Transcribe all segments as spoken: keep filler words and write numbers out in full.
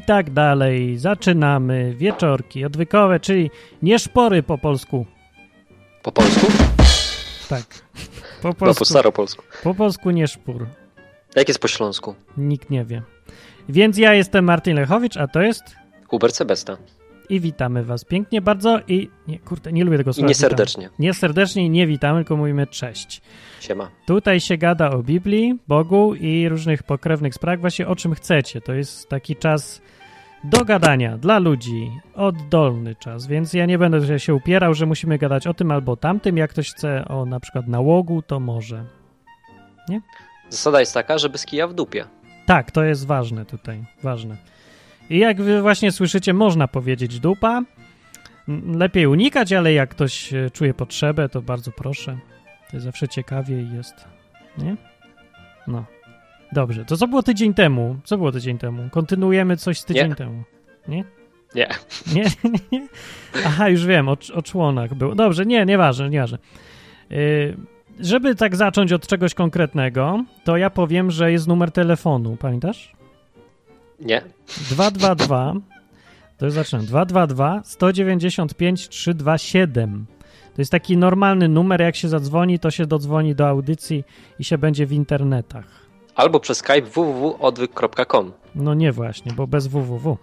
tak dalej. Zaczynamy wieczorki odwykowe, czyli nie szpory po polsku. Po polsku? Tak. Po polsku. No po staropolsku. Po polsku nie szpór. Jak jest po śląsku? Nikt nie wie. Więc ja jestem Martin Lechowicz, a to jest... Hubert Sebesta. I witamy was pięknie bardzo i... Nie, kurde, nie lubię tego słowa. I nieserdecznie. Witamy. Nieserdecznie i nie witamy, tylko mówimy cześć. Siema. Tutaj się gada o Biblii, Bogu i różnych pokrewnych sprawach, właśnie o czym chcecie. To jest taki czas do gadania dla ludzi, oddolny czas, więc ja nie będę się upierał, że musimy gadać o tym albo tamtym. Jak ktoś chce o na przykład nałogu, to może. Nie? Zasada jest taka, że bez kija w dupie. Tak, to jest ważne tutaj, ważne. I jak wy właśnie słyszycie, można powiedzieć dupa. Lepiej unikać, ale jak ktoś czuje potrzebę, to bardzo proszę. To zawsze ciekawiej jest, nie? No. Dobrze, to co było tydzień temu? Co było tydzień temu? Kontynuujemy coś z tydzień nie. temu. Nie? Nie. Nie? Nie? Aha, już wiem, o, o członach było. Dobrze, nie, nieważne, nieważne. Yy, żeby tak zacząć od czegoś konkretnego, to ja powiem, że jest numer telefonu. Pamiętasz? Nie. dwa dwa dwa to już zaczynam. dwa dwa dwa, sto dziewięćdziesiąt pięć, trzysta dwadzieścia siedem. To jest taki normalny numer, jak się zadzwoni, to się dodzwoni do audycji i się będzie w internetach. Albo przez Skype w w w kropka odwyk kropka com. No nie właśnie, bo bez www.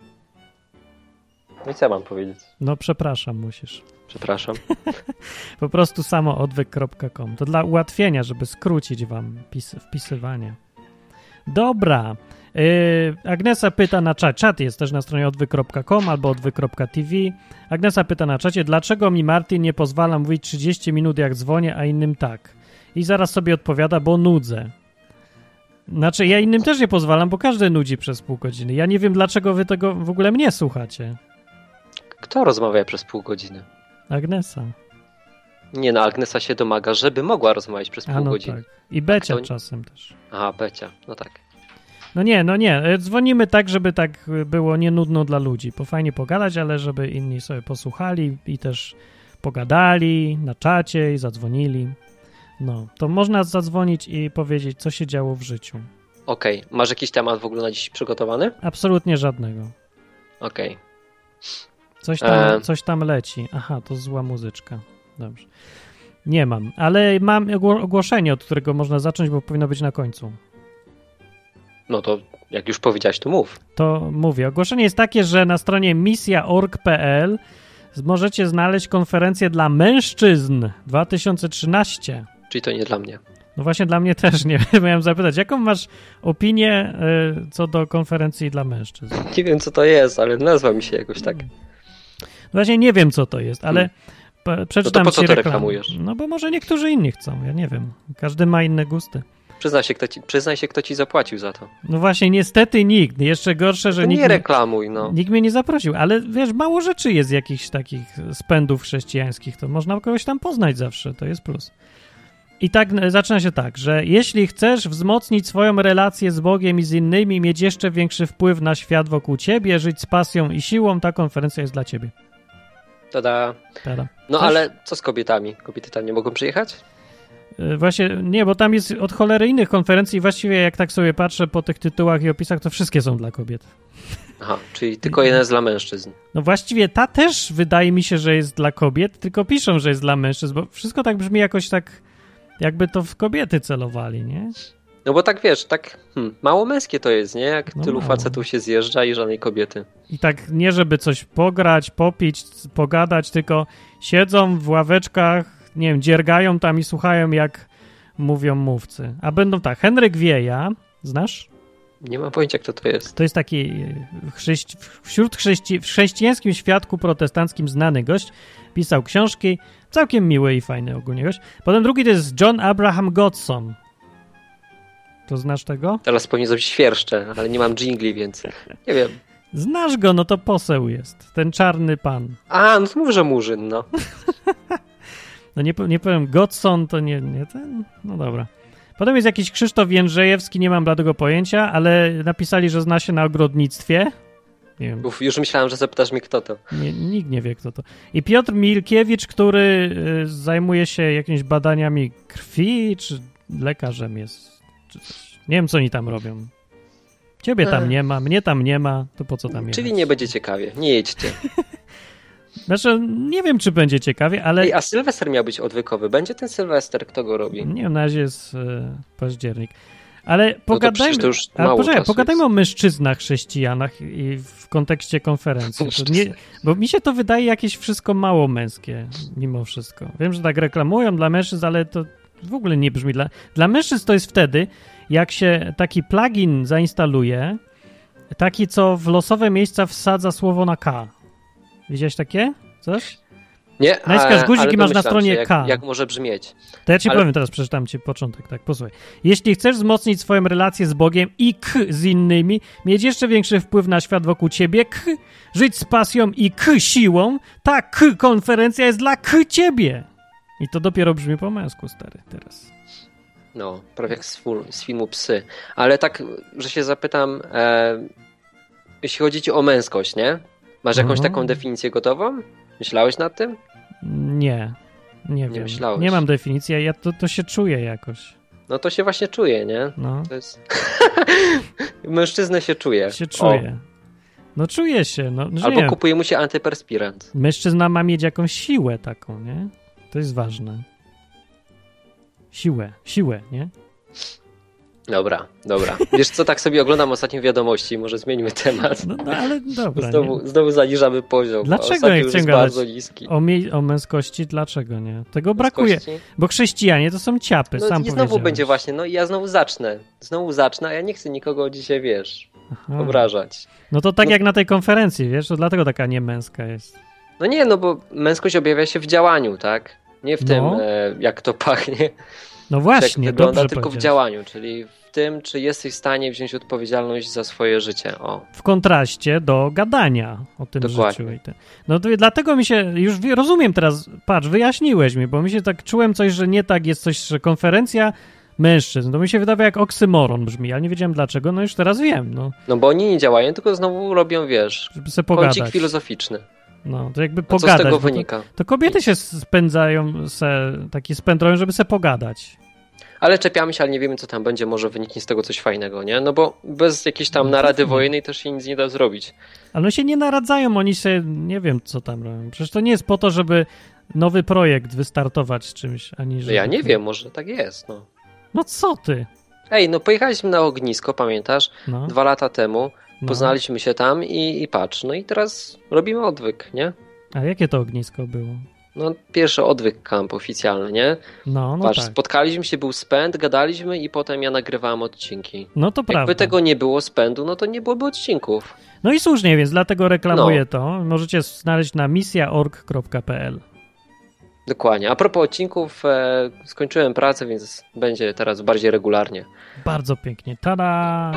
No i co ja mam powiedzieć? No przepraszam, musisz. Przepraszam. Po prostu samo odwyk kropka com. To dla ułatwienia, żeby skrócić wam pis- wpisywanie. Dobra. Yy, Agnesa pyta na czat. Czat jest też na stronie odwyk kropka com albo odwyk kropka t v. Agnesa pyta na czacie, dlaczego mi Martin nie pozwala mówić trzydzieści minut jak dzwonię, a innym tak. I zaraz sobie odpowiada, bo nudzę. Znaczy, ja innym też nie pozwalam, bo każdy nudzi przez pół godziny. Ja nie wiem, dlaczego wy tego w ogóle mnie słuchacie. Kto rozmawia przez pół godziny? Agnesa. Nie no, Agnesa się domaga, żeby mogła rozmawiać przez A, pół no godziny. tak. I Becia to... czasem też. Aha, Becia, no tak. No nie, no nie. Dzwonimy tak, żeby tak było nie nudno dla ludzi. Bo fajnie pogadać, ale żeby inni sobie posłuchali i też pogadali na czacie i zadzwonili. No, to można zadzwonić i powiedzieć, co się działo w życiu. Okej. Okay. Masz jakiś temat w ogóle na dziś przygotowany? Absolutnie żadnego. Okej. Okay. Coś tam, e... coś tam leci. Aha, to zła muzyczka. Dobrze. Nie mam, ale mam ogłoszenie, od którego można zacząć, bo powinno być na końcu. No to jak już powiedziałeś, to mów. To mówię. Ogłoszenie jest takie, że na stronie misja kropka org kropka p l możecie znaleźć konferencję dla mężczyzn dwa tysiące trzynaście. Czyli to nie dla mnie. No właśnie dla mnie też nie. Miałem zapytać, jaką masz opinię y, co do konferencji dla mężczyzn? Nie wiem, co to jest, ale nazwa mi się jakoś tak... No właśnie nie wiem, co to jest, ale hmm. przeczytam no to po co ci to reklam... reklamujesz? No bo może niektórzy inni chcą, ja nie wiem. Każdy ma inne gusty. Przyznaj się, kto ci, przyznaj się, kto ci zapłacił za to. No właśnie, niestety nikt. Jeszcze gorsze, że to nikt... Nie reklamuj, no. Nikt mnie nie zaprosił, ale wiesz, mało rzeczy jest jakichś takich spędów chrześcijańskich, to można kogoś tam poznać zawsze, to jest plus. I tak zaczyna się tak, że jeśli chcesz wzmocnić swoją relację z Bogiem i z innymi, mieć jeszcze większy wpływ na świat wokół ciebie, żyć z pasją i siłą, ta konferencja jest dla ciebie. Tada. Tada. No Coś? ale co z kobietami? Kobiety tam nie mogą przyjechać? Właśnie, nie, bo tam jest od cholery innych konferencji. Właściwie jak tak sobie patrzę po tych tytułach i opisach, to wszystkie są dla kobiet. Aha, czyli tylko jeden jest dla mężczyzn. No właściwie ta też wydaje mi się, że jest dla kobiet, tylko piszą, że jest dla mężczyzn, bo wszystko tak brzmi jakoś tak, jakby to w kobiety celowali, nie? No bo tak wiesz, tak hmm, mało męskie to jest, nie? Jak no tylu mało. facetów się zjeżdża i żadnej kobiety. I tak nie żeby coś pograć, popić, pogadać, tylko siedzą w ławeczkach, nie wiem, dziergają tam i słuchają, jak mówią mówcy. A będą tak, Henryk Wieja, znasz? Nie mam pojęcia, kto to jest. To jest taki chrześci- wśród chrześci- w chrześcijańskim świadku protestanckim znany gość. Pisał książki, całkiem miły i fajny ogólnie gość. Potem drugi to jest John Abraham Godson. To znasz tego? Teraz powinien zrobić świerszcze, ale nie mam dżingli, więc nie wiem. Znasz go, no to poseł jest. Ten czarny pan. A, no to mów, że murzyn, no. No nie, nie powiem, Godson to nie, nie ten, no dobra. Potem jest jakiś Krzysztof Jędrzejewski, nie mam bladego pojęcia, ale napisali, że zna się na ogrodnictwie. Nie wiem. Uf, już myślałem, że zapytasz mnie, kto to. Nie, nikt nie wie, kto to. I Piotr Milkiewicz, który y, zajmuje się jakimiś badaniami krwi, czy lekarzem jest, czy coś. Nie wiem, co oni tam robią. Ciebie tam nie ma, mnie tam nie ma, to po co tam jechać? Czyli nie będzie ciekawie, nie jedźcie. Znaczy, nie wiem, czy będzie ciekawie, ale... Ej, a Sylwester miał być odwykowy. Będzie ten Sylwester, kto go robi? Nie wiem, na razie jest e, październik. Ale pogadajmy, no to już ale poczekaj, pogadajmy jest. o mężczyznach chrześcijanach i w kontekście konferencji. To nie, bo mi się to wydaje jakieś wszystko mało męskie, mimo wszystko. Wiem, że tak reklamują dla mężczyzn, ale to w ogóle nie brzmi dla... Dla mężczyzn to jest wtedy, jak się taki plugin zainstaluje, taki, co w losowe miejsca wsadza słowo na K. Widziałeś takie? Coś? Nie, Naciskasz guzik i masz na stronie jak, K. Jak może brzmieć. To ja ci ale... powiem, teraz przeczytam ci początek, tak, posłuchaj. Jeśli chcesz wzmocnić swoją relację z Bogiem i k z innymi, mieć jeszcze większy wpływ na świat wokół ciebie, k, żyć z pasją i k siłą, ta k konferencja jest dla k ciebie. I to dopiero brzmi po męsku, stary, teraz. No, prawie jak z, z filmu Psy. Ale tak, że się zapytam, e, jeśli chodzi ci o męskość, nie? Masz jakąś Mhm. taką definicję gotową? Myślałeś nad tym? Nie, nie, Nie wiem. myślałeś. Nie mam definicji, ja to, to się czuję jakoś. No to się właśnie czuje, nie? No. To jest... Mężczyznę się czuje. Się czuję. No czuję się, no. Że Albo nie. kupuje mu się antyperspirant. Mężczyzna ma mieć jakąś siłę taką, nie? To jest ważne. Siłę, siłę, nie? Dobra, dobra. Wiesz co, tak sobie oglądam ostatnio wiadomości, może zmieńmy temat. No, no ale dobra. Znowu, Nie? znowu zaniżamy poziom. Dlaczego Ostatnio nie już chcę jest gadać bardzo niski. O, mie- o męskości, dlaczego nie? Tego brakuje, Męskości? bo chrześcijanie to są ciapy, No sam i znowu powiedziałeś. będzie właśnie, no i ja znowu zacznę. Znowu zacznę, a ja nie chcę nikogo dzisiaj, wiesz, Aha. obrażać. No to tak No- jak na tej konferencji, wiesz, to dlatego taka niemęska jest. No nie, no bo męskość objawia się w działaniu, tak? Nie w tym, No. e, jak to pachnie, No czy właśnie, jak wygląda, dobrze tylko w powiedziałeś. działaniu, czyli w tym, czy jesteś w stanie wziąć odpowiedzialność za swoje życie. O. W kontraście do gadania o tym Dokładnie. życiu. I te... No to dlatego mi się, już wie- rozumiem teraz, patrz, wyjaśniłeś mi, bo mi się tak czułem coś, że nie tak jest coś, że konferencja mężczyzn, to mi się wydaje jak oksymoron brzmi, ale nie wiedziałem dlaczego, no już teraz wiem, no, No bo oni nie działają, tylko znowu robią, wiesz, żeby sobie kącik pogadać. filozoficzny. No, to jakby No co z pogadać. tego bo to, wynika? to kobiety się spędzają, se, taki spędrują, żeby se pogadać. Ale czepiamy się, ale nie wiemy, co tam będzie, może wyniknie z tego coś fajnego, nie? No bo bez jakiejś tam narady wojennej też się nic nie da zrobić. Ale oni się nie naradzają, oni się, nie wiem, co tam robią. Przecież to nie jest po to, żeby nowy projekt wystartować z czymś, ani No żeby... ja nie wiem, może tak jest, no. No co ty? Ej, no pojechaliśmy na ognisko, pamiętasz? No, Dwa lata temu, no. poznaliśmy się tam i, i patrz, no i teraz robimy odwyk, nie? A jakie to ognisko było? No pierwszy odwyk camp oficjalny, nie? No, no Patrz, tak. spotkaliśmy się, był spęd, gadaliśmy i potem ja nagrywałem odcinki. No to Jakby prawda. tego nie było spędu, no to nie byłoby odcinków. No i słusznie, więc dlatego reklamuję No. to. Możecie znaleźć na misja org kropka p l. Dokładnie. A propos odcinków, e, skończyłem pracę, więc będzie teraz bardziej regularnie. Bardzo pięknie. Tada!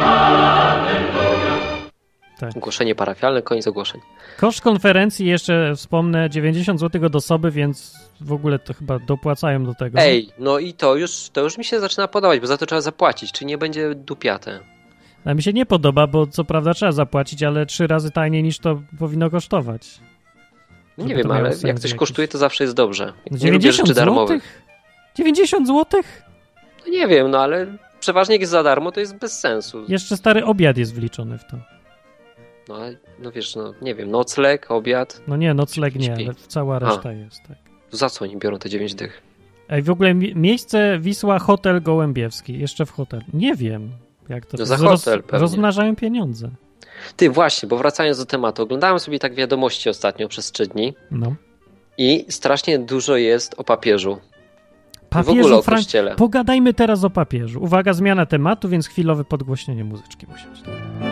Tak. Ogłoszenie parafialne, koniec ogłoszeń. Koszt konferencji jeszcze wspomnę, dziewięćdziesiąt złotych od osoby, więc w ogóle to chyba dopłacają do tego. Ej, no i to już, to już mi się zaczyna podobać, bo za to trzeba zapłacić, czy nie będzie dupiate. A mi się nie podoba, bo co prawda trzeba zapłacić, ale trzy razy taniej niż to powinno kosztować. No nie Żeby wiem, to miało ale sens jak coś jakiś. kosztuje, to zawsze jest dobrze. Nie lubię dziewięćdziesiąt rzeczy darmowych. złotych? dziewięćdziesiąt złotych? No nie wiem, no ale przeważnie jak jest za darmo, to jest bez sensu. Jeszcze stary obiad jest wliczony w to. No, ale, no wiesz, no nie wiem, nocleg, obiad, No nie, nocleg nie, Śpi. ale cała reszta jest, tak. za co oni biorą te dziewięć dych? Ej, w ogóle mi- miejsce Wisła Hotel Gołębiewski. Jeszcze w hotel. Nie wiem, jak to... No za Roz- hotel pewnie. Rozmnażają pieniądze. Ty, właśnie, bo wracając do tematu, oglądałem sobie tak wiadomości ostatnio przez trzy dni No. i strasznie dużo jest o papieżu. w ogóle Papieżu o Fran... kościele. Pogadajmy teraz o papieżu. Uwaga, zmiana tematu, więc chwilowe podgłośnienie muzyczki musi być.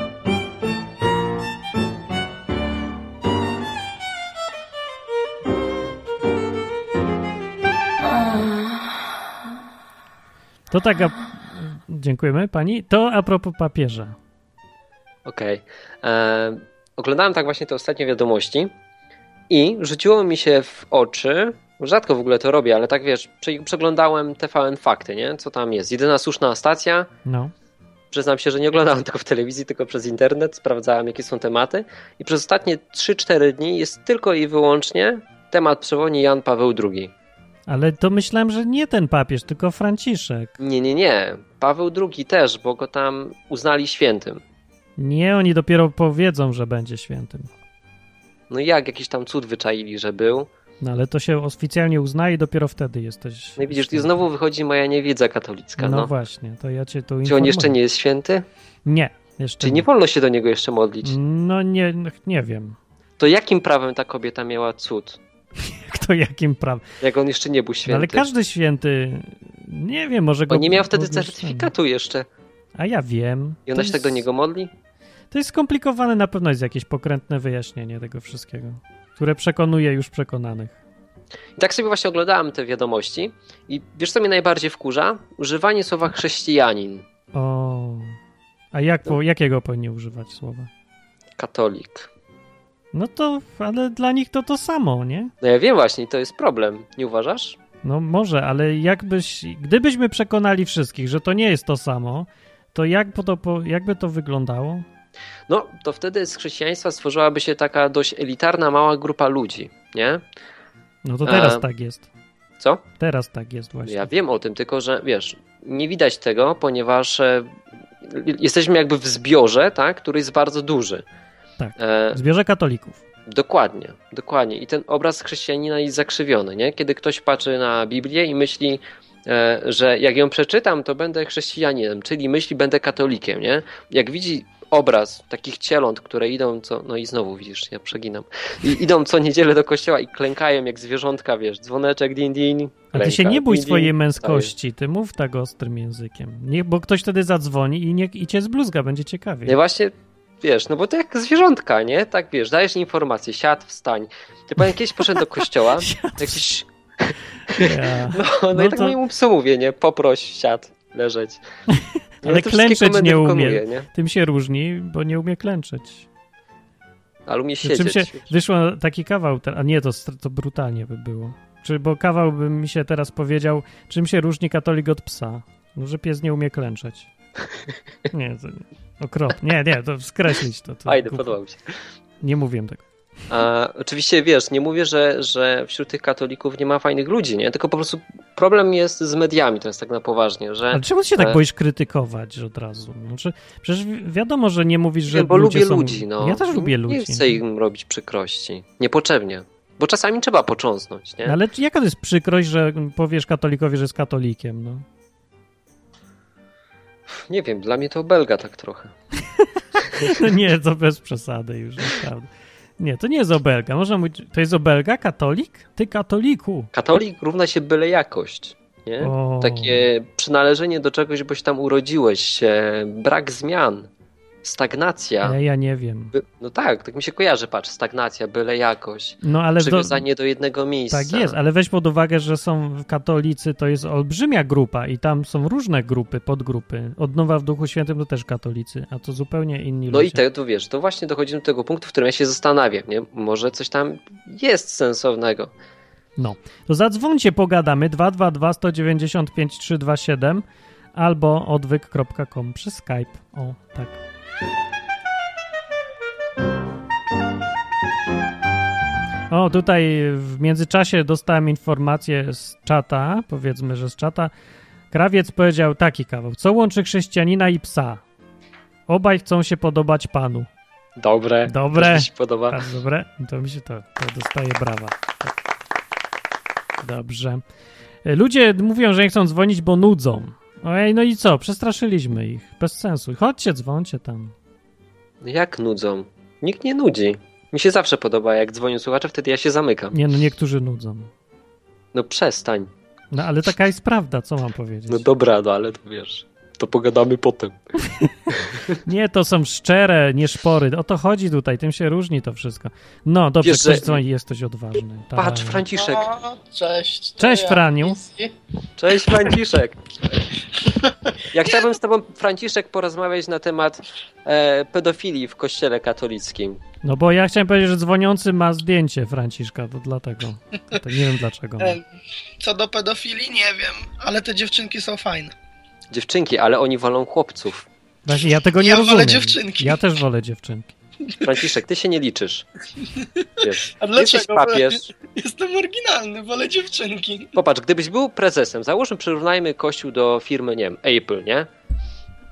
To tak, a... dziękujemy pani. To a propos papieża. Okej. E, Oglądałem tak właśnie te ostatnie wiadomości i rzuciło mi się w oczy, rzadko w ogóle to robię, ale tak wiesz, prze- przeglądałem T V N Fakty, nie? Co tam jest? Jedyna słuszna stacja. No. Przyznam się, że nie oglądałem tego w telewizji, tylko przez internet, sprawdzałem jakie są tematy i przez ostatnie trzy cztery dni jest tylko i wyłącznie temat przewodni Jan Paweł drugi. Ale to myślałem, że nie ten papież, tylko Franciszek. Nie, nie, nie. Paweł drugi też, bo go tam uznali świętym. Nie, oni dopiero powiedzą, że będzie świętym. No jak, jakiś tam cud wyczaili, że był. No ale to się oficjalnie uznaje i dopiero wtedy jesteś... No i widzisz, i znowu wychodzi moja niewiedza katolicka. No, no właśnie, to ja cię tu informuję. Czy on jeszcze nie jest święty? Nie, jeszcze Czyli nie. nie wolno się do niego jeszcze modlić? No nie, nie wiem. To jakim prawem ta kobieta miała cud? Kto jakim prawem? Jak on jeszcze nie był święty? No, ale każdy święty, nie wiem, może go... On nie miał wtedy go certyfikatu jeszcze. A ja wiem. I ona To się jest, tak do niego modli? To jest skomplikowane, na pewno jest jakieś pokrętne wyjaśnienie tego wszystkiego, które przekonuje już przekonanych. I tak sobie właśnie oglądałem te wiadomości i wiesz, co mnie najbardziej wkurza? Używanie słowa chrześcijanin. O, a jak, po, jakiego powinni używać słowa? Katolik. No to, ale dla nich to to samo, nie? No ja wiem właśnie, to jest problem. Nie uważasz? No może, ale jakbyś, gdybyśmy przekonali wszystkich, że to nie jest to samo, to jak to, jakby to wyglądało? No, to wtedy z chrześcijaństwa stworzyłaby się taka dość elitarna, mała grupa ludzi, nie? No to teraz A... tak jest. Co? Teraz tak jest właśnie. Ja wiem o tym, tylko że wiesz, nie widać tego, ponieważ e, jesteśmy jakby w zbiorze, tak, który jest bardzo duży. Tak, e, w zbiorze katolików. Dokładnie, dokładnie. I ten obraz chrześcijanina jest zakrzywiony, nie? Kiedy ktoś patrzy na Biblię i myśli, e, że jak ją przeczytam, to będę chrześcijaninem, czyli myśli, będę katolikiem, nie? Jak widzi obraz takich cieląt, które idą co... No i znowu widzisz, ja przeginam. I idą co niedzielę do kościoła i klękają jak zwierzątka, wiesz, dzwoneczek, din, din. Klęka, A ty się nie bój din, swojej din, męskości, ty mów tak ostrym językiem. Nie, bo ktoś wtedy zadzwoni i, nie, i cię zbluzga, będzie ciekawie. Nie, właśnie, wiesz, no bo to jak zwierzątka, nie? Tak, wiesz, dajesz informację, siad, wstań. Ty pamiętam, kiedyś poszedłem do kościoła, jakiś... Ja. No, no, no i tak to... mojemu psu mówię, nie? Poproś, siad, leżeć. Nie, ale klęczeć nie umie. Nie? Tym się różni, bo nie umie klęczeć. Ale umie siedzieć. Czym się wyszło taki kawał, a nie, to, to brutalnie by było. Czy, bo kawał by mi się teraz powiedział, czym się różni katolik od psa? No, że pies nie umie klęczeć. Nie, to nie. Okropnie. Nie, nie, to skreślić to. to Fajne, podoba mi się. Nie mówiłem tego. A, oczywiście, wiesz, nie mówię, że, że wśród tych katolików nie ma fajnych ludzi, nie? Tylko po prostu problem jest z mediami, to jest tak na poważnie, że... Ale czemu się tak boisz krytykować od razu? Znaczy, przecież wiadomo, że nie mówisz, że nie, bo ludzie lubię są... ludzi, no. Ja też lubię ludzi. Nie chcę im robić przykrości. Niepotrzebnie. Bo czasami trzeba począsnąć, nie? Ale jaka to jest przykrość, że powiesz katolikowi, że jest katolikiem, no? Nie wiem, dla mnie to obelga tak trochę. No nie, to bez przesady już, naprawdę. Nie, to nie jest obelga. Można mówić, to jest obelga? Katolik? Ty katoliku. Katolik równa się byle jakość, nie? O. Takie przynależenie do czegoś, boś tam urodziłeś się, brak zmian, stagnacja. Ale ja nie wiem. No tak, tak mi się kojarzy, patrz, stagnacja, byle jakość, no, ale przywiązanie do... do jednego miejsca. Tak jest, ale weź pod uwagę, że są katolicy, to jest olbrzymia grupa i tam są różne grupy, podgrupy. Odnowa w Duchu Świętym to też katolicy, a to zupełnie inni no ludzie. i te, to wiesz, to właśnie dochodzimy do tego punktu, w którym ja się zastanawiam, nie? Może coś tam jest sensownego. No, to zadzwońcie, pogadamy dwa dwa dwa, sto dziewięćdziesiąt pięć, trzysta dwadzieścia siedem albo odwyk kropka com przez Skype. O, tak. O, tutaj w międzyczasie dostałem informację z czata, powiedzmy, że z czata. Krawiec powiedział taki kawał. Co łączy chrześcijanina i psa? Obaj chcą się podobać Panu. Dobre. Dobre. To mi się podoba. Tak, dobre. To mi się to, to dostaje brawa. Tak. Dobrze. Ludzie mówią, że nie chcą dzwonić, bo nudzą. Ojej, no i co? Przestraszyliśmy ich. Bez sensu. Chodźcie, dzwońcie tam. Jak nudzą? Nikt nie nudzi. Mi się zawsze podoba, jak dzwonią słuchacze, wtedy ja się zamykam. Nie, no niektórzy nudzą. No przestań. No ale taka jest prawda, co mam powiedzieć? No dobra, no ale to wiesz, to pogadamy potem. Nie, to są szczere, nie szpory. O to chodzi tutaj, tym się różni to wszystko. No dobrze, Wiesz, ktoś że... dzwoni, jesteś odważny. Tak. Patrz, Franciszek. O, cześć. Cześć, Franiu. Cześć, Franciszek. Ja chciałbym z tobą, Franciszek, porozmawiać na temat e, pedofilii w kościele katolickim. No bo ja chciałem powiedzieć, że dzwoniący ma zdjęcie Franciszka, to dlatego. To nie wiem dlaczego. Co do pedofilii, nie wiem, ale te dziewczynki są fajne. Dziewczynki, ale oni wolą chłopców. Właśnie, ja tego nie ja rozumiem. wolę dziewczynki. Ja też wolę dziewczynki. Franciszek, ty się nie liczysz. Wiesz, a dlaczego? jesteś papież. Jestem oryginalny, wolę dziewczynki. Popatrz, gdybyś był prezesem, załóżmy, przyrównajmy kościół do firmy, nie wiem, Apple, nie?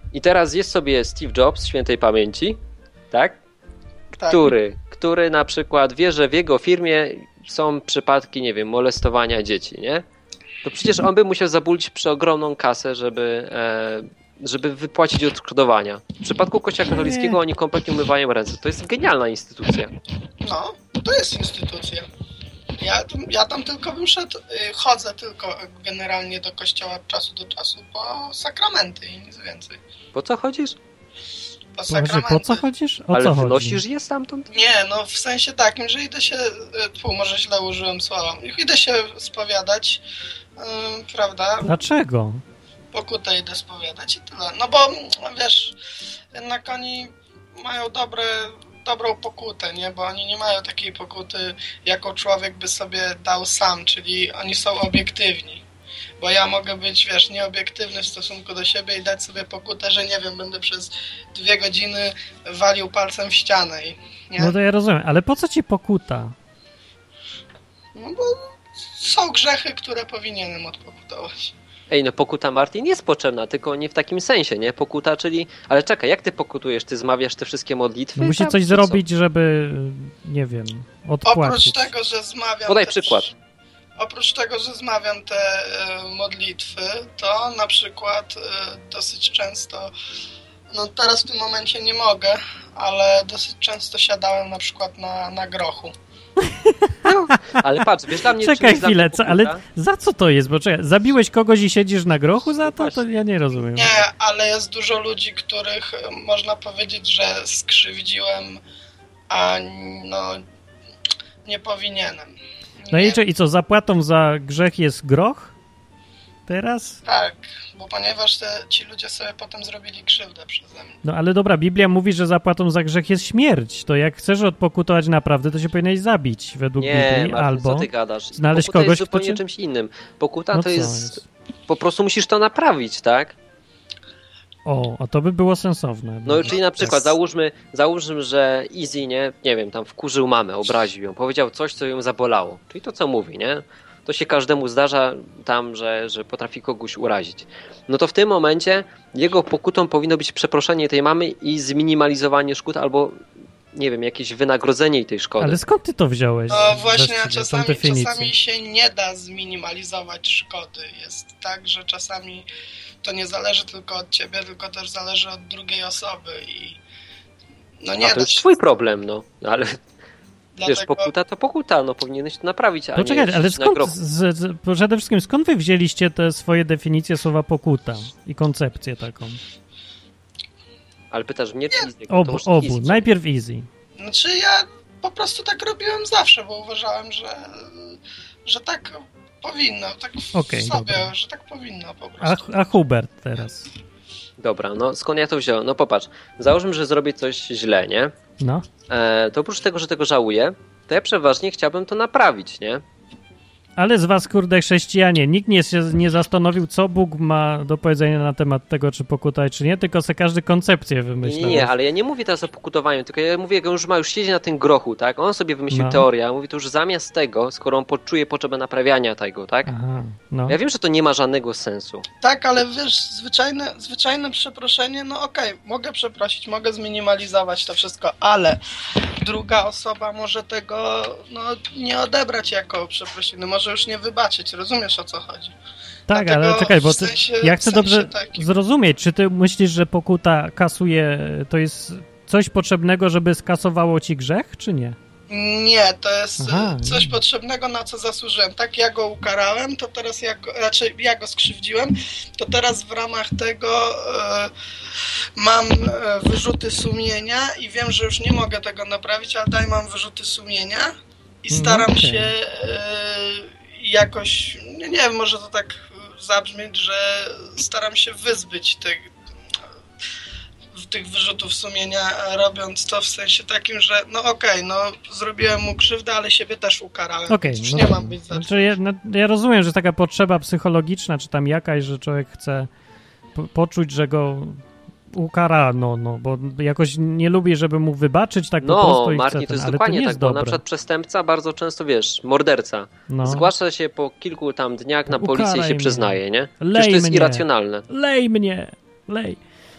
I teraz jest sobie Steve Jobs świętej pamięci, tak? Tak. Który, który na przykład wie, że w jego firmie są przypadki, nie wiem, molestowania dzieci, nie? To przecież on by musiał zabulić przeogromną kasę, żeby, e, żeby wypłacić odszkodowania. W przypadku Kościoła katolickiego oni kompletnie umywają ręce. To jest genialna instytucja. No, to jest instytucja. Ja, ja tam tylko bym szedł, chodzę tylko generalnie do kościoła od czasu do czasu po sakramenty i nic więcej. Po co chodzisz? Po Boże, sakramenty. po co chodzisz? O Ale co chodzi? wynosisz je stamtąd? Nie, no w sensie takim, że idę się, pół może źle użyłem słowa, idę się spowiadać, yy, prawda? Dlaczego? Pokutę idę spowiadać i tyle. No bo wiesz, jednak oni mają dobre, dobrą pokutę, nie? Bo oni nie mają takiej pokuty, jaką człowiek by sobie dał sam, czyli oni są obiektywni. Bo ja mogę być, wiesz, nieobiektywny w stosunku do siebie i dać sobie pokutę, że nie wiem, będę przez dwie godziny walił palcem w ścianę i nie? No to ja rozumiem, ale po co ci pokuta? No bo są grzechy, które powinienem odpokutować. Ej, no pokuta, Martin, jest potrzebna, tylko nie w takim sensie, nie? Pokuta, czyli... Ale czekaj, jak ty pokutujesz? Ty zmawiasz te wszystkie modlitwy? No musi tam, coś czy zrobić, żeby, nie wiem, Oprócz odpłacić. tego, że zmawiam... Podaj te przykład. przy- Oprócz tego, że zmawiam te y, modlitwy, to na przykład y, dosyć często, no teraz w tym momencie nie mogę, ale dosyć często siadałem na przykład na, na grochu. Ale patrz, wiesz, dla mnie... Czekaj czymś dla chwilę, mnie co, pokuta- ale za co to jest? Bo czekaj, zabiłeś kogoś i siedzisz na grochu za to? To ja nie rozumiem. Nie, ale jest dużo ludzi, których y, można powiedzieć, że skrzywdziłem, a no nie powinienem. No Nie, i, czy- i co, zapłatą za grzech jest groch? Teraz? tak, bo ponieważ te, ci ludzie sobie potem zrobili krzywdę przeze mnie. No ale dobra, Biblia mówi, że zapłatą za grzech jest śmierć. To jak chcesz odpokutować naprawdę, to się powinieneś zabić według Nie, Biblii, Martin, albo co ty gadasz? znaleźć Pokuta kogoś, jest kto zupełnie cię... czymś innym. Pokuta No to co jest... jest? Po prostu musisz to naprawić, tak? O, a to by było sensowne. No czyli na przykład jest- załóżmy, załóżmy, że Easy, nie, nie wiem, tam wkurzył mamę, obraził ją, powiedział coś, co ją zabolało. Czyli to, co mówi, nie? To się każdemu zdarza tam, że, że potrafi kogoś urazić. No to w tym momencie jego pokutą powinno być przeproszenie tej mamy i zminimalizowanie szkód albo, nie wiem, jakieś wynagrodzenie jej tej szkody. Ale skąd ty to wziąłeś? No właśnie, właściwie, tą czasami, definicję? czasami się nie da zminimalizować szkody. Jest tak, że czasami to nie zależy tylko od ciebie, tylko też zależy od drugiej osoby i no nie A to da jest się. twój problem, no. Ale wiesz, Dlatego pokuta to pokuta, no powinieneś to naprawić, a Poczekaj, nie ale iść na skąd, groch. z, z, przede wszystkim skąd wy wzięliście te swoje definicje słowa pokuta i koncepcję taką? Ale pytasz mnie, czy Easy? To Obu, może obu. Easy. Najpierw Easy. Znaczy ja po prostu tak robiłem zawsze, bo uważałem, że, że tak powinno, tak w Okej, sobie, dobra. że tak powinno po A, prostu. a Hubert teraz. Dobra, no skąd ja to wziąłem? No popatrz, załóżmy, że zrobię coś źle, nie? No. E, to oprócz tego, że tego żałuję, to ja przeważnie chciałbym to naprawić, nie? Ale z was, kurde, chrześcijanie, nikt nie się nie zastanowił, co Bóg ma do powiedzenia na temat tego, czy pokutać, czy nie, tylko se każdy koncepcję Nie, wymyśla. nie, nie, ale ja nie mówię teraz o pokutowaniu, tylko ja mówię, jak on już ma, już siedzi na tym grochu, tak? On sobie wymyślił No. teorię, a mówi to już zamiast tego, skoro on poczuje potrzebę naprawiania tego, tak? Aha, no. Ja wiem, że to nie ma żadnego sensu. Tak, ale wiesz, zwyczajne, zwyczajne przeproszenie, no okej, mogę przeprosić, mogę zminimalizować to wszystko, ale druga osoba może tego no, nie odebrać jako przeprosiny, może już nie wybaczyć, rozumiesz o co chodzi? Tak, Dlatego ale czekaj, bo w ty, sensie- ja w chcę sensie dobrze takim. zrozumieć, czy ty myślisz, że pokuta kasuje, to jest coś potrzebnego, żeby skasowało ci grzech, czy nie? Nie, to jest Aha, e, coś nie. potrzebnego, na co zasłużyłem. Tak ja go ukarałem, to teraz ja go, raczej ja go skrzywdziłem, to teraz w ramach tego e, mam e, wyrzuty sumienia i wiem, że już nie mogę tego naprawić, ale dalej mam wyrzuty sumienia i staram okej. się e, jakoś, nie, nie wiem, może to tak zabrzmieć, że staram się wyzbyć tych tych wyrzutów sumienia, robiąc to w sensie takim, że no okej, no zrobiłem mu krzywdę, ale siebie też ukarałem. Okej, Już no nie dobra. mam być za Znaczy, ja, no, ja rozumiem, że taka potrzeba psychologiczna, czy tam jakaś, że człowiek chce po, poczuć, że go ukarano, no, bo jakoś nie lubi, żeby mu wybaczyć tak po No, prostu i Martin, chce to ten, jest ale dokładnie to nie tak, jest bo dobre. na przykład przestępca bardzo często, wiesz, morderca, No. zgłasza się po kilku tam dniach na policję i Ukaraj się mnie. przyznaje, nie? Lej Przecież to jest mnie. irracjonalne. Lej mnie, lej.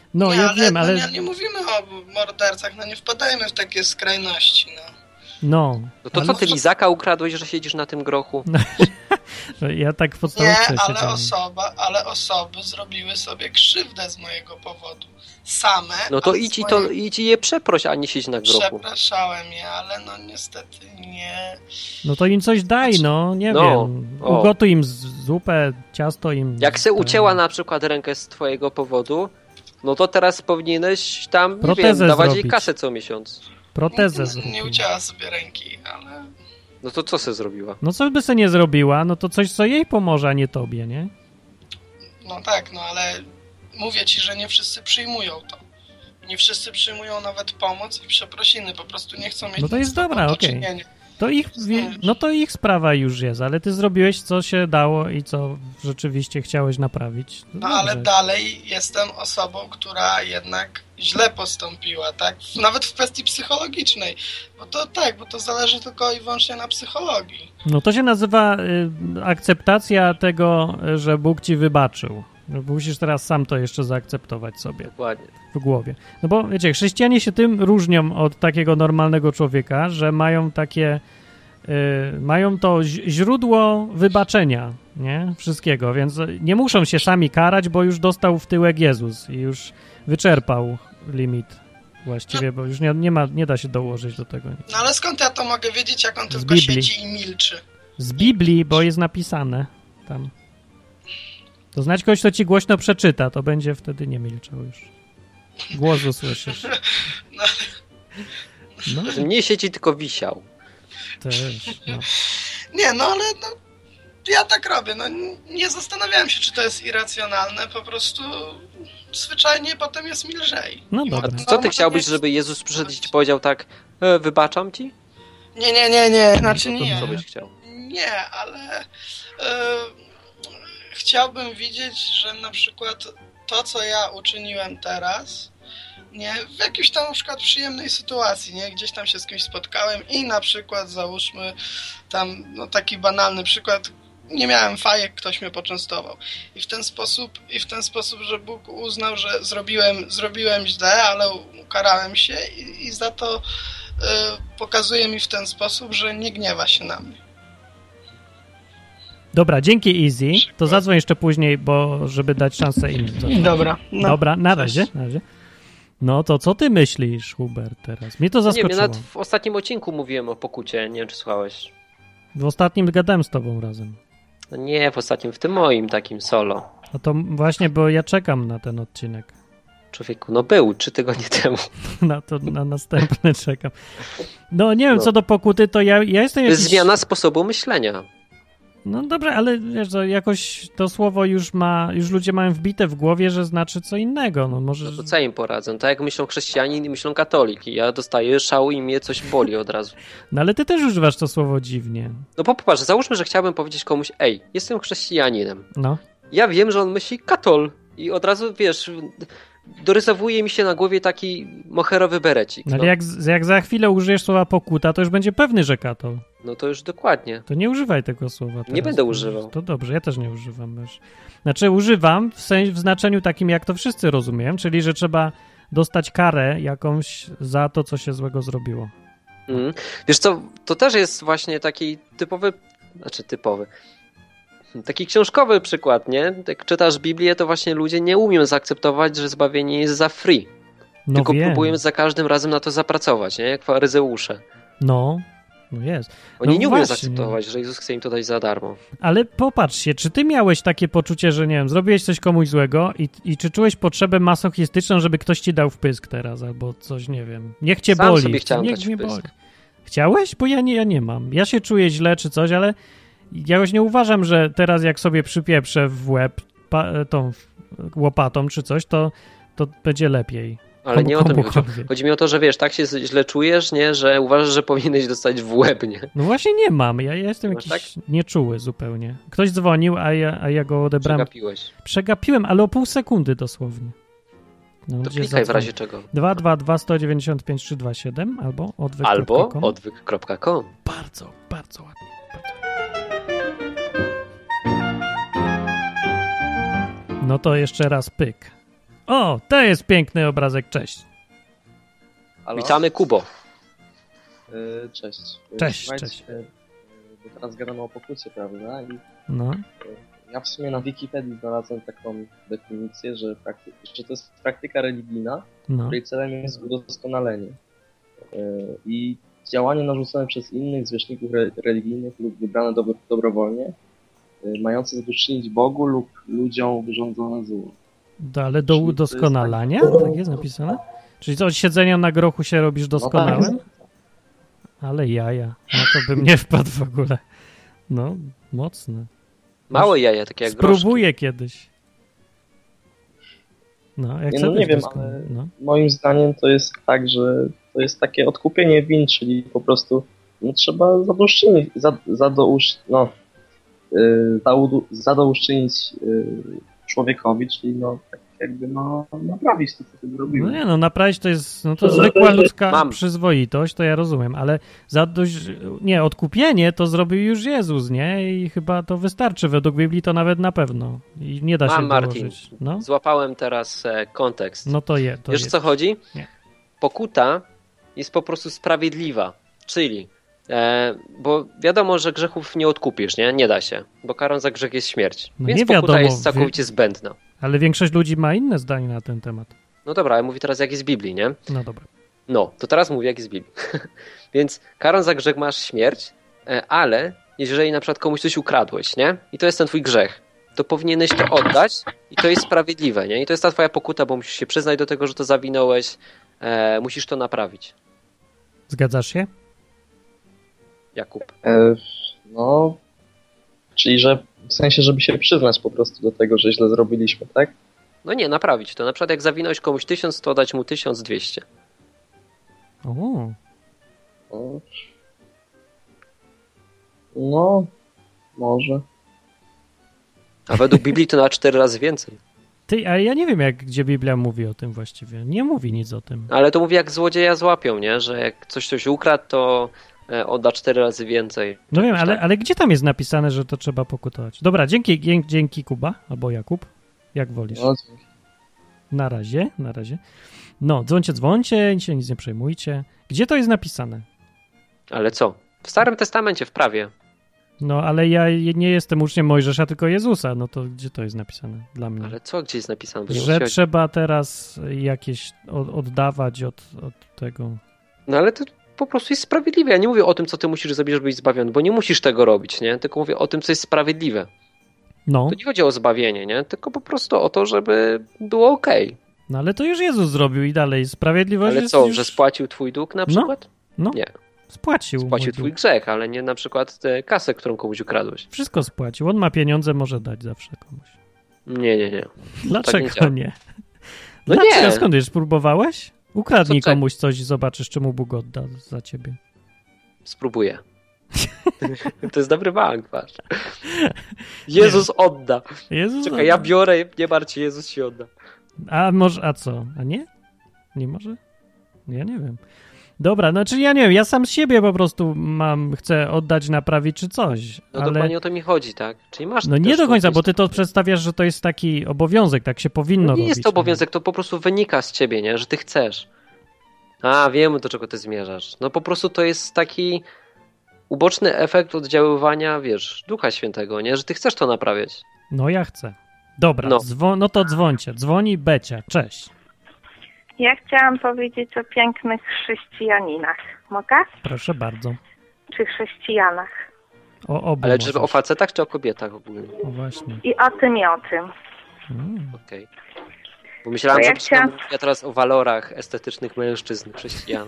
No, nie, ja ale, wiem, no, ale... nie, nie mówimy o mordercach, no nie wpadajmy w takie skrajności, no. No. No to ale... co, ty lizaka ukradłeś, że siedzisz na tym grochu? No, ja tak w podstawówce Nie, ale siedziałem. osoba, ale osoby zrobiły sobie krzywdę z mojego powodu. Same. No to ale idź i, swoje... to, idź i je przeproś, a nie siedź na grochu. Przepraszałem je, ale no niestety nie. No to im coś daj, no, nie No, wiem. o. Ugotuj im z- zupę, ciasto im... Jak se ten- ucięła na przykład rękę z twojego powodu, no to teraz powinieneś tam, nie Protezę wiem, dawać jej zrobić. kasę co miesiąc. Protezę nie, zrobił. nie ucięła sobie ręki, ale... No to co se zrobiła? No co by se nie zrobiła, no to coś, co jej pomoże, a nie tobie, nie? No tak, no ale mówię ci, że nie wszyscy przyjmują to. Nie wszyscy przyjmują nawet pomoc i przeprosiny, po prostu nie chcą mieć No to nic jest z tobą dobra, do okej. czynienia. To ich, wie- no to ich sprawa już jest, ale ty zrobiłeś, co się dało i co rzeczywiście chciałeś naprawić. No ale dobrze. dalej jestem osobą, która jednak źle postąpiła, tak? Nawet w kwestii psychologicznej. Bo to tak, bo to zależy tylko i wyłącznie na psychologii. No to się nazywa y, akceptacja tego, że Bóg ci wybaczył. Musisz teraz sam to jeszcze zaakceptować sobie Dokładnie. w głowie. No bo wiecie, chrześcijanie się tym różnią od takiego normalnego człowieka, że mają takie, y, mają to ź- źródło wybaczenia, nie? Wszystkiego, więc nie muszą się sami karać, bo już dostał w tyłek Jezus i już wyczerpał limit właściwie, bo już nie, nie ma, nie da się dołożyć do tego nic. No ale skąd ja to mogę wiedzieć, jak on Z tylko Biblii. siedzi i milczy? Z Biblii, bo jest napisane tam. To znać kogoś, kto ci głośno przeczyta, to będzie wtedy nie milczał już. Głos usłyszysz. No, No, Że nie siedzi, tylko wisiał. też. No. nie, no ale no, ja tak robię. No, nie zastanawiałem się, czy to jest irracjonalne, po prostu zwyczajnie potem jest mi lżej. No I dobra. potem- Co ty no, chciałbyś, nie- żeby Jezus przyszedł i ci powiedział tak, e, wybaczam ci? Nie, nie, nie, nie, znaczy No to nie. co byś chciał? Nie, ale e, chciałbym widzieć, że na przykład to, co ja uczyniłem teraz, nie, w jakiejś tam na przykład przyjemnej sytuacji, nie, gdzieś tam się z kimś spotkałem i na przykład załóżmy tam, no taki banalny przykład, nie miałem fajek, ktoś mnie poczęstował. I w ten sposób, i w ten sposób, że Bóg uznał, że zrobiłem, zrobiłem źle, ale ukarałem się i, i za to y, pokazuje mi w ten sposób, że nie gniewa się na mnie. Dobra, dzięki Easy. To zadzwoń jeszcze później, bo żeby dać szansę innym. Zadzwoń. Dobra. No. Dobra, na razie, na razie. No to co ty myślisz, Hubert, teraz? Mnie to Nie wiem, ja zaskoczyło. nawet w ostatnim odcinku mówiłem o pokucie, nie wiem czy słuchałeś. W ostatnim gadałem z tobą razem. No nie, w ostatnim, w tym moim takim solo. No to właśnie, bo ja czekam na ten odcinek. Człowieku, no był trzy tygodnie temu. Na to na następny czekam. No nie wiem, No. co do pokuty, to ja, ja jestem To jakiś... jest zmiana sposobu myślenia. No dobra, ale wiesz, to jakoś to słowo już ma, już ludzie mają wbite w głowie, że znaczy co innego. No może... No to co im poradzę? Tak jak myślą chrześcijanin i myślą katoliki. Ja dostaję szału i mnie coś boli od razu. No ale ty też używasz to słowo dziwnie. No bo popatrz, załóżmy, że chciałbym powiedzieć komuś, ej, jestem chrześcijaninem. No. Ja wiem, że on myśli katol. I od razu, wiesz, dorysowuje mi się na głowie taki moherowy berecik. No No, ale jak, jak za chwilę użyjesz słowa pokuta, to już będzie pewny, że katol. no to już dokładnie. To nie używaj tego słowa teraz. Nie będę używał. To dobrze, ja też nie używam już. Znaczy używam w, sens- w znaczeniu takim, jak to wszyscy rozumieją, czyli że trzeba dostać karę jakąś za to, co się złego zrobiło. Mm. Wiesz co, to też jest właśnie taki typowy, znaczy typowy, taki książkowy przykład, nie? Jak czytasz Biblię, to właśnie ludzie nie umieją zaakceptować, że zbawienie jest za free. No tylko wiem. próbują za każdym razem na to zapracować, nie? Jak faryzeusze. No, no jest. Oni No nie umieją właśnie. zaakceptować, że Jezus chce im to dać za darmo. Ale popatrz się, czy ty miałeś takie poczucie, że nie wiem, zrobiłeś coś komuś złego i, i czy czułeś potrzebę masochistyczną, żeby ktoś ci dał wpysk teraz albo coś, nie wiem. Niech cię Sam boli. sobie chciałem niech dać mnie wpysk. boli. Chciałeś? Bo ja nie, ja nie mam. Ja się czuję źle czy coś, ale ja już nie uważam, że teraz jak sobie przypieprzę w łeb pa, tą łopatą czy coś, to, to będzie lepiej. Ale Komu- nie o to mi chodzi. komukolwiek. Chodzi mi o to, że wiesz, tak się źle czujesz, nie? Że uważasz, że powinieneś dostać w łeb, nie? No właśnie nie mam. Ja, ja jestem Masz jakiś nieczuły zupełnie. Ktoś dzwonił, a ja, a ja go odebrałem. Przegapiłeś. Przegapiłem, ale o pół sekundy dosłownie. No, To gdzie klikaj w zadzwoń? razie czego. dwa dwa dwa, sto dziewięćdziesiąt pięć, trzy dwa siedem albo odwyk kropka Albo com. odwyk kropka com. Bardzo, bardzo ładnie. Bardzo. No to jeszcze raz pyk. O, to jest piękny obrazek, cześć. Halo? Witamy, Kubo. Yy, cześć. Cześć, Słuchajcie, cześć. yy, Bo teraz gadamy o pokucie, prawda? I No, yy, ja w sumie na Wikipedii znalazłem taką definicję, że, prakty- że to jest praktyka religijna, no. której celem jest udoskonalenie. Yy, I działanie narzucone przez innych zwierzchników re- religijnych lub wybrane dobro- dobrowolnie, yy, mające zadośćuczynić Bogu lub ludziom wyrządzone zło. Do, ale do Czyli to jest udoskonalania? Tak jest napisane? Czyli co, od siedzenia na grochu się robisz doskonałym? tak. Ale jaja. No to bym nie wpadł w ogóle. No, mocne. Małe jaja, takie jak groszki. Spróbuję kiedyś. No, jak Nie, chcę no być nie wiem, doskonały. ale No. moim zdaniem to jest tak, że to jest takie odkupienie win, czyli po prostu no, trzeba zadośćuczynić, za, zadołusz, no, yy, zaudu- zadośćuczynić yy, człowiekowi, czyli no, tak jakby no, naprawić to, co ty No zrobiłeś. nie, no naprawić to jest, no to zwykła ludzka Mam. przyzwoitość, to ja rozumiem, ale za dość, nie, odkupienie to zrobił już Jezus, nie? I chyba to wystarczy, według Biblii to nawet na pewno. I nie da się Mam, Martin. dołożyć. No, Złapałem teraz e, kontekst. no to je, to Wiesz, o jest. co chodzi? Nie. Pokuta jest po prostu sprawiedliwa, czyli e, bo wiadomo, że grzechów nie odkupisz, nie? Nie da się, bo karą za grzech jest śmierć. No Więc nie pokuta wiadomo, jest całkowicie zbędna. Ale większość ludzi ma inne zdanie na ten temat. No dobra, ale mówię teraz jak jest w Biblii, nie? No dobra. No, to teraz mówię jak jest w Biblii. Więc karą za grzech masz śmierć, e, ale jeżeli na przykład komuś coś ukradłeś, nie? I to jest ten twój grzech, to powinieneś to oddać i to jest sprawiedliwe, nie? I to jest ta twoja pokuta, bo musisz się przyznać do tego, że to zawinąłeś, e, musisz to naprawić. Zgadzasz się? Jakub. E, no, czyli że w sensie, żeby się przyznać po prostu do tego, że źle zrobiliśmy, tak? No nie, naprawić to. Na przykład jak zawinąłeś komuś tysiąc, to dać mu tysiąc dwieście. O, No, no może. A według Biblii to na cztery razy więcej. ty, a ja nie wiem, jak gdzie Biblia mówi o tym właściwie. Nie mówi nic o tym. Ale to mówi jak złodzieja złapią, nie? Że jak coś coś ukradł, to e, odda cztery razy więcej. No wiem, Jakoś ale, tak. ale gdzie tam jest napisane, że to trzeba pokutować? Dobra, dzięki, dzięki, dzięki Kuba, albo Jakub, jak wolisz. No, Na razie, na razie. No, dzwońcie, dzwońcie, się nic nie przejmujcie. Gdzie to jest napisane? Ale co? W Starym Testamencie, w prawie. No, ale ja nie jestem uczniem Mojżesza, tylko Jezusa. No to gdzie to jest napisane dla mnie? Ale co, gdzie jest napisane? Bo nie Że musiałeś- trzeba teraz jakieś od, oddawać od, od tego. No ale to po prostu jest sprawiedliwe. Ja nie mówię o tym, co ty musisz zrobić, żeby być zbawiony, bo nie musisz tego robić, nie? Tylko mówię o tym, co jest sprawiedliwe. No, To nie chodzi o zbawienie, nie? Tylko po prostu o to, żeby było okej. no ale to już Jezus zrobił i dalej. Sprawiedliwość Ale jest co, już... że spłacił twój dług na No, przykład? No, Nie. spłacił. Spłacił mój twój dług. grzech, ale nie na przykład tę kasę, którą komuś ukradłeś. Wszystko spłacił. On ma pieniądze, może dać zawsze komuś. Nie, nie, nie. Dlaczego działa. nie? No Dlaczego? nie. Skąd wiesz, spróbowałeś? Ukradnij Co, co? komuś coś i zobaczysz, czy mu Bóg odda za ciebie. Spróbuję. To jest dobry bank, patrz. Jezus odda. Jezus, Czekaj, ja biorę, nie martw się, Jezus się odda. A może, a co? A nie? Nie może? Ja nie wiem. Dobra, no czyli ja nie wiem, ja sam z siebie po prostu mam, chcę oddać, naprawić czy coś, No ale... dokładnie o to mi chodzi, tak? Czyli masz No nie też do końca, jakieś- bo ty to przedstawiasz, że to jest taki obowiązek, tak się powinno No nie robić. jest to obowiązek, to po prostu wynika z ciebie, nie? Że ty chcesz. A, wiemy, do czego ty zmierzasz. No po prostu to jest taki uboczny efekt oddziaływania, wiesz, Ducha Świętego, nie? Że ty chcesz to naprawiać. No ja chcę. Dobra, No. dzwo- no to dzwońcie. Dzwoni Becia, cześć. Ja chciałam powiedzieć o pięknych chrześcijaninach. Mogę? Proszę bardzo. Czy chrześcijanach? O obu Ale czy możesz. o facetach, czy o kobietach ogólnie? O właśnie. I o tym i o tym. Mm. Okej. Bo myślałem, To że ja ja chciałam- ja teraz o walorach estetycznych mężczyzn, chrześcijan.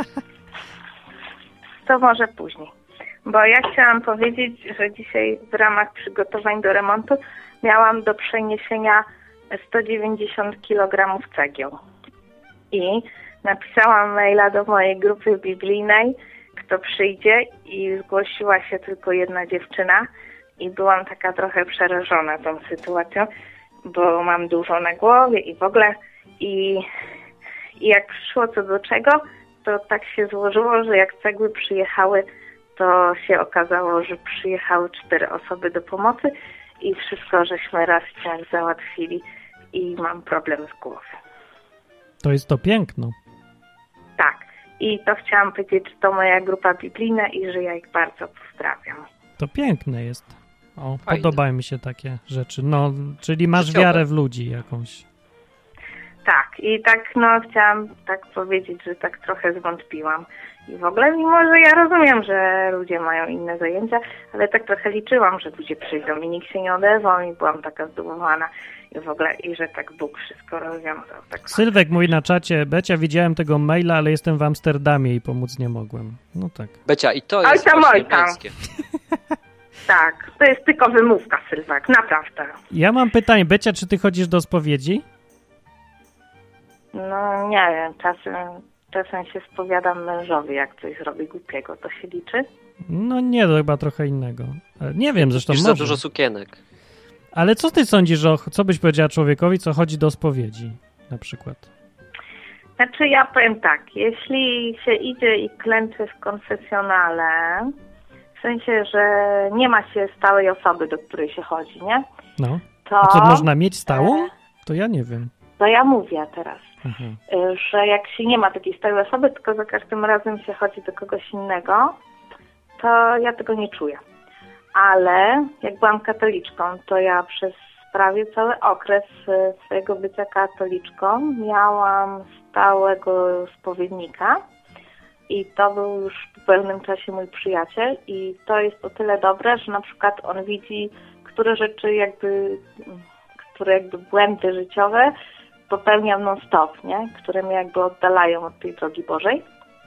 To może później. Bo ja chciałam powiedzieć, że dzisiaj w ramach przygotowań do remontu miałam do przeniesienia sto dziewięćdziesiąt kilogramów cegieł. I napisałam maila do mojej grupy biblijnej, kto przyjdzie, i zgłosiła się tylko jedna dziewczyna i byłam taka trochę przerażona tą sytuacją, bo mam dużo na głowie i w ogóle i, i jak przyszło co do czego, to tak się złożyło, że jak cegły przyjechały, to się okazało, że przyjechały cztery osoby do pomocy i wszystko żeśmy raz tak załatwili. i mam problem z głową. To jest to piękno. Tak. I to chciałam powiedzieć, że to moja grupa biblijna i że ja ich bardzo pozdrawiam. To piękne jest. O, Fajne. podobają mi się takie rzeczy. No, czyli masz Życiowe. wiarę w ludzi jakąś. Tak, i tak no chciałam tak powiedzieć, że tak trochę zwątpiłam. I w ogóle, mimo że ja rozumiem, że ludzie mają inne zajęcia, ale tak trochę liczyłam, że ludzie przyjdą i nikt się nie odezwał i byłam taka zdumowana. I w ogóle, i że tak Bóg wszystko rozwiązał. Tak. Sylwek mówi na czacie, Becia, widziałem tego maila, ale jestem w Amsterdamie i pomóc nie mogłem. No tak. Becia, i to Ojca jest właśnie Mojka. męskie. Tak, to jest tylko wymówka, Sylwek, naprawdę. Ja mam pytanie, Becia, czy ty chodzisz do spowiedzi? No nie wiem, czasem, czasem się spowiadam mężowi, jak coś zrobi głupiego, to się liczy? No nie, to chyba trochę innego. Ale nie wiem, zresztą Już może. za dużo sukienek. Ale co ty sądzisz, o, co byś powiedziała człowiekowi, co chodzi do spowiedzi na przykład? Znaczy ja powiem tak, jeśli się idzie i klęczy w konfesjonale, w sensie, że nie ma się stałej osoby, do której się chodzi, nie? No. To, A co, można mieć stałą? e, To ja nie wiem. to ja mówię teraz, Aha. y, że jak się nie ma takiej stałej osoby, tylko za każdym razem się chodzi do kogoś innego, to ja tego nie czuję. Ale jak byłam katoliczką, to ja przez prawie cały okres y, swojego bycia katoliczką miałam stałego spowiednika i to był już w pewnym czasie mój przyjaciel i to jest o tyle dobre, że na przykład on widzi, które rzeczy jakby, które jakby błędy życiowe popełniam non-stop, nie? Które mnie jakby oddalają od tej drogi Bożej.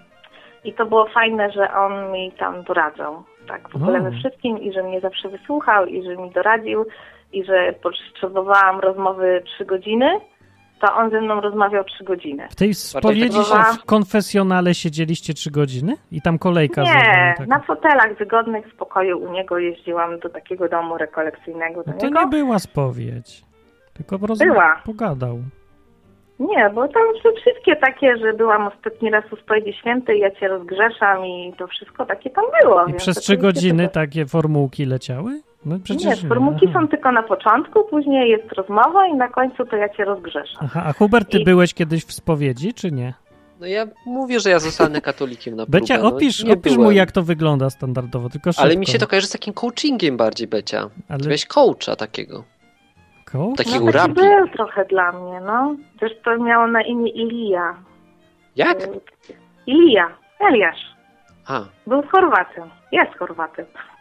I to było fajne, że on mi tam doradzał, tak, w ogóle O. we wszystkim i że mnie zawsze wysłuchał i że mi doradził i że potrzebowałam rozmowy trzy godziny, to on ze mną rozmawiał trzy godziny. W tej spowiedzi się w konfesjonale siedzieliście trzy godziny? I tam kolejka Nie, zrobiona taka. na fotelach wygodnych w pokoju u niego jeździłam do takiego domu rekolekcyjnego do No to niego. nie była spowiedź. Tylko po prostu Była. pogadał. Nie, bo tam są wszystkie takie, że byłam ostatni raz u spowiedzi świętej, ja cię rozgrzeszam i to wszystko takie tam było. I więc przez trzy oczywiście godziny to- takie formułki leciały? No przecież Nie, formułki aha. są tylko na początku, później jest rozmowa i na końcu to ja cię rozgrzeszam. Aha, a Hubert, ty I- byłeś kiedyś w spowiedzi, czy nie? No ja mówię, że ja zostanę katolikiem na próbę. Becia, no, opisz, nie opisz mu, byłem. jak to wygląda standardowo, tylko szybko. Ale mi się to kojarzy z takim coachingiem bardziej, Becia. Ale... Ty weź coacha takiego. Coach? Takiego No taki rabi. był trochę dla mnie, no. Zresztą miało na imię Ilija. Jak? Y, Ilija, Eliasz. A, Był Chorwatem, jest Chorwatem.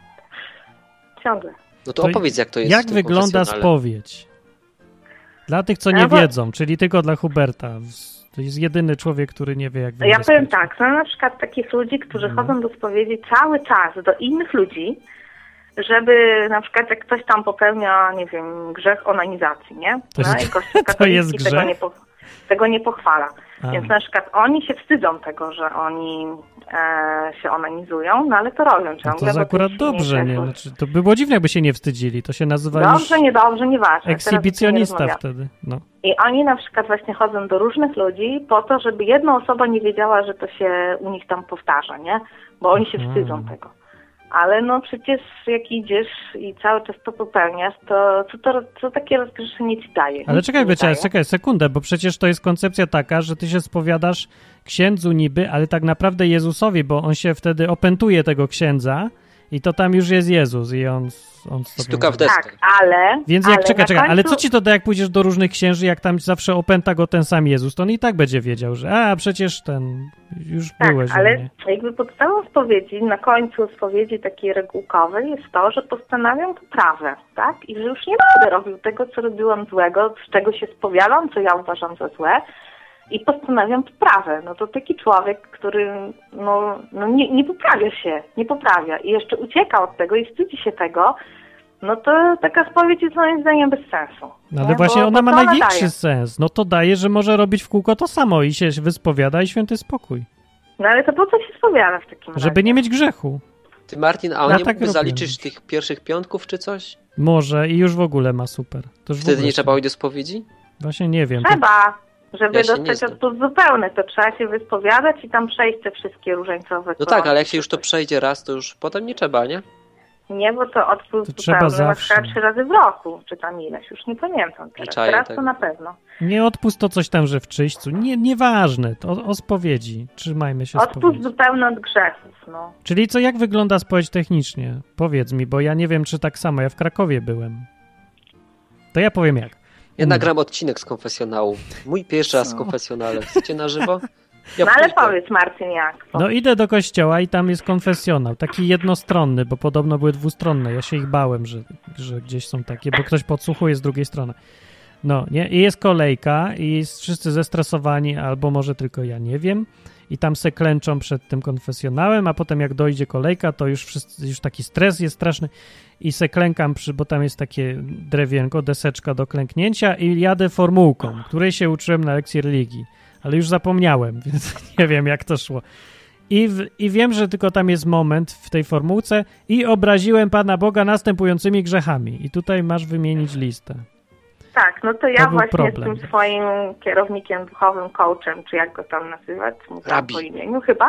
Ciągle. no to, To opowiedz, jak to jest w Jak tym wygląda konfesjonale. spowiedź? Dla tych, co No nie bo- wiedzą, czyli tylko dla Huberta. To jest jedyny człowiek, który nie wie, jak Ja wygląda powiem spowiedź. tak, są na przykład takich ludzi, którzy Mhm. chodzą do spowiedzi cały czas do innych ludzi, żeby na przykład jak ktoś tam popełnia, nie wiem, grzech onanizacji, nie? To No jest- i Kościół to katolicki jest tego grzech? nie, po, tego nie pochwala. A, Więc na przykład oni się wstydzą tego, że oni e, się onanizują, no ale to robią no ciągle. to jest bo akurat jest dobrze, nie? mniejsze- Znaczy, to by było dziwne, jakby się nie wstydzili. To się nazywa Dobrze, już niedobrze, nieważne. Teraz o tym nie ekshibicjonista rozmawiam. wtedy. No. I oni na przykład właśnie chodzą do różnych ludzi po to, żeby jedna osoba nie wiedziała, że to się u nich tam powtarza, nie? Bo oni się Aha. wstydzą tego. Ale no przecież jak idziesz i cały czas to popełniasz, to co, to, co takie rozgrzeszenie ci daje? Ale Nic czekaj, ci nie Becia, daje. czekaj sekundę, bo przecież to jest koncepcja taka, że ty się spowiadasz księdzu niby, ale tak naprawdę Jezusowi, bo on się wtedy opętuje tego księdza i to tam już jest Jezus i on, on z tobą Stuka w mówi. deskę. Tak, ale... Więc jak, ale czekaj, na czekaj, ale końcu- co ci to da, jak pójdziesz do różnych księży, jak tam zawsze opęta go ten sam Jezus, to on i tak będzie wiedział, że a, przecież ten, już Tak, byłeś u ale mnie. jakby podstawą spowiedzi, na końcu spowiedzi takiej regułkowej jest to, że postanawiam poprawę, tak? I że już nie będę robił tego, co robiłam złego, z czego się spowiadam, co ja uważam za złe i postanawiam poprawę. No to taki człowiek, który no, no nie, nie poprawia się, nie poprawia i jeszcze ucieka od tego i wstydzi się tego, no to taka spowiedź jest moim zdaniem bez sensu. No ale nie? właśnie Bo- ona bo ma co największy daje? sens. No to daje, że może robić w kółko to samo i się wyspowiada i święty spokój. No ale to po co się spowiada w takim razie? Żeby nie mieć grzechu. Ty, Martin, a on Ja nie tak mógłby robię. zaliczyć tych pierwszych piątków czy coś? Może i już w ogóle ma super. To już w Wtedy ogóle nie trzeba się- iść do spowiedzi? Właśnie nie wiem. To... Trzeba, żeby Ja się nie dostać znam. odpust zupełny, to trzeba się wyspowiadać i tam przejść te wszystkie różańcowe No tak, ale jak kolonki. się już to przejdzie raz, to już potem nie trzeba, nie? Nie, bo to odpust To trzeba zupełny ma zawsze. chyba trzy razy w roku, czy tam ileś, już nie pamiętam teraz. Czaję Teraz tego. to na pewno. Nie odpust to coś tam, że w czyśćcu. Nie, nieważne. To o, o spowiedzi. Trzymajmy się Odpust spowiedzi. zupełny od grzechów, no. Czyli co, jak wygląda spowiedź technicznie? Powiedz mi, bo ja nie wiem, czy tak samo. Ja w Krakowie byłem. To ja powiem jak. Ja nagram odcinek z konfesjonału. Mój pierwszy raz z Co? konfesjonale. Chcecie na żywo? Ja No ale pójdę. powiedz, Marcin, jak? No idę do kościoła i tam jest konfesjonał. Taki jednostronny, bo podobno były dwustronne. Ja się ich bałem, że, że gdzieś są takie, bo ktoś podsłuchuje z drugiej strony. No, nie? I jest kolejka i jest wszyscy zestresowani, albo może tylko ja nie wiem. I tam se klęczą przed tym konfesjonałem, a potem jak dojdzie kolejka, to już, wszyscy, już taki stres jest straszny i se klękam, przy, bo tam jest takie drewienko, deseczka do klęknięcia i jadę formułką, której się uczyłem na lekcji religii, ale już zapomniałem, więc nie wiem jak to szło. I, w, I wiem, że tylko tam jest moment w tej formułce i obraziłem Pana Boga następującymi grzechami. I tutaj masz wymienić listę. Tak, no to ja To był właśnie problem. z tym swoim kierownikiem duchowym, coachem, czy jak go tam nazywać, mu tam Rabi. po imieniu chyba,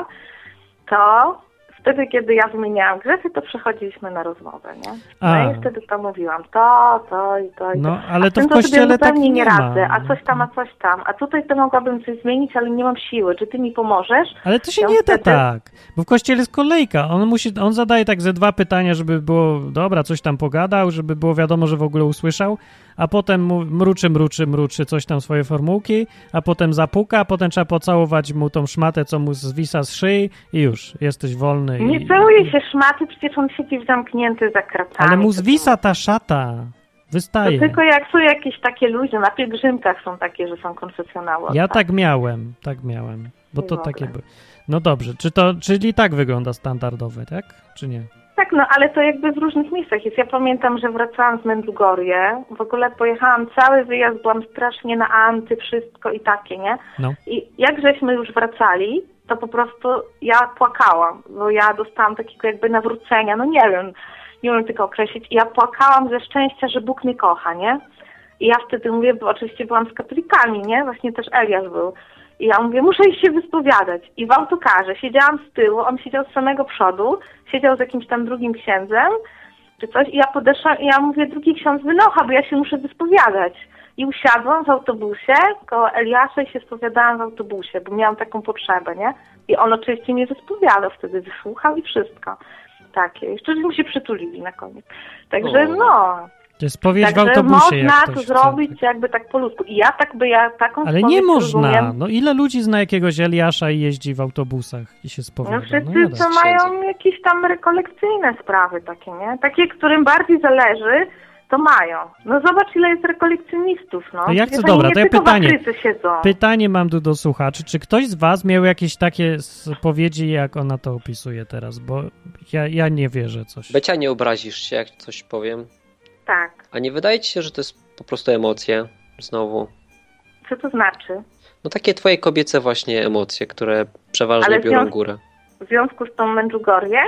to wtedy, kiedy ja wymieniałam grzechy, to przechodziliśmy na rozmowę, nie? No A. i wtedy to mówiłam, to, to i to i No, to. ale A to z w tym sobie kościele tak zupełnie nie nie ma. radzę, a coś tam, a coś tam, a tutaj to mogłabym coś zmienić, ale nie mam siły, czy ty mi pomożesz? Ale to się Ja nie da wtedy- tak, bo w kościele jest kolejka. On musi, on zadaje tak ze dwa pytania, żeby było, dobra, coś tam pogadał, żeby było wiadomo, że w ogóle usłyszał, a potem mu mruczy, mruczy, mruczy coś tam swoje formułki, a potem zapuka, a potem trzeba pocałować mu tą szmatę, co mu zwisa z szyi i już, jesteś wolny. Nie i... całuje się szmaty, przecież on siedzi zamknięty za kratami. Ale mu To zwisa ta szata, To wystaje. tylko jak są jakieś takie luźne, na pielgrzymkach są takie, że są konfesjonały. Ja tak miałem, tak miałem, bo to Dobra. takie były. No dobrze, czy to, czyli tak wygląda standardowe, tak? Czy nie? Tak, no ale to jakby w różnych miejscach jest. Ja pamiętam, że wracałam z Medjugorje, w ogóle pojechałam cały wyjazd, byłam strasznie na anty, wszystko i takie, nie? No. I jak żeśmy już wracali, to po prostu ja płakałam, bo ja dostałam takiego jakby nawrócenia, no nie wiem, nie umiem tylko określić. I ja płakałam ze szczęścia, że Bóg mnie kocha, nie? I ja wtedy mówię, bo oczywiście byłam z katolikami, nie? Właśnie też Eliasz był. I ja mówię, muszę iść się wyspowiadać. I w autokarze siedziałam z tyłu, on siedział z samego przodu, siedział z jakimś tam drugim księdzem, czy coś. I ja podeszłam i ja mówię, drugi ksiądz wynocha, bo ja się muszę wyspowiadać. I usiadłam w autobusie koło Eliasza i się spowiadałam w autobusie, bo miałam taką potrzebę, nie? I on oczywiście mnie wyspowiadał, wtedy wysłuchał i wszystko. Takie. Jeszcze mu się przytulili na koniec. Także O. no... To jest spowiedź w Także autobusie, jak można ktoś to chce, zrobić tak. jakby tak po ludzku. I ja tak by, ja taką Ale spowiedź nie można. rozumiem. No ile ludzi zna jakiegoś Eliasza i jeździ w autobusach i się No spowiada? wszyscy, nie da co się. mają jakieś tam rekolekcyjne sprawy takie, nie? Takie, którym bardziej zależy, to mają. No zobacz, ile jest rekolekcjonistów, no. To ja chcę- Przecież oni dobra, nie to ja tylko pytanie. w Afryce siedzą. Pytanie mam tu do słuchaczy. Czy ktoś z was miał jakieś takie spowiedzi, jak ona to opisuje teraz? Bo ja, ja nie wierzę coś. Becia, nie obrazisz się, jak coś powiem. Tak. A nie wydaje ci się, że to jest po prostu emocje? Znowu. Co to znaczy? No takie twoje kobiece właśnie emocje, które przeważnie Ale w biorą związku- górę. W związku z tą Medjugorje?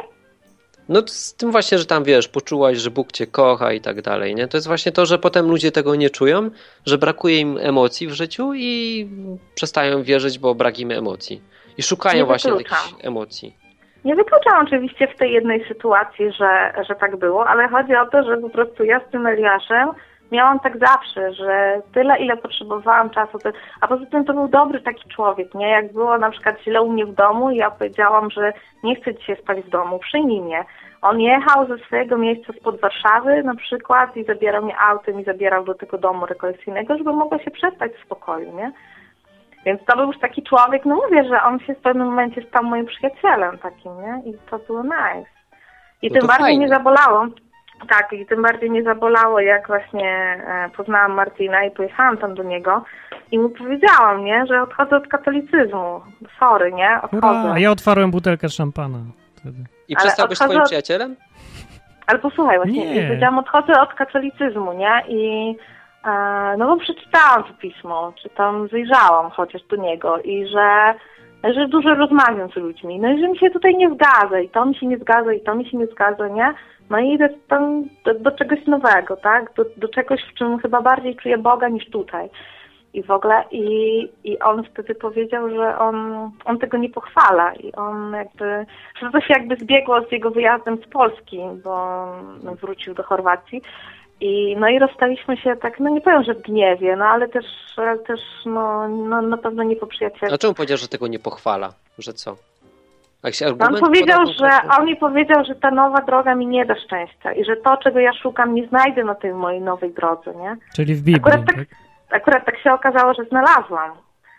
No z tym właśnie, że tam wiesz, poczułaś, że Bóg cię kocha i tak dalej, nie? To jest właśnie to, że potem ludzie tego nie czują, że brakuje im emocji w życiu i przestają wierzyć, bo brak im emocji. I szukają Nie właśnie wykluczam. jakichś emocji. Nie wykluczam oczywiście w tej jednej sytuacji, że, że tak było, ale chodzi o to, że po prostu ja z tym Eliaszem miałam tak zawsze, że tyle, ile potrzebowałam czasu, to... a poza tym to był dobry taki człowiek, nie? Jak było na przykład źle u mnie w domu i ja powiedziałam, że nie chcę dzisiaj spać w domu, przyjmij mnie. On jechał ze swojego miejsca spod Warszawy na przykład i zabierał mnie autem i zabierał do tego domu rekolekcyjnego, żeby mogła się przespać w spokoju, nie? Więc to był już taki człowiek, no mówię, że on się w pewnym momencie stał moim przyjacielem takim, nie? I to było nice. I No tym to bardziej fajnie. mnie zabolało, tak, i tym bardziej mnie zabolało, jak właśnie e, poznałam Martina i pojechałam tam do niego i mu powiedziałam, nie, że odchodzę od katolicyzmu. Sorry, nie? Odchodzę. Ura, ja otwarłem butelkę szampana wtedy. I Ale przestał być odchodzę twoim od- przyjacielem? Ale posłuchaj, właśnie, Nie. nie. powiedziałam, odchodzę od katolicyzmu, nie? I e, no bo przeczytałam to pismo, czy tam zajrzałam chociaż do niego i że, że dużo rozmawiam z ludźmi, no i że mi się tutaj nie zgadza i to mi się nie zgadza i to mi się nie zgadza, nie? No i idę tam do, do czegoś nowego, tak? Do, do czegoś, w czym chyba bardziej czuję Boga niż tutaj. i w ogóle i, i on wtedy powiedział, że on, on tego nie pochwala i on jakby, że to się jakby zbiegło z jego wyjazdem z Polski, bo on wrócił do Chorwacji i no i rozstaliśmy się tak, no nie powiem, że w gniewie, no ale też, też no, no na pewno nie po przyjacielsku. A czemu powiedział, że tego nie pochwala? Że co? Jak się On argument powiedział, podał że konkretny? on mi powiedział, że ta nowa droga mi nie da szczęścia i że to, czego ja szukam, nie znajdę na tej mojej nowej drodze, nie? Czyli w Biblii, Akurat tak, tak? akurat tak się okazało, że znalazłam,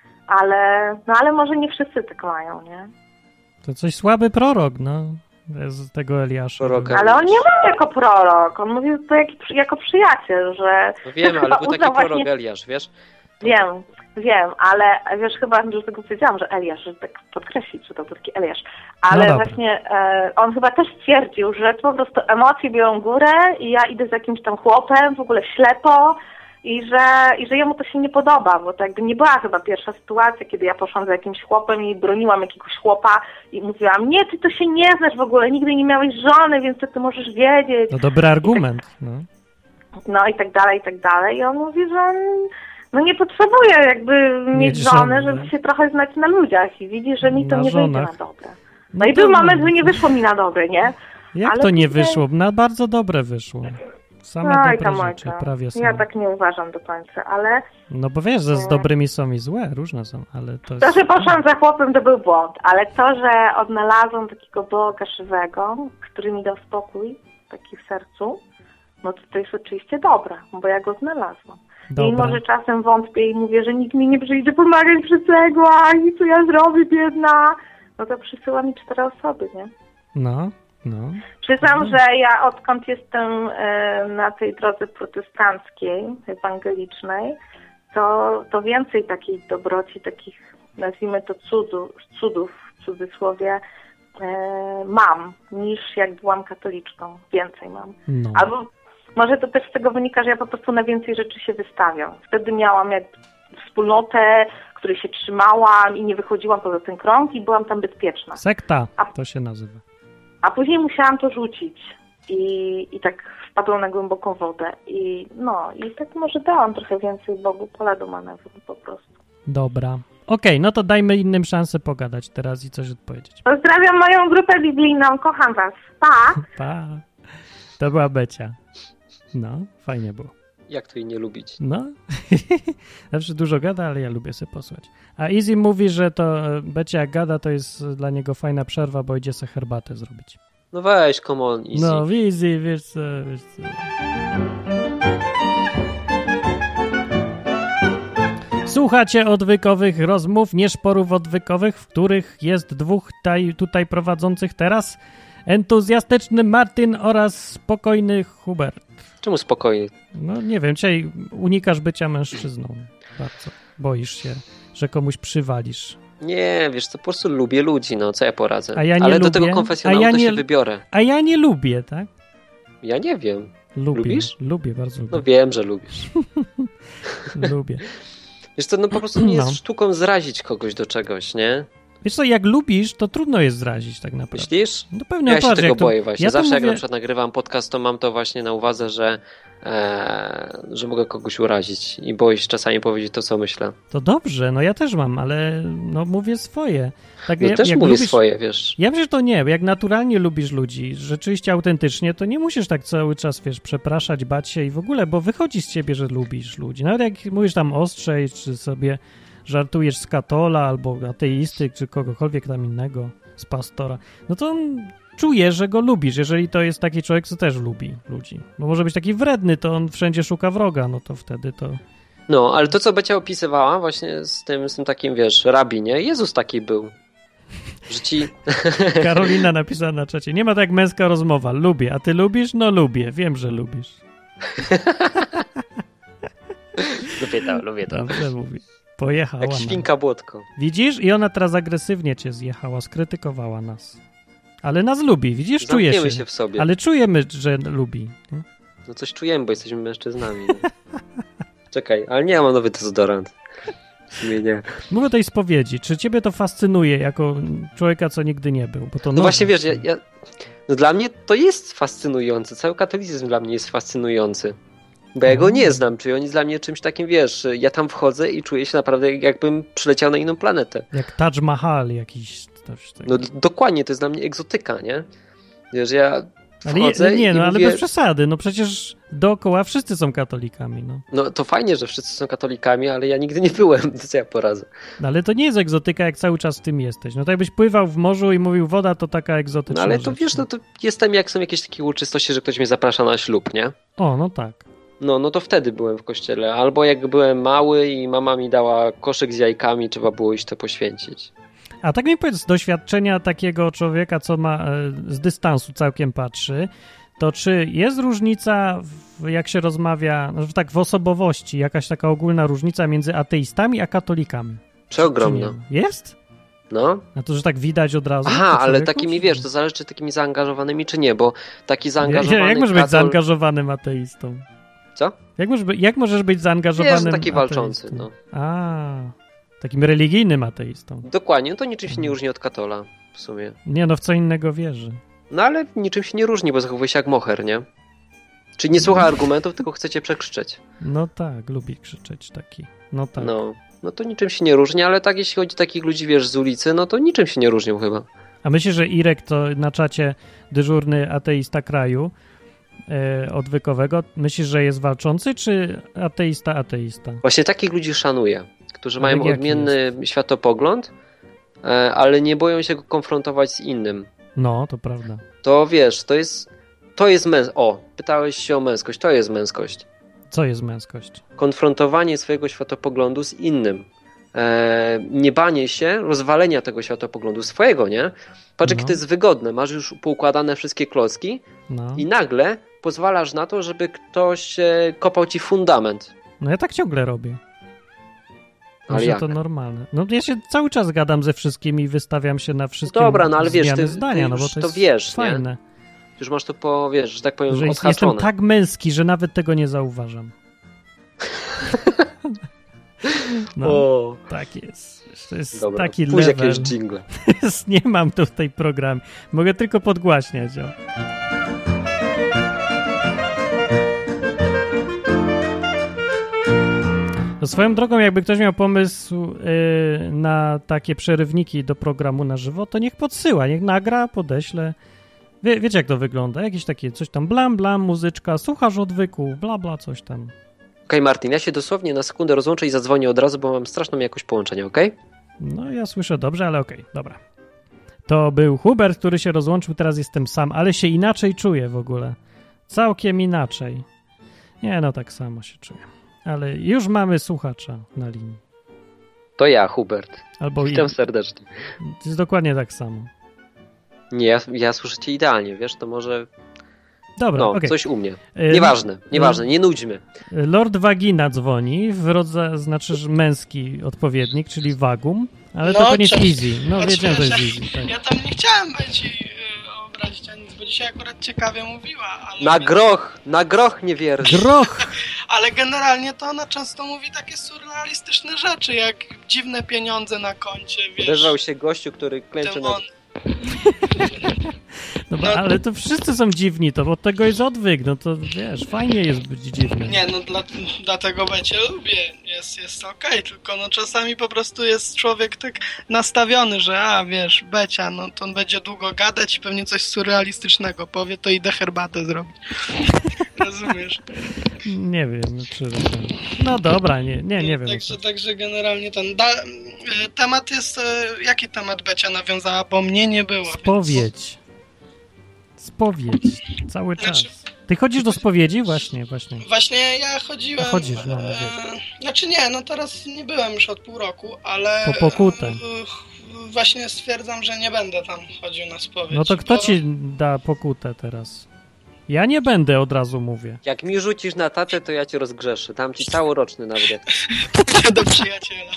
ale, no ale może nie wszyscy tak mają, nie? To coś słaby prorok, no, z tego Eliasza. Proroka. Ale on nie mówił jako prorok, on mówił to jak, jako przyjaciel, że... No wiemy, ale był taki uznał prorok właśnie- Eliasz, wiesz? Wiem, wiem, ale wiesz, chyba dlatego powiedziałam, że Eliasz, żeby tak podkreślić, że to był taki Eliasz. Ale No dobra. właśnie e, on chyba też stwierdził, że po prostu emocje biorą górę i ja idę z jakimś tam chłopem, w ogóle ślepo i że, i że jemu to się nie podoba, bo to jakby nie była chyba pierwsza sytuacja, kiedy ja poszłam za jakimś chłopem i broniłam jakiegoś chłopa i mówiłam, nie, ty to się nie znasz w ogóle, nigdy nie miałeś żony, więc to ty możesz wiedzieć. No dobry argument, no. No i tak dalej, i tak dalej. I on mówi, że no nie potrzebuje jakby mieć, Mieć żony, żony, żeby tak. się trochę znać na ludziach i widzi, że mi to Na nie wyjdzie żonach. na dobre. No, No i to był no. moment, że nie wyszło mi na dobre, nie? Jak Ale to nie później- wyszło? Na bardzo dobre wyszło. Same No i dobre to rzeczy, Mojka. prawie same. Ja tak nie uważam do końca, ale No bo wiesz, że z Nie. dobrymi są i złe, różne są, ale to to, jest... że poszłam za chłopem, to był błąd. Ale to, że odnalazłam takiego Boga żywego, który mi dał spokój, taki w sercu, no to to jest oczywiście dobre, bo ja go znalazłam. Mimo, Dobra. że czasem wątpię i mówię, że nikt mi nie przyjdzie pomagać przy cegłach i co ja zrobię, biedna, no to przysyła mi cztery osoby, nie? No, no. Przyznam, że ja odkąd jestem e, na tej drodze protestanckiej, ewangelicznej, to, to więcej takiej dobroci, takich, nazwijmy to cudów, cudów w cudzysłowie, e, mam, niż jak byłam katoliczką. Więcej mam. no. Albo może to też z tego wynika, że ja po prostu na więcej rzeczy się wystawiam. Wtedy miałam jak wspólnotę, której się trzymałam i nie wychodziłam poza ten krąg i byłam tam bezpieczna. Sekta A- to się nazywa. A później musiałam to rzucić i, i tak wpadłam na głęboką wodę. I no, i tak może dałam trochę więcej Bogu pola do manewru po prostu. Dobra. Okej, no to dajmy innym szansę pogadać teraz i coś odpowiedzieć. Pozdrawiam moją grupę biblijną, kocham was. Pa! Pa. To była Becia. No, fajnie było. Jak to jej nie lubić? No, zawsze dużo gada, ale ja lubię sobie posłuchać. A Easy mówi, że to e, Becia jak gada, to jest dla niego fajna przerwa, bo idzie sobie herbatę zrobić. No weź, come on, easy. No, Easy, wiesz co, wiesz co. Słuchacie odwykowych rozmów, nie szporów odwykowych, w których jest dwóch taj, tutaj prowadzących teraz. Entuzjastyczny Martin oraz spokojny Hubert. Czemu spokojnie? No nie wiem, dzisiaj unikasz bycia mężczyzną bardzo. Boisz się, że komuś przywalisz. Nie, wiesz co, po prostu lubię ludzi, no co ja poradzę. A ja nie Ale do lubię, tego konfesjonału a ja to nie- się wybiorę. A ja nie lubię, tak? Ja nie wiem. Lubię. Lubisz? Lubię, bardzo lubię. No wiem, że lubisz. Lubię. Wiesz co, no po prostu nie jest No. sztuką zrazić kogoś do czegoś, nie? Wiesz co, jak lubisz, to trudno jest zrazić tak naprawdę. Myślisz? No pewnie, Ja się patrz, tego jak to, boję właśnie. ja to Zawsze jak mówię- na przykład nagrywam podcast, to mam to właśnie na uwadze, że, e, że mogę kogoś urazić i boję się czasami powiedzieć to, co myślę. To dobrze, no ja też mam, ale no mówię swoje. Tak, No ja- też jak mówię lubisz- swoje, wiesz. Ja myślę, że to nie, jak naturalnie lubisz ludzi, rzeczywiście autentycznie, to nie musisz tak cały czas, wiesz, przepraszać, bać się i w ogóle, bo wychodzi z ciebie, że lubisz ludzi. Nawet jak mówisz tam ostrzej, czy sobie żartujesz z katola, albo ateisty, czy kogokolwiek tam innego, z pastora, no to on czuje, że go lubisz, jeżeli to jest taki człowiek, co też lubi ludzi. Bo może być taki wredny, to on wszędzie szuka wroga, no to wtedy to... No, ale to, co Becia opisywała właśnie z tym, z tym takim, wiesz, rabi, nie? Jezus taki był. Że ci... Karolina napisała na czacie, nie ma tak męska rozmowa, lubię, a ty lubisz? No lubię, wiem, że lubisz. lubię to, lubię to. Dobrze mówi. Pojechała. Jak nam. świnka błotko. Widzisz? I ona teraz agresywnie cię zjechała, skrytykowała nas. Ale nas lubi, widzisz? Czuje Zamkniemy się. się w sobie. Ale czujemy, że lubi. nie? No coś czujemy, bo jesteśmy mężczyznami. Nie? Czekaj, ale nie, ja mam nowy dezodorant. W sumie nie. Mówię o tej spowiedzi. Czy ciebie to fascynuje jako człowieka, co nigdy nie był? Bo to No nowe. właśnie, wiesz, ja, ja, no dla mnie to jest fascynujące. Cały katolicyzm dla mnie jest fascynujący. Bo ja go nie znam, czyli on jest dla mnie czymś takim, wiesz, ja tam wchodzę i czuję się naprawdę jakbym przyleciał na inną planetę. Jak Taj Mahal jakiś. Coś No d- dokładnie, to jest dla mnie egzotyka, nie? Wiesz, ja wchodzę ale nie, nie no i ale mówię, bez przesady, no przecież dookoła wszyscy są katolikami, no. no to fajnie, że wszyscy są katolikami, ale ja nigdy nie byłem, to co ja poradzę. No, ale to nie jest egzotyka, jak cały czas w tym jesteś. No to jakbyś pływał w morzu i mówił, woda to taka egzotyczna No ale to rzecz, wiesz, no to jestem, jak są jakieś takie uroczystości, że ktoś mnie zaprasza na ślub, nie? O, no tak. No, no to wtedy byłem w kościele. Albo jak byłem mały i mama mi dała koszyk z jajkami, trzeba było iść to poświęcić. A tak mi powiedz, z doświadczenia takiego człowieka, co ma e, z dystansu całkiem patrzy, to czy jest różnica, w, jak się rozmawia, no, tak w osobowości, jakaś taka ogólna różnica między ateistami a katolikami? Przeogromna. Czy nie? Jest? No. A to, że tak widać od razu? Aha, po ale człowieku, takimi, czy wiesz, nie? to zależy, czy takimi zaangażowanymi, czy nie, bo taki Jak, zaangażowany jak możesz być katol... zaangażowanym ateistą? Co? Jak możesz, być, jak możesz być zaangażowanym Wiesz, no taki walczący, ateistą? no. A, takim religijnym ateistą. Dokładnie, no to niczym się nie różni od katola, w sumie. Nie, no w co innego wierzy. No ale niczym się nie różni, bo zachowuje się jak moher, nie? Czyli nie słucha argumentów, tylko chcecie przekrzyczeć. No tak, lubi krzyczeć taki. No tak. No, no to niczym się nie różni, ale tak jeśli chodzi o takich ludzi, wiesz, z ulicy, no to niczym się nie różnią chyba. A myślisz, że Irek to na czacie dyżurny ateista kraju e, odwykowego, myślisz, że jest walczący, czy ateista ateista? Właśnie takich ludzi szanuję, którzy A mają jaki odmienny światopogląd, e, ale nie boją się go konfrontować z innym. No, to prawda. To wiesz, to jest, to jest męs... O, pytałeś się o męskość, to jest męskość. Co jest męskość? Konfrontowanie swojego światopoglądu z innym. E, nie banie się rozwalenia tego światopoglądu swojego, nie? Patrz, No. jakie to jest wygodne. Masz już poukładane wszystkie klocki No. i nagle pozwalasz na to, żeby ktoś e, kopał ci fundament. No ja tak ciągle robię. Ale Myślę, jak? to normalne. No ja się cały czas gadam ze wszystkimi i wystawiam się na wszystkie Dobra, no ale wiesz, zmiany ty, zdania, ty no bo już to to jest wiesz, fajne. nie? Już masz to po, wiesz, że tak powiem, Że jest, odhaczone. jestem tak męski, że nawet tego nie zauważam. No, O, tak jest. Wiesz, to jest dobra, taki pójdź level. jakieś dżingle. Nie mam tutaj programu. Mogę tylko podgłaśniać. O. No swoją drogą, jakby ktoś miał pomysł yy, na takie przerywniki do programu na żywo, to niech podsyła, niech nagra, podeśle. Wie, wiecie, jak to wygląda? Jakieś takie coś tam blam, blam, muzyczka, słuchasz odwyku, bla, bla, coś tam. Okej, okay, Martin, ja się dosłownie na sekundę rozłączę i zadzwonię od razu, bo mam straszną jakość połączenia, okej? Okay? No, ja słyszę dobrze, ale okej, okay, dobra. To był Hubert, który się rozłączył, teraz jestem sam, ale się inaczej czuję w ogóle. Całkiem inaczej. Nie, no tak samo się czuję. Ale już mamy słuchacza na linii. To ja, Hubert. Albo Witam i... serdecznie. To jest dokładnie tak samo. Nie, ja, ja słyszę cię idealnie, wiesz, to może... Dobra, No, okej. coś u mnie. Y, Nieważne, nieważne, nie nudźmy. Lord Wagina dzwoni, w rodza, znaczy że męski odpowiednik, czyli Wagum, ale to No, koniec cześć. Easy. No Znaczy, wiedziałem, to jest ja- Easy. Tak. Ja tam nie chciałem być i yy, obrazić ani nic, bo dzisiaj akurat ciekawie mówiła, ale... Na groch, na groch nie wierzysz. Groch! Ale generalnie to ona często mówi takie surrealistyczne rzeczy, jak dziwne pieniądze na koncie, wiesz... Odezwał się gościu, który klęczy na... demon. No, bo, No. ale to wszyscy są dziwni, to od tego jest odwyk, no to wiesz, fajnie jest być dziwnym. Nie, no dla, dlatego Becie lubię, jest, jest okej, tylko no czasami po prostu jest człowiek tak nastawiony, że a wiesz, Becia, no to on będzie długo gadać i pewnie coś surrealistycznego powie, to idę herbatę zrobić. Rozumiesz? Nie wiem, czy... No dobra, nie, nie, nie wiem. Także, także generalnie ten da, e, temat jest, e, jaki temat Becia nawiązała, bo mnie nie było. Więc... Spowiedź. Spowiedź. Cały czas. Znaczy- Ty chodzisz do spowiedzi? Właśnie, właśnie. Właśnie ja chodziłem... A chodzisz, no, e, wiesz. Znaczy nie, no teraz nie byłem już od pół roku, ale... Po pokutę. e, e, Właśnie stwierdzam, że nie będę tam chodził na spowiedź. No to kto bo- ci da pokutę teraz? Ja nie będę, od razu mówię. Jak mi rzucisz na tatę, to ja cię rozgrzeszę. Dam ci całoroczny nawet. Jak... do przyjaciela.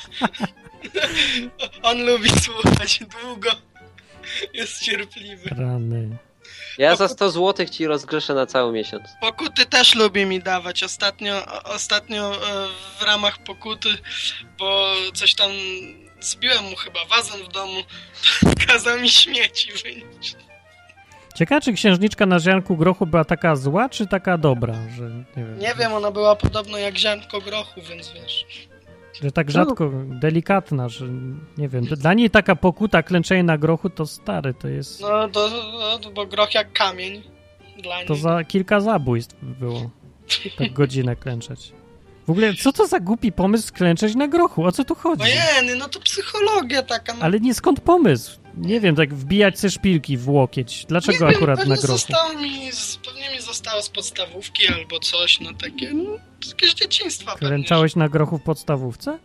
On lubi słuchać długo. Jest cierpliwy. Rany. Ja za sto złotych ci rozgrzeszę na cały miesiąc. Pokuty też lubi mi dawać. Ostatnio, o- ostatnio e, w ramach pokuty, bo coś tam zbiłem mu chyba wazon w domu, kazał mi śmieci wynieść. Ciekawe, czy księżniczka na ziarnku grochu była taka zła, czy taka dobra, że nie wiem. Nie wiem, ona była podobno jak ziarnko grochu, więc wiesz. Że tak rzadko, delikatna, że nie wiem. Dla niej taka pokuta, klęczenie na grochu to stary, to jest... No, to, to, bo groch jak kamień dla niej. To za kilka zabójstw było. Tak godzinę klęczeć. W ogóle, co to za głupi pomysł klęczeć na grochu? O co tu chodzi? Ojej, no to psychologia taka. No. Ale nie skąd pomysł? Nie wiem, tak wbijać se szpilki w łokieć. Dlaczego nie akurat wiem, na pewnie grochu? Zostało mi, z- pewnie mi zostało z podstawówki albo coś, no takie, no, jakieś dzieciństwa pewnie. Klęczałeś na grochu w podstawówce?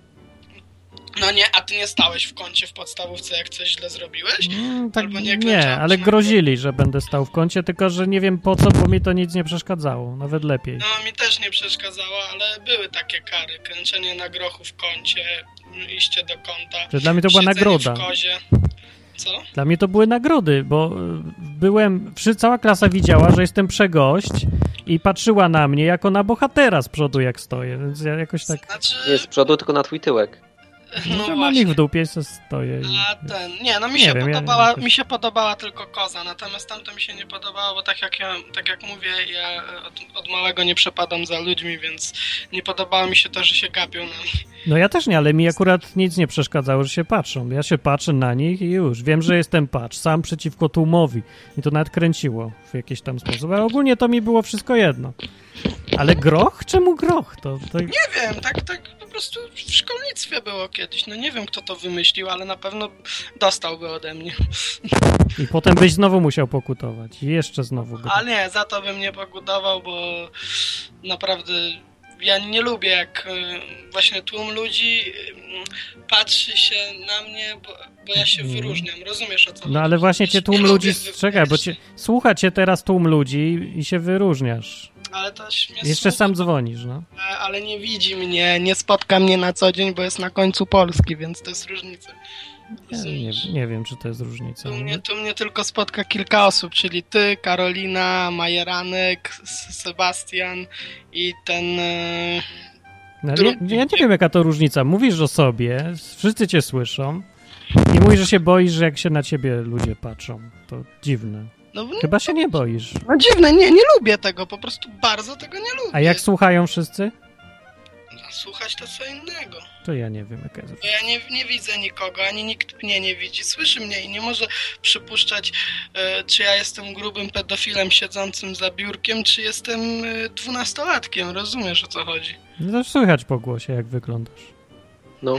No nie, a ty nie stałeś w kącie w podstawówce, jak coś źle zrobiłeś? Mm, tak, Albo nie nie, klęczałeś ale na grozili, że będę stał w kącie, tylko że nie wiem po co, bo mi to nic nie przeszkadzało. Nawet lepiej. No mi też nie przeszkadzało, ale były takie kary. Kręczenie na grochu w kącie, iście do kąta. Że dla mnie to była siedzenie nagroda. w kozie. Co? Dla mnie to były nagrody, bo y, byłem, wszy- cała klasa widziała, że jestem przegość i patrzyła na mnie jako na bohatera z przodu, jak stoję, więc ja jakoś tak... Znaczy, Nie z przodu, tylko na twój tyłek. no No, mam właśnie. ich w dupie i se stoję. I... A ten, nie, no mi Nie się wiem, ja podobała, jakoś- mi się podobała tylko koza, natomiast tamto mi się nie podobało, bo tak jak ja, tak jak mówię, ja od, od małego nie przepadam za ludźmi, więc nie podobało mi się to, że się gapią na mnie. No ja też nie, ale mi akurat nic nie przeszkadzało, że się patrzą. Ja się patrzę na nich i już. Wiem, że jestem patrz, sam przeciwko tłumowi. I to nawet kręciło w jakiś tam sposób. Ale ogólnie to mi było wszystko jedno. Ale groch? Czemu groch? To, to... Nie wiem, tak, tak po prostu w szkolnictwie było kiedyś, no nie wiem kto to wymyślił, ale na pewno dostałby ode mnie. I potem byś znowu musiał pokutować. I jeszcze znowu groch. Ale nie, za to bym nie pokutował, bo naprawdę ja nie lubię jak y, właśnie tłum ludzi y, patrzy się na mnie, bo, bo ja się Mhm. wyróżniam, rozumiesz o co chodzi? No ale właśnie cię Nie tłum lubię ludzi... wy- Czekaj, bo cię... słucha cię teraz tłum ludzi i się wyróżniasz. Ale to śmieszne. Jeszcze sam dzwonisz, no. Ale nie widzi mnie, nie spotka mnie na co dzień, bo jest na końcu Polski, więc to jest różnica. Ja nie, nie wiem, czy to jest różnica. Tu mnie, tu mnie tylko spotka kilka osób, czyli ty, Karolina, Majeranek, S- Sebastian i ten... e, No, ale ja, ja nie wiem, jaka to różnica. Mówisz o sobie, wszyscy cię słyszą i mówisz, że się boisz, że jak się na ciebie ludzie patrzą. To dziwne. No, no, Chyba się nie boisz. no dziwne, nie, nie lubię tego, po prostu bardzo tego nie lubię. A jak słuchają wszyscy? No, słuchać to co innego. To ja nie wiem, jaka jest Bo ja nie, nie widzę nikogo, ani nikt mnie nie widzi, słyszy mnie i nie może przypuszczać, e, czy ja jestem grubym pedofilem siedzącym za biurkiem, czy jestem e, dwunastolatkiem, rozumiesz o co chodzi? No to słychać po głosie, jak wyglądasz. No.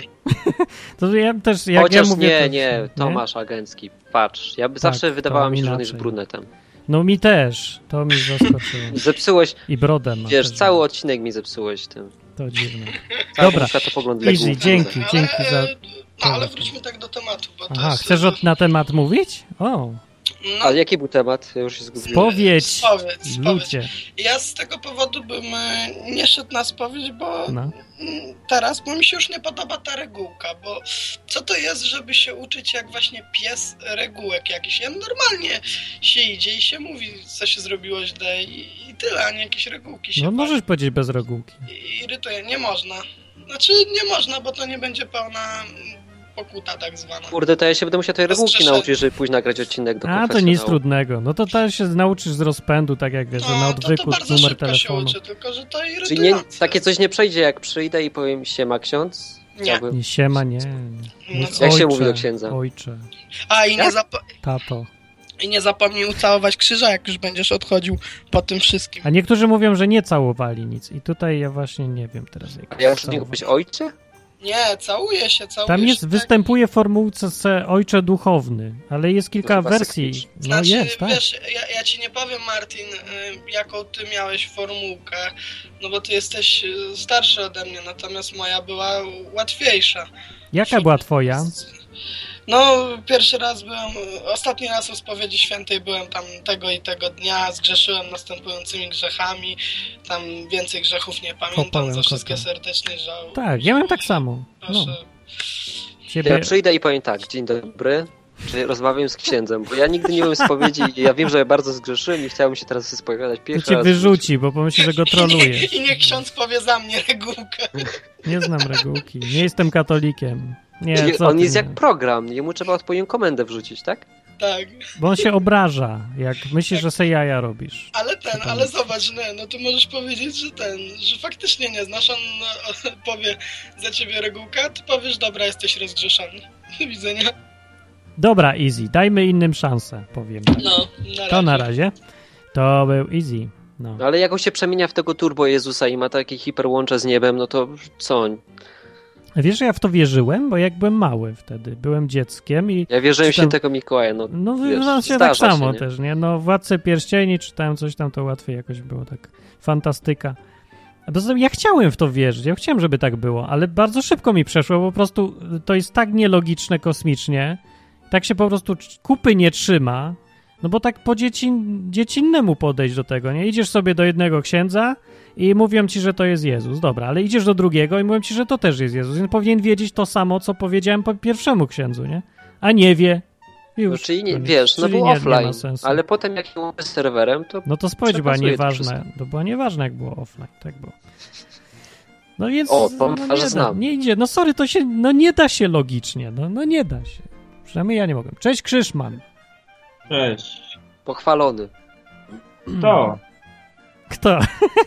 To ja też, jak Chociaż ja mówię... nie, to, nie, Tomasz Agencki, patrz. Ja by Tak, zawsze to wydawało mi się, że on inaczej. jest brunetem. No mi też, to mi zaskoczyło. Zepsułeś, I brodę ma. wiesz, też. cały odcinek mi zepsułeś tym. To dziwne. Cały Dobra. światopogląd Easy, legów. dzięki, Ale, dzięki za... e, No ale telefon. wróćmy tak do tematu, bo to Aha, jest... chcesz od, na temat mówić? O, No, A jaki był temat? Ja już się zgubiłem. spowiedź! spowiedź, spowiedź. Ludzie. Ja z tego powodu bym e, nie szedł na spowiedź, bo No. mm, teraz, bo mi się już nie podoba ta regułka, bo co to jest, żeby się uczyć jak właśnie pies regułek jakiś? Ja normalnie się idzie i się mówi, co się zrobiło źle i, i tyle, a nie jakieś regułki się No pali. możesz powiedzieć bez regułki. I irytuje, nie można. Znaczy nie można, bo to nie będzie pełna mm, pokuta tak zwana. Kurde, to ja się będę musiał tej regułki Rozgrzeszenie. nauczyć, żeby pójść nagrać odcinek do A, to nic konfesjonału. trudnego. No to też się nauczysz z rozpędu, tak jak wiesz, że na No, to, to odwyku bardzo numer szybko telefonu. się uczy, tylko że to Czyli nie, irytujące. takie coś nie przejdzie, jak przyjdę i powiem siema ksiądz? Nie. Chciałbym- Nie siema, nie. No Mów co? Jak się ojcze, mówi do księdza? Ojcze, A i nie, Jak? zap- tato. i nie zapomnij ucałować krzyża, jak już będziesz odchodził po tym wszystkim. A niektórzy mówią, że nie całowali nic. I tutaj ja właśnie nie wiem teraz jak. Ja muszę do niego całować. powiedzieć ojcze? Nie, całuje się, całuje Tam jest, się. występuje w formułce se ojcze duchowny, ale jest kilka chyba wersji. sekretny. No Znaczy, jest, tak. wiesz, ja, ja ci nie powiem, Martin, y, jaką ty miałeś formułkę, no bo ty jesteś y, starszy ode mnie, natomiast moja była łatwiejsza. Jaka była twoja? No, pierwszy raz byłem, ostatni raz o spowiedzi świętej byłem tam tego i tego dnia, zgrzeszyłem następującymi grzechami, tam więcej grzechów nie pamiętam, Kopałem za wszystkie kota. serdecznie żałuję. Tak, ja miałem tak samo. No, Proszę. ciebie... Ja przyjdę i powiem tak, dzień dobry, czy rozmawiam z księdzem, bo ja nigdy nie byłem w spowiedzi i ja wiem, że ja bardzo zgrzeszyłem i chciałem się teraz spowiadać To pierwszy cię raz. wyrzuci, bo pomyśli, że go I, trolujesz. nie, I niech ksiądz powie za mnie regułkę. Nie znam regułki. Nie jestem katolikiem. Nie, Czyli co on ty, jest nie. jak program, jemu trzeba odpowiednią komendę wrzucić, tak? Tak. Bo on się obraża, jak myślisz, że se jaja robisz. Ale ten, ale zobacz, no, no tu możesz powiedzieć, że ten, że faktycznie nie znasz, on no, powie za ciebie regułka, ty powiesz, dobra, jesteś rozgrzeszony. Do widzenia. Dobra, easy. Dajmy innym szansę, powiem. Tak. No, na razie. To na razie. To był easy. No. No ale jak on się przemienia w tego turbo Jezusa i ma takie hiperłącze z niebem, no to co? Wiesz, że ja w to wierzyłem, bo jak byłem mały wtedy, byłem dzieckiem i... Ja wierzyłem w czytam... świętego Mikołaja, no No wiesz, no, się tak samo się, też, nie? No Władcę Pierścieni czytałem coś tam, to łatwiej jakoś było, tak fantastyka. A poza tym ja chciałem w to wierzyć, ja chciałem, żeby tak było, ale bardzo szybko mi przeszło, po prostu to jest tak nielogiczne kosmicznie, tak się po prostu kupy nie trzyma, no bo tak po dziecin, dziecinnemu podejść do tego, nie? Idziesz sobie do jednego księdza i mówią ci, że to jest Jezus, dobra, ale idziesz do drugiego i mówią ci, że to też jest Jezus, więc powinien wiedzieć to samo, co powiedziałem po pierwszemu księdzu, nie? A nie wie. Już, no, czyli nie, koniec. wiesz, no czyli był nie, offline, nie ma sensu. Ale potem jak ją z serwerem, to... No to spowiedź była przekazuje to nieważna, to była nieważne, jak było offline, tak było. No więc, O, no, powiem, nie, że da, znam. nie idzie, no sorry, to się, no nie da się logicznie, no, no nie da się. Przynajmniej ja nie mogę. Cześć Krzyszman. Cześć. Pochwalony. Kto? Kto?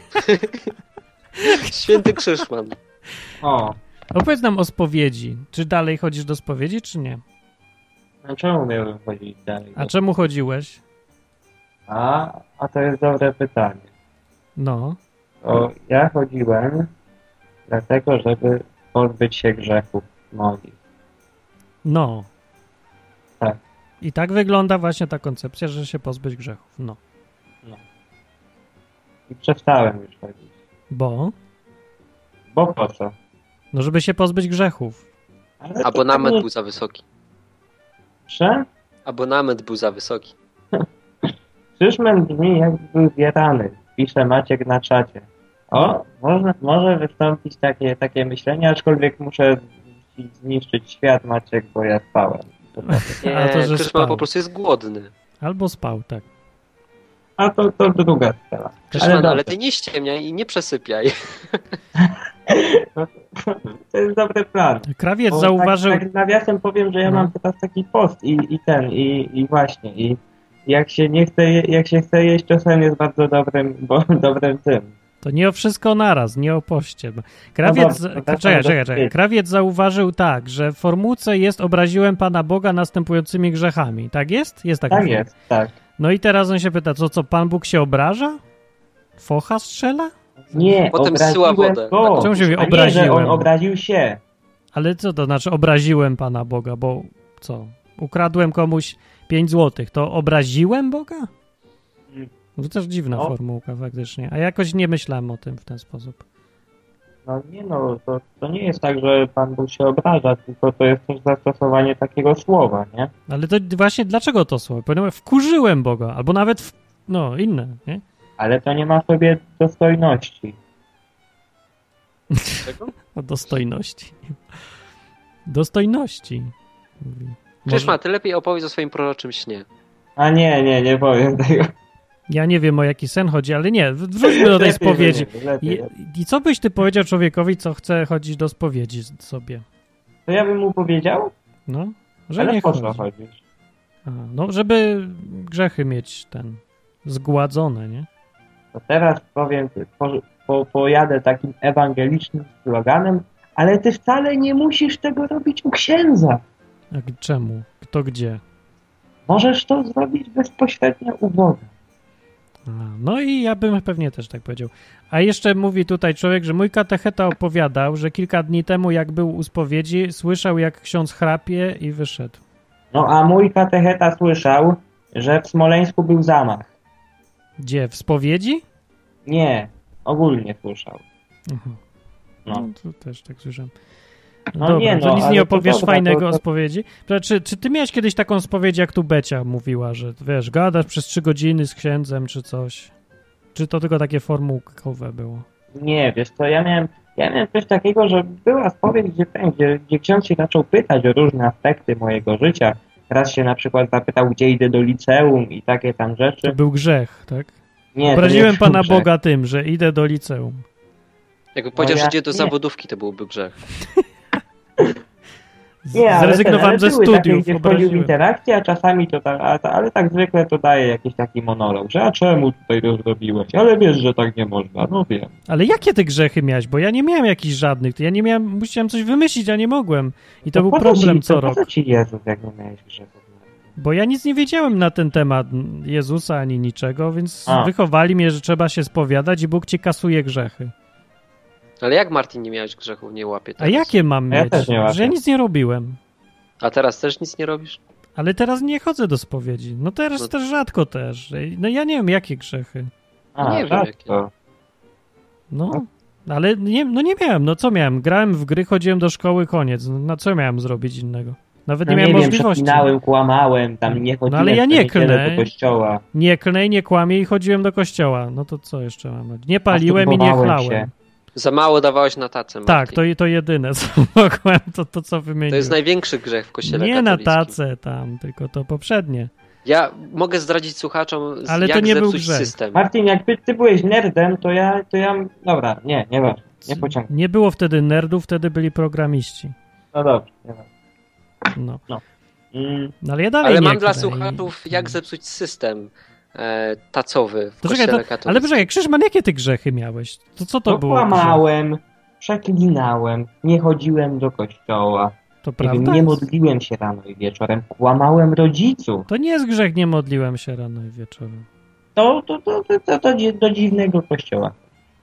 Święty Krzyszman. O, Opowiedz nam o spowiedzi. Czy dalej chodzisz do spowiedzi, czy nie? a czemu miałem chodzić dalej? A czemu chodziłeś? A, a to jest dobre pytanie. No. O, ja chodziłem dlatego, żeby pozbyć się grzechów moich. No. Tak. I tak wygląda właśnie ta koncepcja, że się pozbyć grzechów. No. I przestałem już chodzić. Bo? Bo po co? No żeby się pozbyć grzechów. Ale to Abonament tak był za wysoki. Proszę? Abonament był za wysoki. Krzyszman brzmi jakby był zjadany. Pisze Maciek na czacie. O, może, może wystąpić takie, takie myślenie, aczkolwiek muszę zniszczyć świat, Maciek, bo ja spałem. Nie, A to, że Krzyszman spał. po prostu jest głodny. Albo spał, tak. A to, to druga sprawa. Krzyszman, ale, dobrze. ty nie ściemniaj i nie przesypiaj. To jest dobry plan. Krawiec Bo zauważył... Tak, tak nawiasem powiem, że ja No. mam teraz taki post i, i ten, i, i właśnie, i jak się nie chce, je- jak się chce jeść, czasem jest bardzo dobrym, bo dobrym tym. To nie o wszystko naraz, nie o poście. Krawiec, No dobrze, to czekaj, tak, czekaj, to czekaj. jest. Krawiec zauważył tak, że w formułce jest obraziłem Pana Boga następującymi grzechami. Tak jest? Jest taka Tak formuła. jest, tak. No i teraz on się pyta, co, co, Pan Bóg się obraża? Focha strzela? Nie, Potem zsyła obraziłem wodę. go. Czemu się mówi A nie, obraziłem? że on obraził się. Ale co to znaczy obraziłem Pana Boga, bo co? Ukradłem komuś pięć złotych, to obraziłem Boga? To też dziwna No. formułka faktycznie, a jakoś nie myślałem o tym w ten sposób. No nie no, to, to nie jest tak, że Pan Bóg się obraża, tylko to jest też zastosowanie takiego słowa, nie? Ale to właśnie dlaczego to słowo? Ponieważ wkurzyłem Boga, albo nawet w, no inne, nie? Ale to nie ma w sobie dostojności. Czego? O dostojności. Dostojności. Mówi. Krzyszman, ty lepiej opowiedz o swoim proroczym śnie. A nie, nie, nie powiem tego. Ja nie wiem, o jaki sen chodzi, ale nie, wróćmy do tej Lepiej, spowiedzi. że nie, lepiej, I, lepiej. I co byś ty powiedział człowiekowi, co chce chodzić do spowiedzi sobie? To ja bym mu powiedział? No, że Ale nie po co chodzi. chodzisz? A, no, żeby grzechy mieć ten zgładzone, nie? To teraz powiem, po, po, pojadę takim ewangelicznym sloganem, ale ty wcale nie musisz tego robić u księdza. A g- czemu? Kto gdzie? Możesz to zrobić bezpośrednio u Boga. A, no i ja bym pewnie też tak powiedział. A jeszcze mówi tutaj człowiek, że mój katecheta opowiadał, że kilka dni temu, jak był u spowiedzi, słyszał, jak ksiądz chrapie i wyszedł. No a mój katecheta słyszał, że w Smoleńsku był zamach. Gdzie? W spowiedzi? Nie, ogólnie słyszał. Mhm. No. No, to też tak słyszałem. No, No dobra, nie, to no, nic ale nie to opowiesz dobra, fajnego to- o to- spowiedzi? Czy, czy ty miałeś kiedyś taką spowiedź, jak tu Becia mówiła, że wiesz, gadasz przez trzy godziny z księdzem czy coś? Czy to tylko takie formułkowe było? Nie, wiesz co, ja miałem, ja miałem coś takiego, że była spowiedź, gdzie, ten, gdzie, gdzie ksiądz się zaczął pytać o różne aspekty mojego życia. Raz się na przykład zapytał, gdzie idę do liceum i takie tam To rzeczy. był grzech, tak? Nie, to Obraziłem nie Pana grzech. Boga tym, że idę do liceum. Jakby powiedział, ja- że idzie do nie. zawodówki, to byłby grzech. Z- Nie, ale Zrezygnowałem ten, ale ze były takie, studiów, gdzie wchodził w obraziłem. interakcję, a czasami to tak, a, ale tak zwykle to daje jakiś taki monolog, że a czemu tutaj to zrobiłeś? Ale wiesz, że tak nie można, no wiem. Ale jakie ty grzechy miałeś? Bo ja nie miałem jakichś żadnych. Ja nie miałem, musiałem coś wymyślić, a nie mogłem. I to No był po co problem ci, co to rok. Po co ci Jezus, jak nie miałeś grzechów? Bo ja nic nie wiedziałem na ten temat Jezusa ani niczego, więc A. wychowali mnie, że trzeba się spowiadać i Bóg ci kasuje grzechy. Ale jak, Martin, nie miałeś grzechów, nie łapie A teraz? jakie mam Ja mieć? też nie łapię. Że ja nic nie robiłem. A teraz też nic nie robisz? Ale teraz nie chodzę do spowiedzi. No teraz No- też rzadko też. No ja nie wiem, jakie grzechy. A, Nie wiem, rzadko. No, ale nie, no nie miałem. No co miałem? Grałem w gry, chodziłem do szkoły, koniec. No, no co miałem zrobić innego? Nawet No nie nie, miałem wiem, możliwości. przeklinałem, kłamałem, tam nie chodziłem ale ja w nie niedzielę klnę. do kościoła. Nie klnę, nie kłamię i chodziłem do kościoła. No to co jeszcze mam? Nie paliłem i nie Masturbowałem chlałem. się. Za mało dawałeś na tacę, Martin. Tak, to, to jedyne, co mogłem, to, to co wymieniłem. To jest największy grzech w kościele Nie na katolickim. tacę tam, tylko to poprzednie. Ja mogę zdradzić słuchaczom, z- Ale to jak nie był zepsuć grzech. system. Martin, jakby ty byłeś nerdem, to ja, to ja, dobra, nie, nie ważne, nie pociągnę. Nie było wtedy nerdów, wtedy byli programiści. No dobrze, nie ważne. No, Mm, no ale ja dalej Ale nie mam dla klę i- słuchaczów, jak zepsuć system e, tacowy w To kościele czekaj, to, katolickim. ale poczekaj, Krzyżman, jakie ty grzechy miałeś? To co to to było? kłamałem, przeklinałem, nie chodziłem do kościoła, To nie, prawda? wiem, nie modliłem się rano i wieczorem, kłamałem rodziców. To nie jest grzech, nie modliłem się rano i wieczorem. To, to, to, to, to, to dzi- do dziwnego kościoła.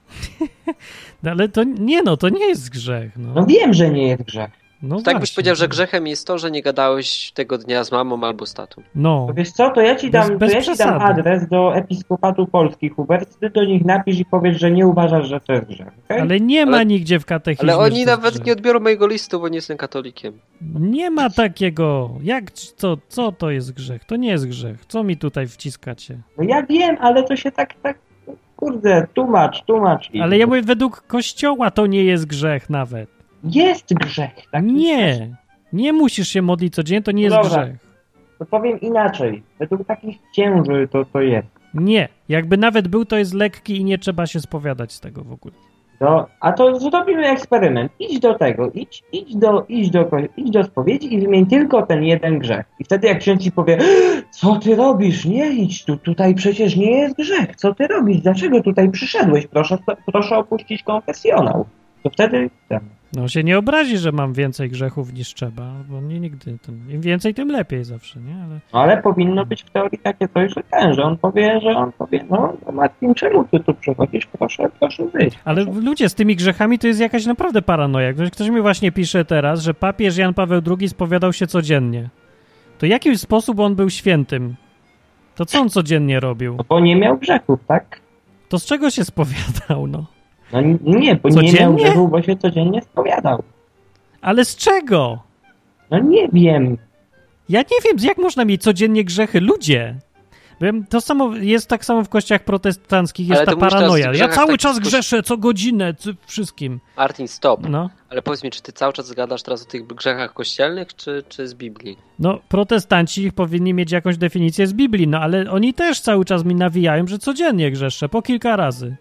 No, ale to nie no, to nie jest grzech. No, No wiem, że nie jest grzech. no Tak byś właśnie. powiedział, że grzechem jest to, że nie gadałeś tego dnia z mamą albo z tatą. No, To wiesz co, to ja ci Bez- dam, bez to ja ci dam przesady. adres do Episkopatu Polski, Hubert, ty do nich napisz i powiesz, że nie uważasz, że to jest grzech, okej? ale nie ma Ale- nigdzie w katechizmie. Ale oni że to jest nawet grzech. nie odbiorą mojego listu, bo nie jestem katolikiem. Nie ma takiego. Jak, co, co to jest grzech? To nie jest grzech. Co mi tutaj wciskacie? No ja wiem, ale to się tak, tak, kurde, tłumacz, tłumacz. i- Ale ja mówię, według Kościoła to nie jest grzech nawet. Jest grzech, tak? Nie. Nie musisz się modlić codziennie, to nie jest Dobra. grzech. To powiem inaczej. Według takich księży to, to jest. Nie. Jakby nawet był, to jest lekki i nie trzeba się spowiadać z tego w ogóle. No, a to zrobimy eksperyment. Idź do tego, idź, idź do, idź do, ko- idź do spowiedzi i wymień tylko ten jeden grzech. I wtedy jak ksiądz ci powie, co ty robisz? Nie idź tu, tutaj przecież nie jest grzech. Co ty robisz? Dlaczego tutaj przyszedłeś? Proszę, proszę opuścić konfesjonał. To wtedy ten. No się nie obrazi, że mam więcej grzechów niż trzeba, bo nie nigdy. Tym, im więcej, tym lepiej zawsze, nie? Ale No ale powinno być w teorii takie coś, że ten, że on powie, że on powie, no, no Martin, czemu ty tu przychodzisz? Proszę, proszę wyjść. Ale ludzie, z tymi grzechami to jest jakaś naprawdę paranoja. Ktoś, ktoś mi właśnie pisze teraz, że papież Jan Paweł drugi spowiadał się codziennie. To w jaki sposób on był świętym? To co on codziennie robił? No bo nie miał grzechów, tak? To z czego się spowiadał, no? No n- nie, bo nie Codziennie? miał grzechów, bo się codziennie spowiadał. Ale z czego? No nie wiem. Ja nie wiem, jak można mieć codziennie grzechy. Ludzie! Wiem, to samo jest tak samo w kościołach protestanckich, jest Ale ta to mówisz teraz o paranoja. Ja grzechach cały takich czas w kości- grzeszę, co godzinę, co wszystkim. Martin, stop. No. Ale powiedz mi, czy ty cały czas zgadasz teraz o tych grzechach kościelnych, czy, czy z Biblii? No, protestanci powinni mieć jakąś definicję z Biblii, no ale oni też cały czas mi nawijają, że codziennie grzeszę, po kilka razy.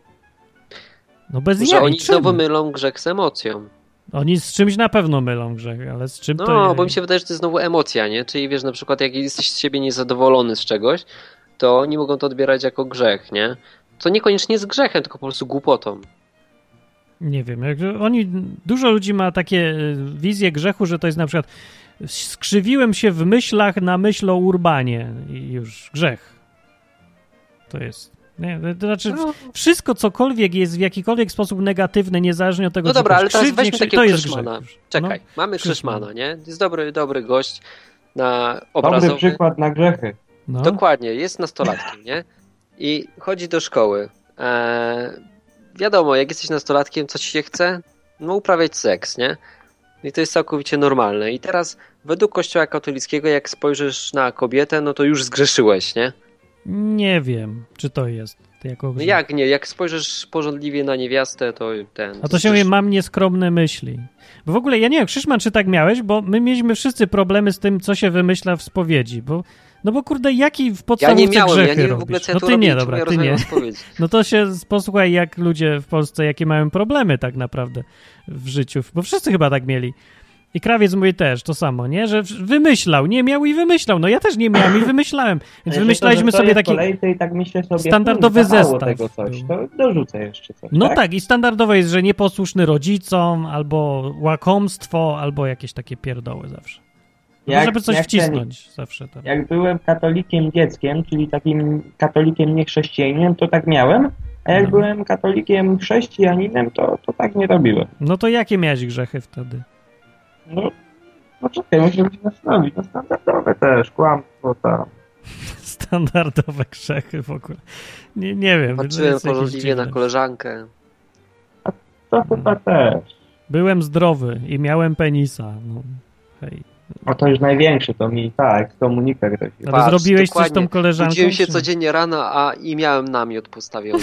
No bez Że jaj, oni czym? znowu mylą grzech z emocją. Oni z czymś na pewno mylą grzech, ale z czym to... No, bo mi się wydaje, że to jest znowu emocja, nie? Czyli wiesz, na przykład jak jesteś z siebie niezadowolony z czegoś, to oni mogą to odbierać jako grzech, nie? To niekoniecznie jest grzechem, tylko po prostu głupotą. Nie wiem, jak, oni, dużo ludzi ma takie y, wizje grzechu, że to jest na przykład skrzywiłem się w myślach na myśl o Urbanie i już grzech. To jest... Nie, to znaczy No. wszystko, cokolwiek jest w jakikolwiek sposób negatywne, niezależnie od tego, No czy dobra, ktoś ale teraz krzywdzi, weźmy krzy- takiego to jest Krzyszmana. grzech już. Czekaj, No. mamy Krzyszman. Krzyszmana, nie? Jest dobry, dobry gość na Dobry obrazowy. przykład na grzechy. No. Dokładnie, jest nastolatkiem, nie? I chodzi do szkoły. Eee, wiadomo, jak jesteś nastolatkiem, co ci się chce? No uprawiać seks, nie? I to jest całkowicie normalne. I teraz według Kościoła katolickiego, jak spojrzysz na kobietę, no to już zgrzeszyłeś, nie? Nie wiem, czy to jest jako No grzech. jak nie? Jak spojrzysz porządliwie na niewiastę, to ten... A to się mówi, mam nieskromne myśli. Bo w ogóle, ja nie wiem, Krzyszman, czy tak miałeś, bo my mieliśmy wszyscy problemy z tym, co się wymyśla w spowiedzi, bo no bo kurde, jaki w Ja podstawówce nie miałem, ja grzechy nie wiem w ogóle, robisz? co ja No tu ty robię, nie, czemu dobra, ja ty nie. rozmawiam spowiedzi. No to się posłuchaj, jak ludzie w Polsce, jakie mają problemy tak naprawdę w życiu, bo wszyscy chyba tak mieli. I krawiec mówi też to samo, nie? Że wymyślał, nie miał i wymyślał. No ja też nie miałem i wymyślałem. Więc Ale wymyślaliśmy to, sobie jest taki kolejce i tak myślę sobie, standardowy hmm, za mało zestaw tego coś, był. to dorzucę jeszcze coś. No tak? tak, i standardowe jest, że nieposłuszny rodzicom, albo łakomstwo, albo jakieś takie pierdoły zawsze. No, Jak- żeby coś jak wcisnąć ten, zawsze. Tam. Jak byłem katolikiem dzieckiem, czyli takim katolikiem niechrześcijaninem, to tak miałem, a jak No. byłem katolikiem chrześcijaninem, to, to tak nie robiłem. No to jakie miałeś grzechy wtedy? No, no czekaj, musimy się zastanowić. No standardowe też, kłamstwo tam. Standardowe grzechy w ogóle. Nie, nie wiem. to Patrzyłem jest jakieś pożądliwie na dziwne. koleżankę. To chyba też. Byłem zdrowy i miałem penisa. No, hej. O, to już największy, to mi tak, komunika grozi. Ale Patrz, zrobiłeś coś z dokładnie. tą koleżanką? Budziłem się czy- codziennie rano, a i miałem namiot postawiony.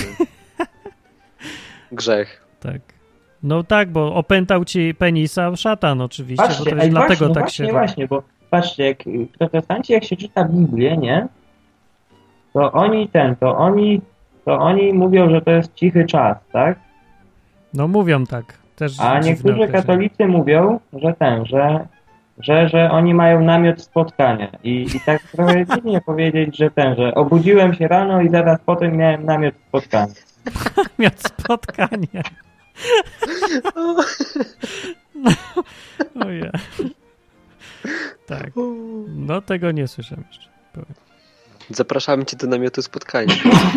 Grzech. Tak. No tak, bo opętał ci penisa szatan oczywiście, bo Patrzcie, to jest ej, dlatego właśnie, tak właśnie, się... właśnie, bo patrzcie, jak y, protestanci, jak się czyta Biblię, nie? To oni ten, to oni, to oni mówią, że to jest cichy czas, tak? No mówią tak. Też A dziwne niektórzy określenie. katolicy mówią, że ten, że, że, że oni mają namiot spotkania. I, i tak trochę dziwnie powiedzieć, że ten, że obudziłem się rano i zaraz potem miałem namiot spotkania. Miał spotkanie. O ja. Tak. No tego nie słyszałem jeszcze. Powiem. Zapraszamy cię do namiotu spotkania.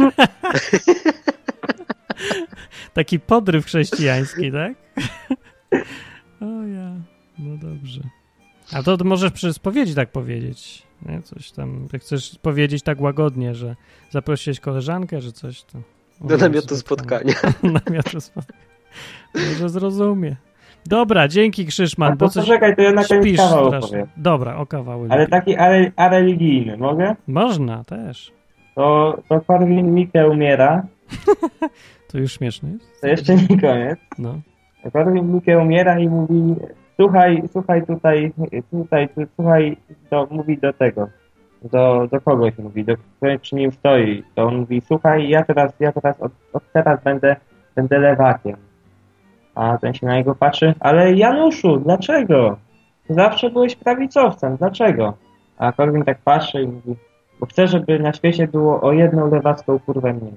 Taki podryw chrześcijański, tak? O ja. No dobrze. A to możesz przy spowiedzi tak powiedzieć. Nie? Coś tam. Jak chcesz powiedzieć tak łagodnie, że zaprosiłeś koleżankę, że coś to... Do namiotu spotkania. Namiotu spotkania. Może zrozumie. Dobra, dzięki Krzyszman, A bo to coś poczekaj, to ja na koniec śpisz kawał strasznie. opowiem. Dobra, o kawały. Ale lubię. taki are, areligijny, mogę? Można też. To, to Korwin Mikke umiera. To już śmieszne jest. To jeszcze nie koniec. No. Korwin Mikke umiera i mówi, słuchaj, słuchaj tutaj, tutaj, tu, słuchaj, to mówi do tego, do, do kogoś mówi, do kogoś przy nim stoi. To on mówi, słuchaj, ja teraz, ja teraz, od, od teraz będę, będę lewakiem. A ten się na niego patrzy, ale Januszu, dlaczego? Zawsze byłeś prawicowcem, dlaczego? A Korwin tak patrzy i mówi, bo chcę, żeby na świecie było o jedną lewacką kurwę mniej.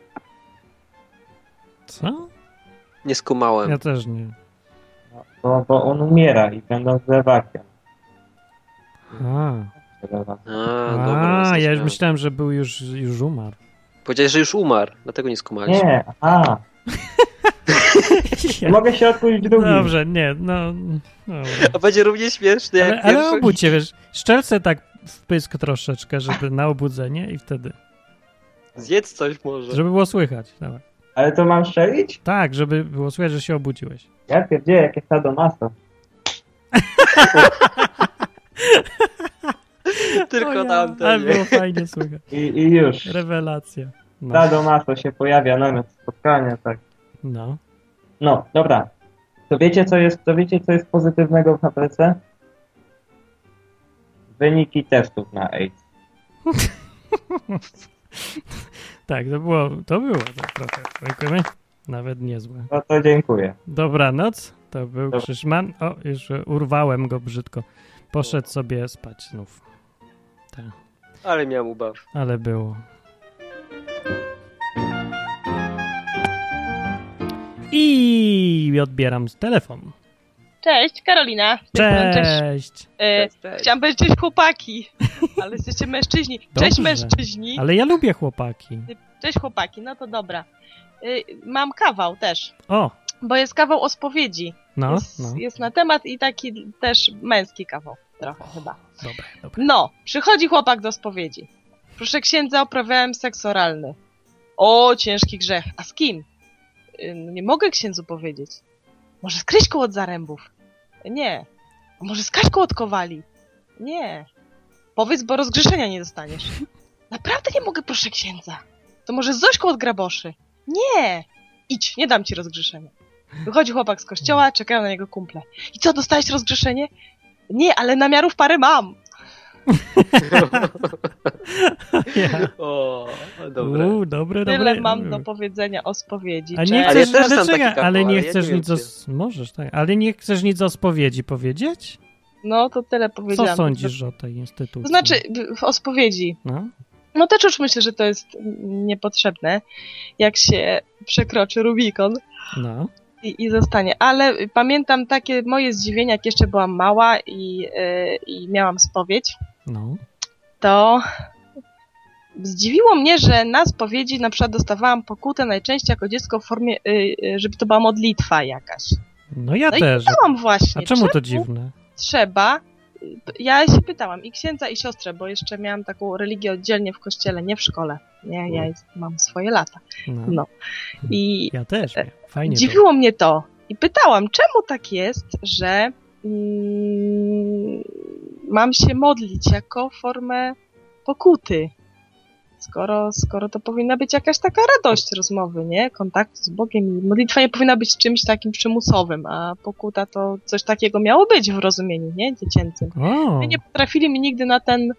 Co? Nie skumałem. Ja też nie. No, bo, bo on umiera i będąc lewakiem. A, A, A, dobra. ja już zrozumiałem. myślałem, że był już, już umarł. Powiedziałeś, że już umarł, dlatego nie skumaliśmy. Nie, aha. Mogę się odpuść drugim. Dobrze, nie, no... Dobra. A będzie równie śmieszny jak Ale, ale pierwszy. obudź się, wiesz, szczelce tak w pysk troszeczkę, żeby na obudzenie i wtedy, Zjedz coś może. żeby było słychać. Dawaj. Ale to mam strzelić? Tak, żeby było słychać, że się obudziłeś. Ja pierdzielę, jakie sadomaso. Tylko O na ja, ale antenie. było fajnie słychać. I, i już. Rewelacja. No. Sadomaso się pojawia namiot spotkania, tak. no. No, dobra. To wiecie, co jest, to wiecie, co jest pozytywnego w fabryce? Wyniki testów na AIDS. Tak, to było, to było tak trochę. Dziękujemy. Nawet niezłe. No to dziękuję. Dobranoc. To był Dobra. Krzyszman. O, już urwałem go brzydko. Poszedł sobie spać znów. Tak, Ale miałem ubaw. ale było. I odbieram telefon. Cześć, Karolina. Z tej strony, Cześć. Cześć. E, Cześć, cześć. chciałam powiedzieć cześć chłopaki, ale jesteście mężczyźni. Cześć Dobrze. mężczyźni. Ale ja lubię chłopaki. Cześć chłopaki, no to dobra. E, mam kawał też, O, bo jest kawał o spowiedzi. no, jest, no. jest na temat i taki też męski kawał trochę chyba. Dobre, dobre. No, przychodzi chłopak do spowiedzi. Proszę księdza, uprawiałem seks oralny. O, ciężki grzech. A z kim? Y, no nie mogę księdzu powiedzieć. Może z Kryśką od zarębów? Nie. A może z Kaśką od kowali? Nie. Powiedz, bo rozgrzeszenia nie dostaniesz. Naprawdę nie mogę, proszę księdza. To może z Zośką od graboszy? Nie. Idź, nie dam ci rozgrzeszenia. Wychodzi chłopak z kościoła, czekają na niego kumple. I co, dostałeś rozgrzeszenie? Nie, ale namiarów parę mam. Ja. O, dobre. U, dobre, dobre. Tyle mam do powiedzenia o spowiedzi. A nie Cześć. Ale ja chcesz, też ale, znam czekaj, taki kawał, ale nie ale ja chcesz nie wiem, nic o... czy- Możesz, tak. Ale nie chcesz nic o spowiedzi powiedzieć? No to tyle Co powiedziałam. sądzisz o tej instytucji? To znaczy, w- o spowiedzi. No? No też już myślę, że to jest niepotrzebne, jak się przekroczy Rubikon No. i, i zostanie. Ale pamiętam takie moje zdziwienie, jak jeszcze byłam mała i, yy, i miałam spowiedź, No. to zdziwiło mnie, że na spowiedzi na przykład dostawałam pokutę najczęściej jako dziecko w formie, yy, yy, żeby to była modlitwa jakaś. No ja No też. i pytałam właśnie, A czemu to dziwne? trzeba. Ja się pytałam i księdza, i siostrę, bo jeszcze miałam taką religię oddzielnie w kościele, nie w szkole. Nie, ja jest, mam swoje lata. No. No. I Ja też. Fajnie to. dziwiło mnie to. I pytałam, czemu tak jest, że mm, mam się modlić jako formę pokuty. Skoro, skoro to powinna być jakaś taka radość rozmowy, nie? Kontaktu z Bogiem. I modlitwa nie powinna być czymś takim przymusowym, a pokuta to coś takiego miało być w rozumieniu, nie? Dziecięcym. O, Nie potrafili mi nigdy na ten,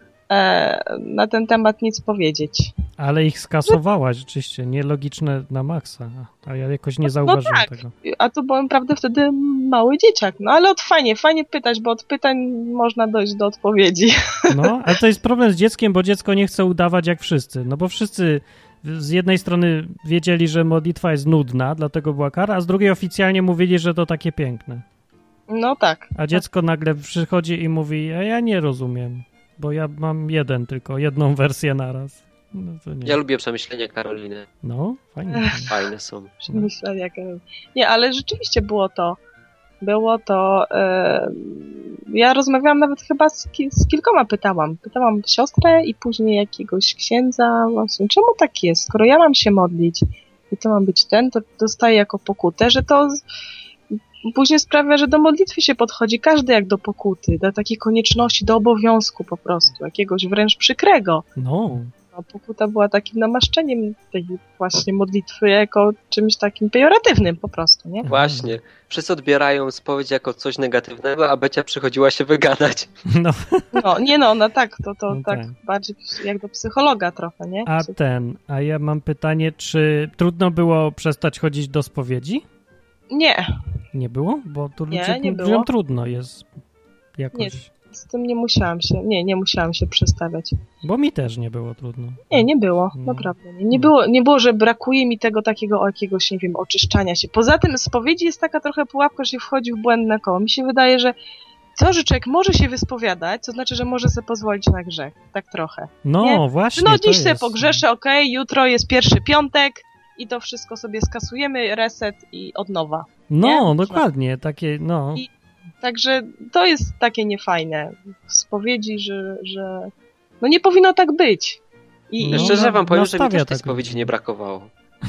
e, na ten temat nic powiedzieć. ale ich skasowałaś rzeczywiście. Nielogiczne na maksa. A ja jakoś nie No zauważyłem tak. tego. A to byłem naprawdę wtedy mały dzieciak. No ale od fajnie, fajnie pytać, bo od pytań można dojść do odpowiedzi. No, ale to jest problem z dzieckiem, bo dziecko nie chce udawać jak wszyscy. No bo wszyscy z jednej strony wiedzieli, że modlitwa jest nudna, dlatego była kara, a z drugiej oficjalnie mówili, że to takie piękne. No tak. A dziecko nagle przychodzi i mówi, a ja nie rozumiem, bo ja mam jeden tylko, jedną wersję naraz. No to nie. Ja lubię przemyślenia Karoliny. No, fajnie. Fajne są. Myślę, jak... Nie, ale rzeczywiście było to. Było to... E... Ja rozmawiałam nawet chyba z, ki- z kilkoma, pytałam. Pytałam siostrę i później jakiegoś księdza. Właśnie, czemu tak jest? Skoro ja mam się modlić i to ma być ten, to dostaję jako pokutę, że to z... później sprawia, że do modlitwy się podchodzi każdy jak do pokuty, do takiej konieczności, do obowiązku po prostu, jakiegoś wręcz przykrego. No, A pokuta była takim namaszczeniem tej właśnie modlitwy jako czymś takim pejoratywnym po prostu, nie? Właśnie. Wszyscy odbierają spowiedź jako coś negatywnego, a Becia przychodziła się wygadać. no. No, nie no, no tak, to, to No tak, tak. bardziej jak do psychologa trochę, nie? A ten, a ja mam pytanie, czy trudno było przestać chodzić do spowiedzi? Nie, Nie było? Bo tu Nie, ludzie nie mówią, było. trudno jest jakoś. Nie. z tym nie musiałam się, nie, nie musiałam się przestawiać. Bo mi też nie było trudno. Nie, nie było, No. naprawdę. Nie, nie, było, nie było, że brakuje mi tego takiego o jakiegoś, nie wiem, oczyszczania się. Poza tym spowiedzi jest taka trochę pułapka, że się wchodzi w błędne koło. Mi się wydaje, że to, że człowiek może się wyspowiadać, to znaczy, że może sobie pozwolić na grzech. Tak trochę. No Nie? właśnie. No to dziś sobie jest. pogrzeszę, okej, jutro jest pierwszy piątek i to wszystko sobie skasujemy, reset i od nowa. No, nie? dokładnie, takie, no. I- Także to jest takie niefajne w spowiedzi, że, że no nie powinno tak być. I, No, i Szczerze wam powiem, że mi nastawia też tej tak. spowiedzi nie brakowało.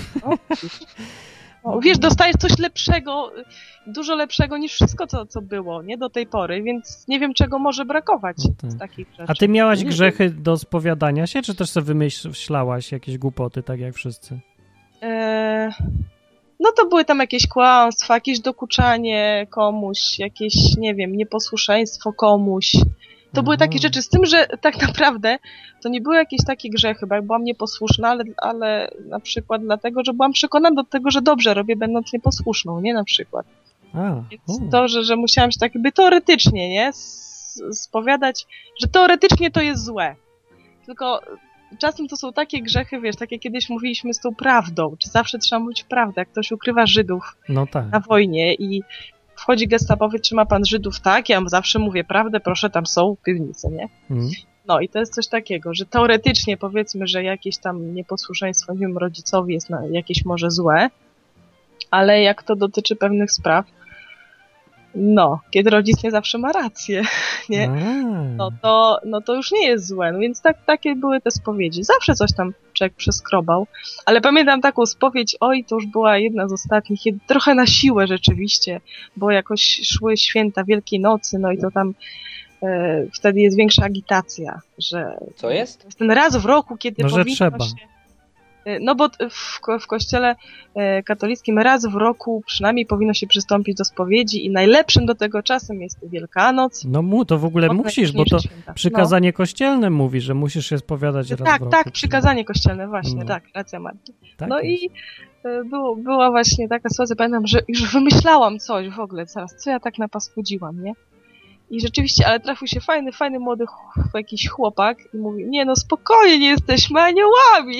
no, wiesz, dostajesz coś lepszego, dużo lepszego niż wszystko, co, co było, nie, do tej pory, więc nie wiem, czego może brakować No tak. z takich rzeczy. A ty miałaś Nie grzechy do spowiadania się, czy też sobie wymyślałaś jakieś głupoty, tak jak wszyscy? E, no to były tam jakieś kłamstwa, jakieś dokuczanie komuś, jakieś, nie wiem, nieposłuszeństwo komuś. To były Aha. takie rzeczy, z tym, że tak naprawdę to nie były jakieś takie grzechy, bo jak byłam nieposłuszna, ale, ale na przykład dlatego, że byłam przekonana do tego, że dobrze robię, będąc nieposłuszną, nie na przykład. A, Więc u. to, że, że musiałam się tak jakby teoretycznie, nie, s- spowiadać, że teoretycznie to jest złe. Tylko czasem to są takie grzechy, wiesz, tak jak kiedyś mówiliśmy z tą prawdą, czy zawsze trzeba mówić prawdę, jak ktoś ukrywa Żydów No tak. na wojnie i wchodzi gestapowy, trzyma pan Żydów, tak, ja zawsze mówię prawdę, proszę, tam są piwnice, nie? Mm. No i to jest coś takiego, że teoretycznie powiedzmy, że jakieś tam nieposłuszeństwo, nie wiem, rodzicowi jest na, jakieś może złe, ale jak to dotyczy pewnych spraw, no, kiedy rodzic nie zawsze ma rację, nie? A. No to, no to już nie jest złe. No więc tak, takie były te spowiedzi. Zawsze coś tam człowiek przeskrobał. Ale pamiętam taką spowiedź, oj, to już była jedna z ostatnich, jed- trochę na siłę rzeczywiście, bo jakoś szły święta Wielkiej Nocy, no i to tam e, wtedy jest większa agitacja, że Co jest? to jest ten raz w roku, kiedy No, że powinno trzeba. się... No bo w, w kościele katolickim raz w roku przynajmniej powinno się przystąpić do spowiedzi i najlepszym do tego czasem jest Wielkanoc. No mu, to w ogóle Od musisz, bo to święta. przykazanie no. kościelne mówi, że musisz się spowiadać raz tak, w roku. Tak, tak, przykazanie kościelne, właśnie, no. tak, racja Marta. Tak no jest. i było, była właśnie taka sytuacja, pamiętam, że już wymyślałam coś w ogóle zaraz, co ja tak napaskudziłam, nie? I rzeczywiście, ale trafił się fajny, fajny młody ch- jakiś chłopak i mówi, nie no spokojnie, nie jesteśmy aniołami.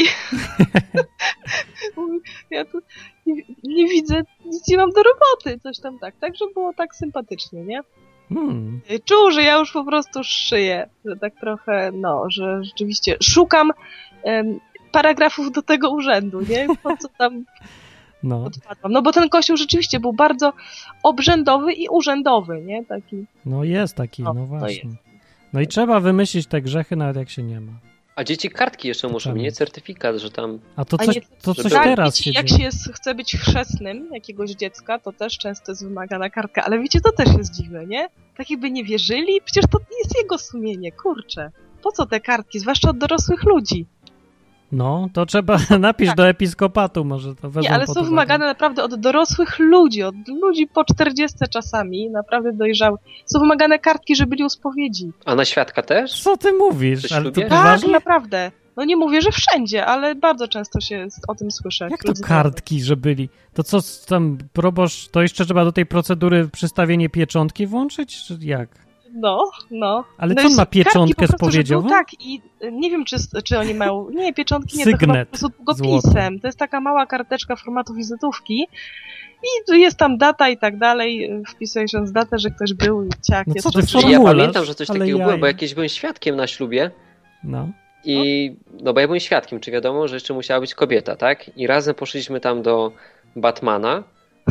Mówi, ja tu nie, nie widzę, nic nie mam do roboty, coś tam tak. Także było tak sympatycznie, nie? Hmm. Czuł, że ja już po prostu szyję, że tak trochę, no, że rzeczywiście szukam em, paragrafów do tego urzędu, nie? Po co tam No. odpadłam. No bo ten kościół rzeczywiście był bardzo obrzędowy i urzędowy, nie? Taki. no jest taki, no, No, właśnie. jest. No i trzeba wymyślić te grzechy, nawet jak się nie ma. A dzieci kartki jeszcze To muszą czemu? mieć, certyfikat, że tam... A to A coś, nie- to coś Tak, teraz się jak dzieje. się jest, chce być chrzestnym jakiegoś dziecka, to też często jest wymagana kartka, ale wiecie, to też jest dziwne, nie? Tak jakby nie wierzyli, przecież to nie jest jego sumienie, kurczę. Po co te kartki, zwłaszcza od dorosłych ludzi? No, to trzeba napisz do episkopatu, może to wezmą Nie, ale pod są uwagę. wymagane naprawdę od dorosłych ludzi, od ludzi po czterdziestce czasami, naprawdę dojrzałych. Są wymagane kartki, że byli u spowiedzi. A na świadka też? Co ty mówisz? Przy Ale to ślubie? Tak, poważnie? naprawdę. No nie mówię, że wszędzie, ale bardzo często się o tym słyszę. Jak to Ludzi kartki, że byli? To co tam, proboszcz, to jeszcze trzeba do tej procedury przystawienie pieczątki włączyć, czy jak? No, no. Ale no co on jest ma kartki pieczątkę po prostu, że spowiedziową? był Tak, i y, nie wiem, czy, czy oni mają... Nie, pieczątki nie, to chyba Sygnet po prostu złoty. długopisem. To jest taka mała karteczka formatu wizytówki i tu jest tam data i tak dalej. y, Wpisujesz datę, że ktoś był i ciak. No jest co ty, rzeczywiście- Ja formularz, pamiętam, że coś ale takiego jaja. było, bo jakieś byłem świadkiem na ślubie No. i... No bo ja byłem świadkiem, czy wiadomo, że jeszcze musiała być kobieta, tak? I razem poszliśmy tam do Batmana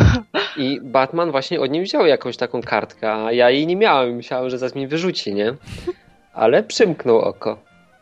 i Batman właśnie od niej wziął jakąś taką kartkę, a ja jej nie miałem i myślałem, że zaraz mnie wyrzuci, nie? Ale przymknął oko.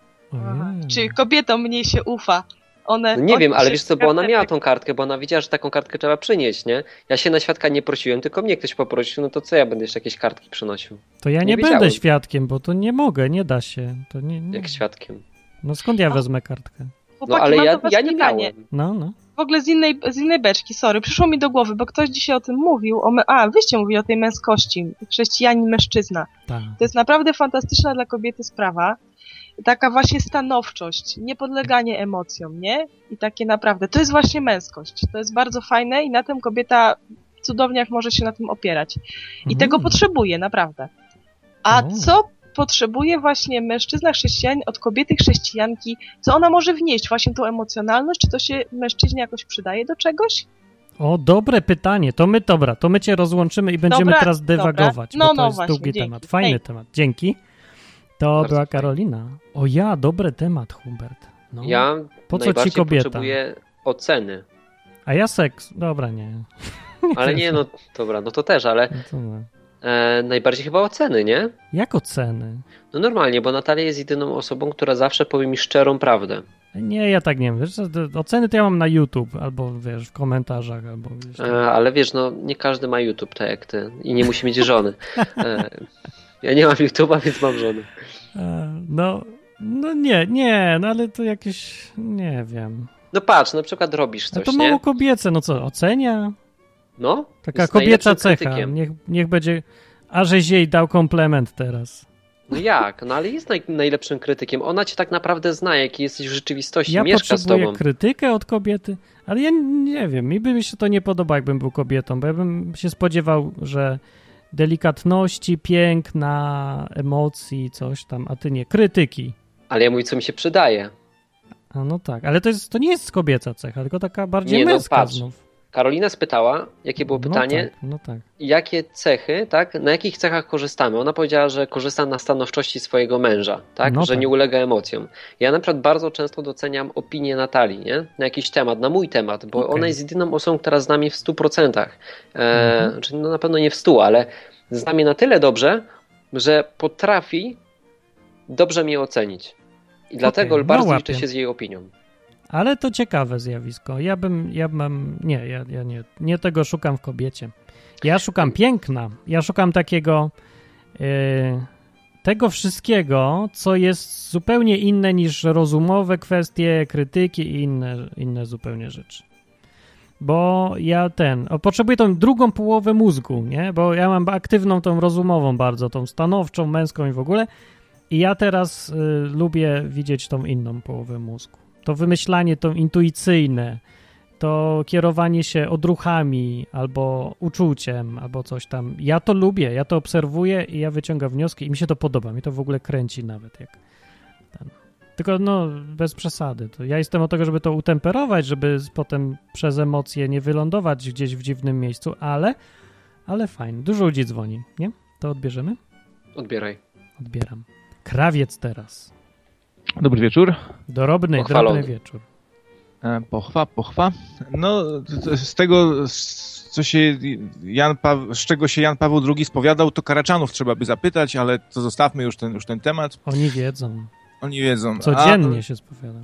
Aha. Ojej. Czy kobietom mniej się ufa? One, No nie one wiem, ale się wiesz co, bo ona karteczek- miała tą kartkę, bo ona wiedziała, że taką kartkę trzeba przynieść, nie? Ja się na świadka nie prosiłem, tylko mnie ktoś poprosił, no to co ja będę jeszcze jakieś kartki przynosił? To ja nie, Nie będę wiedziałem. świadkiem, bo to nie mogę, nie da się. To nie, nie. Jak świadkiem. No skąd ja wezmę kartkę? No Chłopaki, ale mam ja, do was ja nie pytanie. miałem. No, no. W ogóle z innej, z innej beczki, sorry, przyszło mi do głowy, bo ktoś dzisiaj o tym mówił, o me- a, wyście mówili o tej męskości, chrześcijanin, mężczyzna. Tak. To jest naprawdę fantastyczna dla kobiety sprawa, taka właśnie stanowczość, niepodleganie emocjom, nie? I takie naprawdę, to jest właśnie męskość, to jest bardzo fajne i na tym kobieta cudownie jak może się na tym opierać. I Mhm. tego potrzebuje, naprawdę. A O. co potrzebuje właśnie mężczyzna chrześcijanin od kobiety chrześcijanki, co ona może wnieść, właśnie tą emocjonalność, czy to się mężczyźnie jakoś przydaje do czegoś? O, dobre pytanie. To my, dobra, to my cię rozłączymy i będziemy Dobra, teraz dywagować, dobra. No, bo to no jest właśnie, długi dzięki. temat. Fajny Dzięki. temat. Dzięki. To Bardzo była fajnie. Karolina. O ja, dobry temat, Hubert. No. Ja Po co ci najbardziej kobieta? potrzebuję oceny. A ja seks. Dobra, nie. Ale nie, no dobra, no to też, ale No to no. e, najbardziej chyba oceny, nie? Jak oceny? No normalnie, bo Natalia jest jedyną osobą, która zawsze powie mi szczerą prawdę. Nie, ja tak nie wiem. Wiesz, co, to oceny to ja mam na YouTube, albo wiesz, w komentarzach, albo gdzieś tam. E, ale wiesz, no nie każdy ma YouTube tak jak ty i nie musi mieć żony. E, ja nie mam YouTube'a, więc mam żonę. E, No, no nie, nie, no ale to jakieś, nie wiem. No patrz, na przykład robisz A coś, to nie? mało kobiece, no co, ocenia? No, Taka jest kobieca najlepszym cecha. krytykiem. Niech, niech będzie, a żeś jej dał komplement teraz. No jak? No ale jest naj, najlepszym krytykiem. Ona cię tak naprawdę zna, jaki jesteś w rzeczywistości, Ja mieszka z potrzebuję tobą. krytykę od kobiety, ale ja nie wiem, mi by mi się to nie podoba, jakbym był kobietą, bo ja bym się spodziewał, że delikatności, piękna, emocji, coś tam, a ty nie, krytyki. Ale ja mówię, co mi się przydaje. A no tak, ale to, jest, to nie jest kobieca cecha, tylko taka bardziej Nie, no męska patrz. znów. Karolina spytała, jakie było pytanie, No tak, no tak. jakie cechy, tak, na jakich cechach korzystamy. Ona powiedziała, że korzysta na stanowczości swojego męża, tak, No że tak. nie ulega emocjom. Ja na przykład bardzo często doceniam opinię Natalii, nie, na jakiś temat, na mój temat, bo Okej. ona jest jedyną osobą, która zna mnie w stu procentach. E, Mhm. Znaczy, no na pewno nie w stu, ale zna mnie na tyle dobrze, że potrafi dobrze mnie ocenić. I dlatego no bardzo łapię. liczę się z jej opinią. Ale to ciekawe zjawisko. Ja bym, ja mam, nie, ja, ja nie, nie tego szukam w kobiecie. Ja szukam piękna. Ja szukam takiego, yy, tego wszystkiego, co jest zupełnie inne niż rozumowe kwestie, krytyki i inne, inne zupełnie rzeczy. Bo ja ten, o, potrzebuję tą drugą połowę mózgu, nie? Bo ja mam aktywną tą rozumową bardzo, tą stanowczą, męską i w ogóle. I ja teraz y, lubię widzieć tą inną połowę mózgu. To wymyślanie, to intuicyjne, to kierowanie się odruchami albo uczuciem, albo coś tam. Ja to lubię, ja to obserwuję i ja wyciągam wnioski i mi się to podoba. Mi to w ogóle kręci nawet. jak ten. Tylko no, bez przesady. To ja jestem od tego, żeby to utemperować, żeby potem przez emocje nie wylądować gdzieś w dziwnym miejscu, ale, ale fajnie. Dużo ludzi dzwoni, nie? To odbierzemy? Odbieraj. Odbieram. Krawiec teraz. Dobry wieczór. Dorobny, Pochwalony. drobny wieczór. E, Pochwa, pochwa. No, z- z tego, z- co się Jan pa- z czego się Jan Paweł drugi spowiadał, to Karaczanów trzeba by zapytać, ale to zostawmy już ten, już ten temat. Oni wiedzą. Oni wiedzą. Codziennie A, się spowiadał.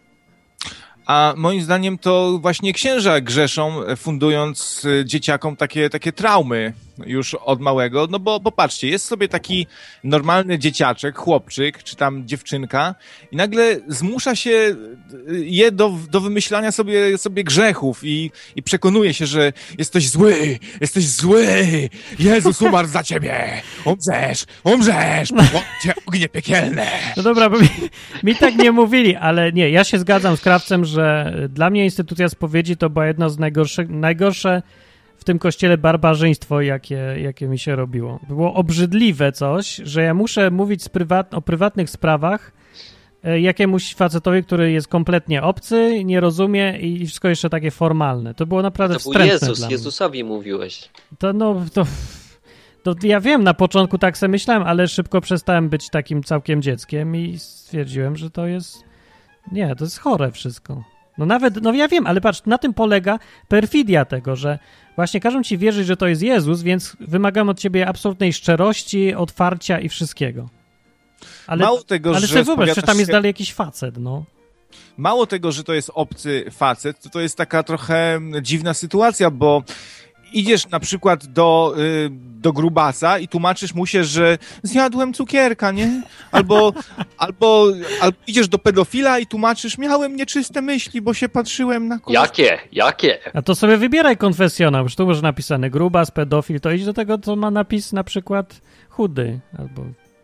a moim zdaniem to właśnie księża grzeszą, e, fundując e, dzieciakom takie, takie traumy już od małego. No bo popatrzcie, jest sobie taki normalny dzieciaczek, chłopczyk, czy tam dziewczynka i nagle zmusza się e, je do, do wymyślania sobie, sobie grzechów i, i przekonuje się, że jesteś zły, jesteś zły, Jezus umarł za ciebie, umrzesz, umrzesz, cię ognie piekielne. No dobra, bo mi, mi tak nie mówili, ale nie, ja się zgadzam z Krawcem, że dla mnie instytucja spowiedzi to była jedno z najgorszych, najgorsze w tym kościele barbarzyństwo, jakie, jakie mi się robiło. Było obrzydliwe coś, że ja muszę mówić z prywat, o prywatnych sprawach e, jakiemuś facetowi, który jest kompletnie obcy, nie rozumie i wszystko jeszcze takie formalne. To było naprawdę To był wstrętne Jezus, dla mnie. Jezusowi mówiłeś. To no, to, to ja wiem, na początku tak sobie myślałem, ale szybko przestałem być takim całkiem dzieckiem i stwierdziłem, że to jest, nie, to jest chore wszystko. No nawet, no ja wiem, ale patrz, na tym polega perfidia tego, że właśnie każą ci wierzyć, że to jest Jezus, więc wymagam od ciebie absolutnej szczerości, otwarcia i wszystkiego. Ale, Mało tego, ale że sobie wyobraź, że spowiadasz tam jest się- dalej jakiś facet, no. Mało tego, że to jest obcy facet, to to jest taka trochę dziwna sytuacja, bo idziesz na przykład do, y, do grubasa i tłumaczysz mu się, że zjadłem cukierka, nie? Albo, albo, albo idziesz do pedofila i tłumaczysz, miałem nieczyste myśli, bo się patrzyłem na kogoś. Jakie? Jakie? A to sobie wybieraj konfesjonał, już tu masz napisane grubas, pedofil, to idź do tego, co ma napis na przykład chudy, albo...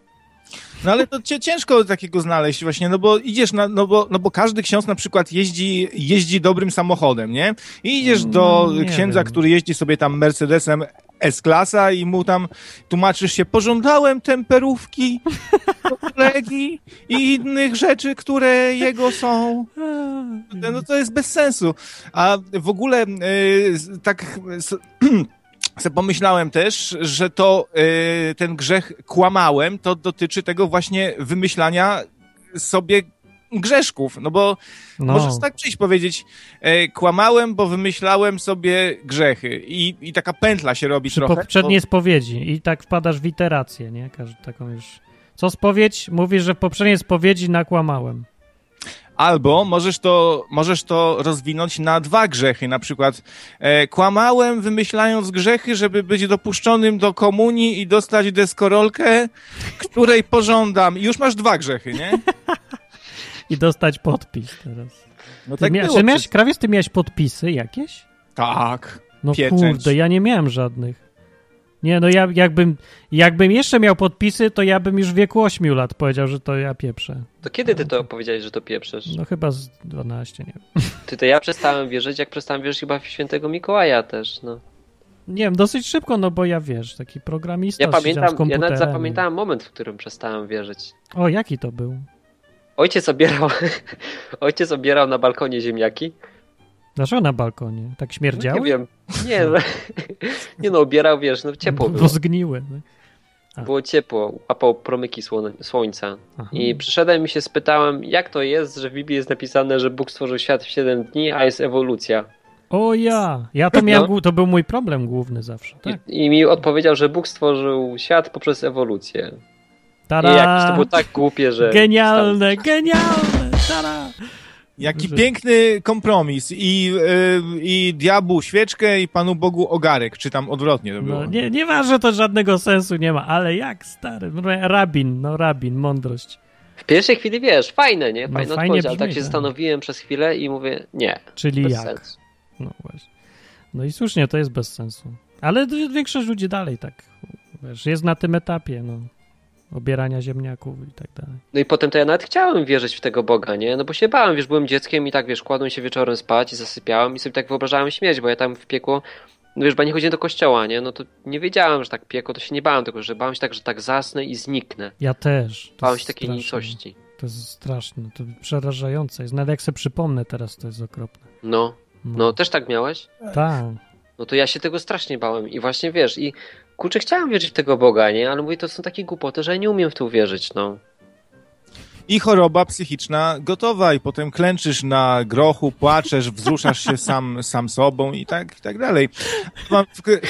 No ale to cię ciężko takiego znaleźć właśnie, no bo idziesz na, no bo, no bo każdy ksiądz na przykład jeździ, jeździ dobrym samochodem, nie? I idziesz do No, nie księdza, wiem. który jeździ sobie tam Mercedesem S-klasa i mu tam tłumaczysz się, pożądałem temperówki, kolegi i innych rzeczy, które jego są. No to jest bez sensu. A w ogóle yy, tak... s- Se pomyślałem też, że to y, ten grzech kłamałem, to dotyczy tego właśnie wymyślania sobie grzeszków, no bo No. możesz tak przyjść powiedzieć, e, kłamałem, bo wymyślałem sobie grzechy i, i taka pętla się robi Przy trochę. poprzedniej spowiedzi i tak wpadasz w iterację, nie? Każdy taką już... Co spowiedź? Mówisz, że w poprzedniej spowiedzi nakłamałem. Albo możesz to, możesz to rozwinąć na dwa grzechy, na przykład e, kłamałem wymyślając grzechy, żeby być dopuszczonym do komunii i dostać deskorolkę, której pożądam. I już masz dwa grzechy, nie? I dostać podpis teraz. No Ty tak mia- było czy miałeś, przez- Krawiec, ty miałeś podpisy jakieś? Tak. No Pieczęć. kurde, ja nie miałem żadnych. Nie, no ja jakbym, jakbym jeszcze miał podpisy, to ja bym już w wieku ośmiu lat powiedział, że to ja pieprzę. To kiedy ty to powiedziałeś, że to pieprzesz? No chyba z dwanaście, nie wiem. Ty to ja przestałem wierzyć, jak przestałem wierzyć chyba w świętego Mikołaja też, no. Nie wiem, dosyć szybko, no bo ja wiesz, taki programista Ja siedziałem z pamiętam, ja komputerem. nawet zapamiętałem moment, w którym przestałem wierzyć. O, jaki to był? Ojciec obierał, ojciec obierał na balkonie ziemniaki. Dlaczego na balkonie? Tak No, śmierdziały? nie wiem, nie, no, nie no, obierał, wiesz, no ciepło Bo było. zgniły. no. A. Było ciepło, łapał promyki słone, słońca. Aha. I przyszedłem i się spytałem, jak to jest, że w Biblii jest napisane, że Bóg stworzył świat w siedem dni, a jest ewolucja. O ja! Ja to miałem, No. głó- to był mój problem główny zawsze, tak? I, I mi odpowiedział, że Bóg stworzył świat poprzez ewolucję. Tada! I jakieś to było tak głupie, że... Genialne, genialne! Tada! Jaki że... piękny kompromis. I, yy, I diabłu świeczkę i Panu Bogu ogarek, czy tam odwrotnie to było. No, nie, nie ma, że to żadnego sensu nie ma, ale jak stary, rabin, no rabin, mądrość. W pierwszej chwili wiesz, fajne, nie? No, Fajna fajnie odpowiedź, ale brzmi, tak się tak. zastanowiłem przez chwilę i mówię, nie. Czyli bez jak? sensu. No właśnie. No i słusznie, to jest bez sensu. Ale większość ludzi dalej tak, wiesz, jest na tym etapie, no. Obierania ziemniaków i tak dalej. No i potem to ja nawet chciałem wierzyć w tego Boga, nie? No bo się bałem, wiesz, byłem dzieckiem i tak, wiesz, kładłem się wieczorem spać i zasypiałem i sobie tak wyobrażałem śmierć, bo ja tam w piekło, no wiesz, bo ja nie chodziłem do kościoła, nie? No to nie wiedziałem, że tak piekło, to się nie bałem tego, że bałem się tak, że tak zasnę i zniknę. Ja też. To Bałem jest się takiej straszne. nicości. To jest straszne, to przerażające jest. Nawet jak sobie przypomnę teraz, to jest okropne. No, no też tak miałeś? Tak. No to ja się tego strasznie bałem i właśnie, wiesz, i kurczę, chciałem wierzyć w tego Boga, nie? Ale mówię, to są takie głupoty, że ja nie umiem w to uwierzyć, no. I choroba psychiczna gotowa i potem klęczysz na grochu, płaczesz, wzruszasz się sam, sam sobą i tak, i tak dalej. Mam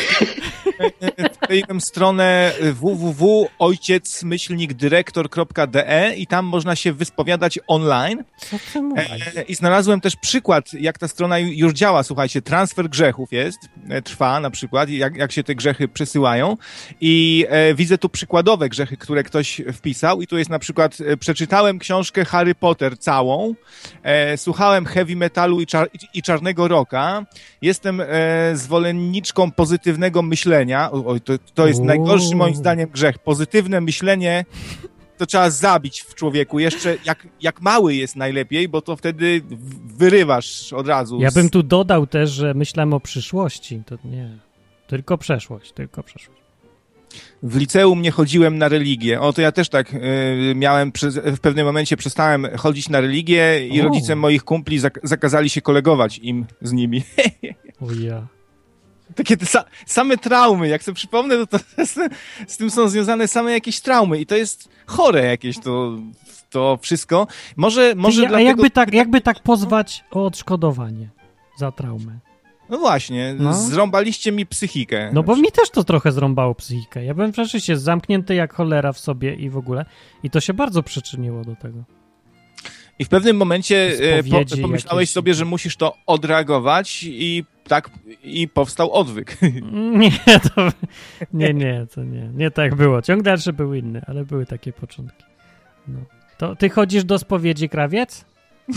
wkleiłem stronę w w w kropka ojciec myślnik dyrektor kropka d e i tam można się wyspowiadać online. Co ty mówisz? E, I znalazłem też przykład, jak ta strona ju- już działa. Słuchajcie, transfer grzechów jest, e, trwa na przykład, jak, jak się te grzechy przesyłają i e, widzę tu przykładowe grzechy, które ktoś wpisał i tu jest na przykład, e, przeczytałem książkę Harry Potter całą, e, słuchałem heavy metalu i, czar- i czarnego rocka, jestem e, zwolenniczką pozytywnego myślenia. Oj, to, to jest Uuu. najgorszy moim zdaniem grzech. Pozytywne myślenie to trzeba zabić w człowieku. Jeszcze jak, jak mały jest najlepiej, bo to wtedy w- wyrywasz od razu. Ja z- bym tu dodał też, że myślałem o przyszłości. To nie. Tylko przeszłość, tylko przeszłość. W liceum nie chodziłem na religię. O, to ja też tak y, miałem, przez, w pewnym momencie przestałem chodzić na religię i O. rodzice moich kumpli zak- zakazali się kolegować im z nimi. O ja. Takie te sa- same traumy, jak sobie przypomnę, to, to z, z tym są związane same jakieś traumy i to jest chore jakieś to, to wszystko. Może, może Ty, a dlatego... jakby tak, jakby tak pozwać o odszkodowanie za traumę? No właśnie, No. zrąbaliście mi psychikę. No bo mi też to trochę zrąbało psychikę. Ja byłem rzeczywiście zamknięty jak cholera w sobie i w ogóle. I to się bardzo przyczyniło do tego. I w pewnym momencie e, po, Spowiedzi pomyślałeś jakieś. sobie, że musisz to odreagować i tak i powstał odwyk. Nie, to... Nie, nie, to nie. Nie tak było. Ciąg dalszy był inny, ale były takie początki. No. To ty chodzisz do spowiedzi, krawiec?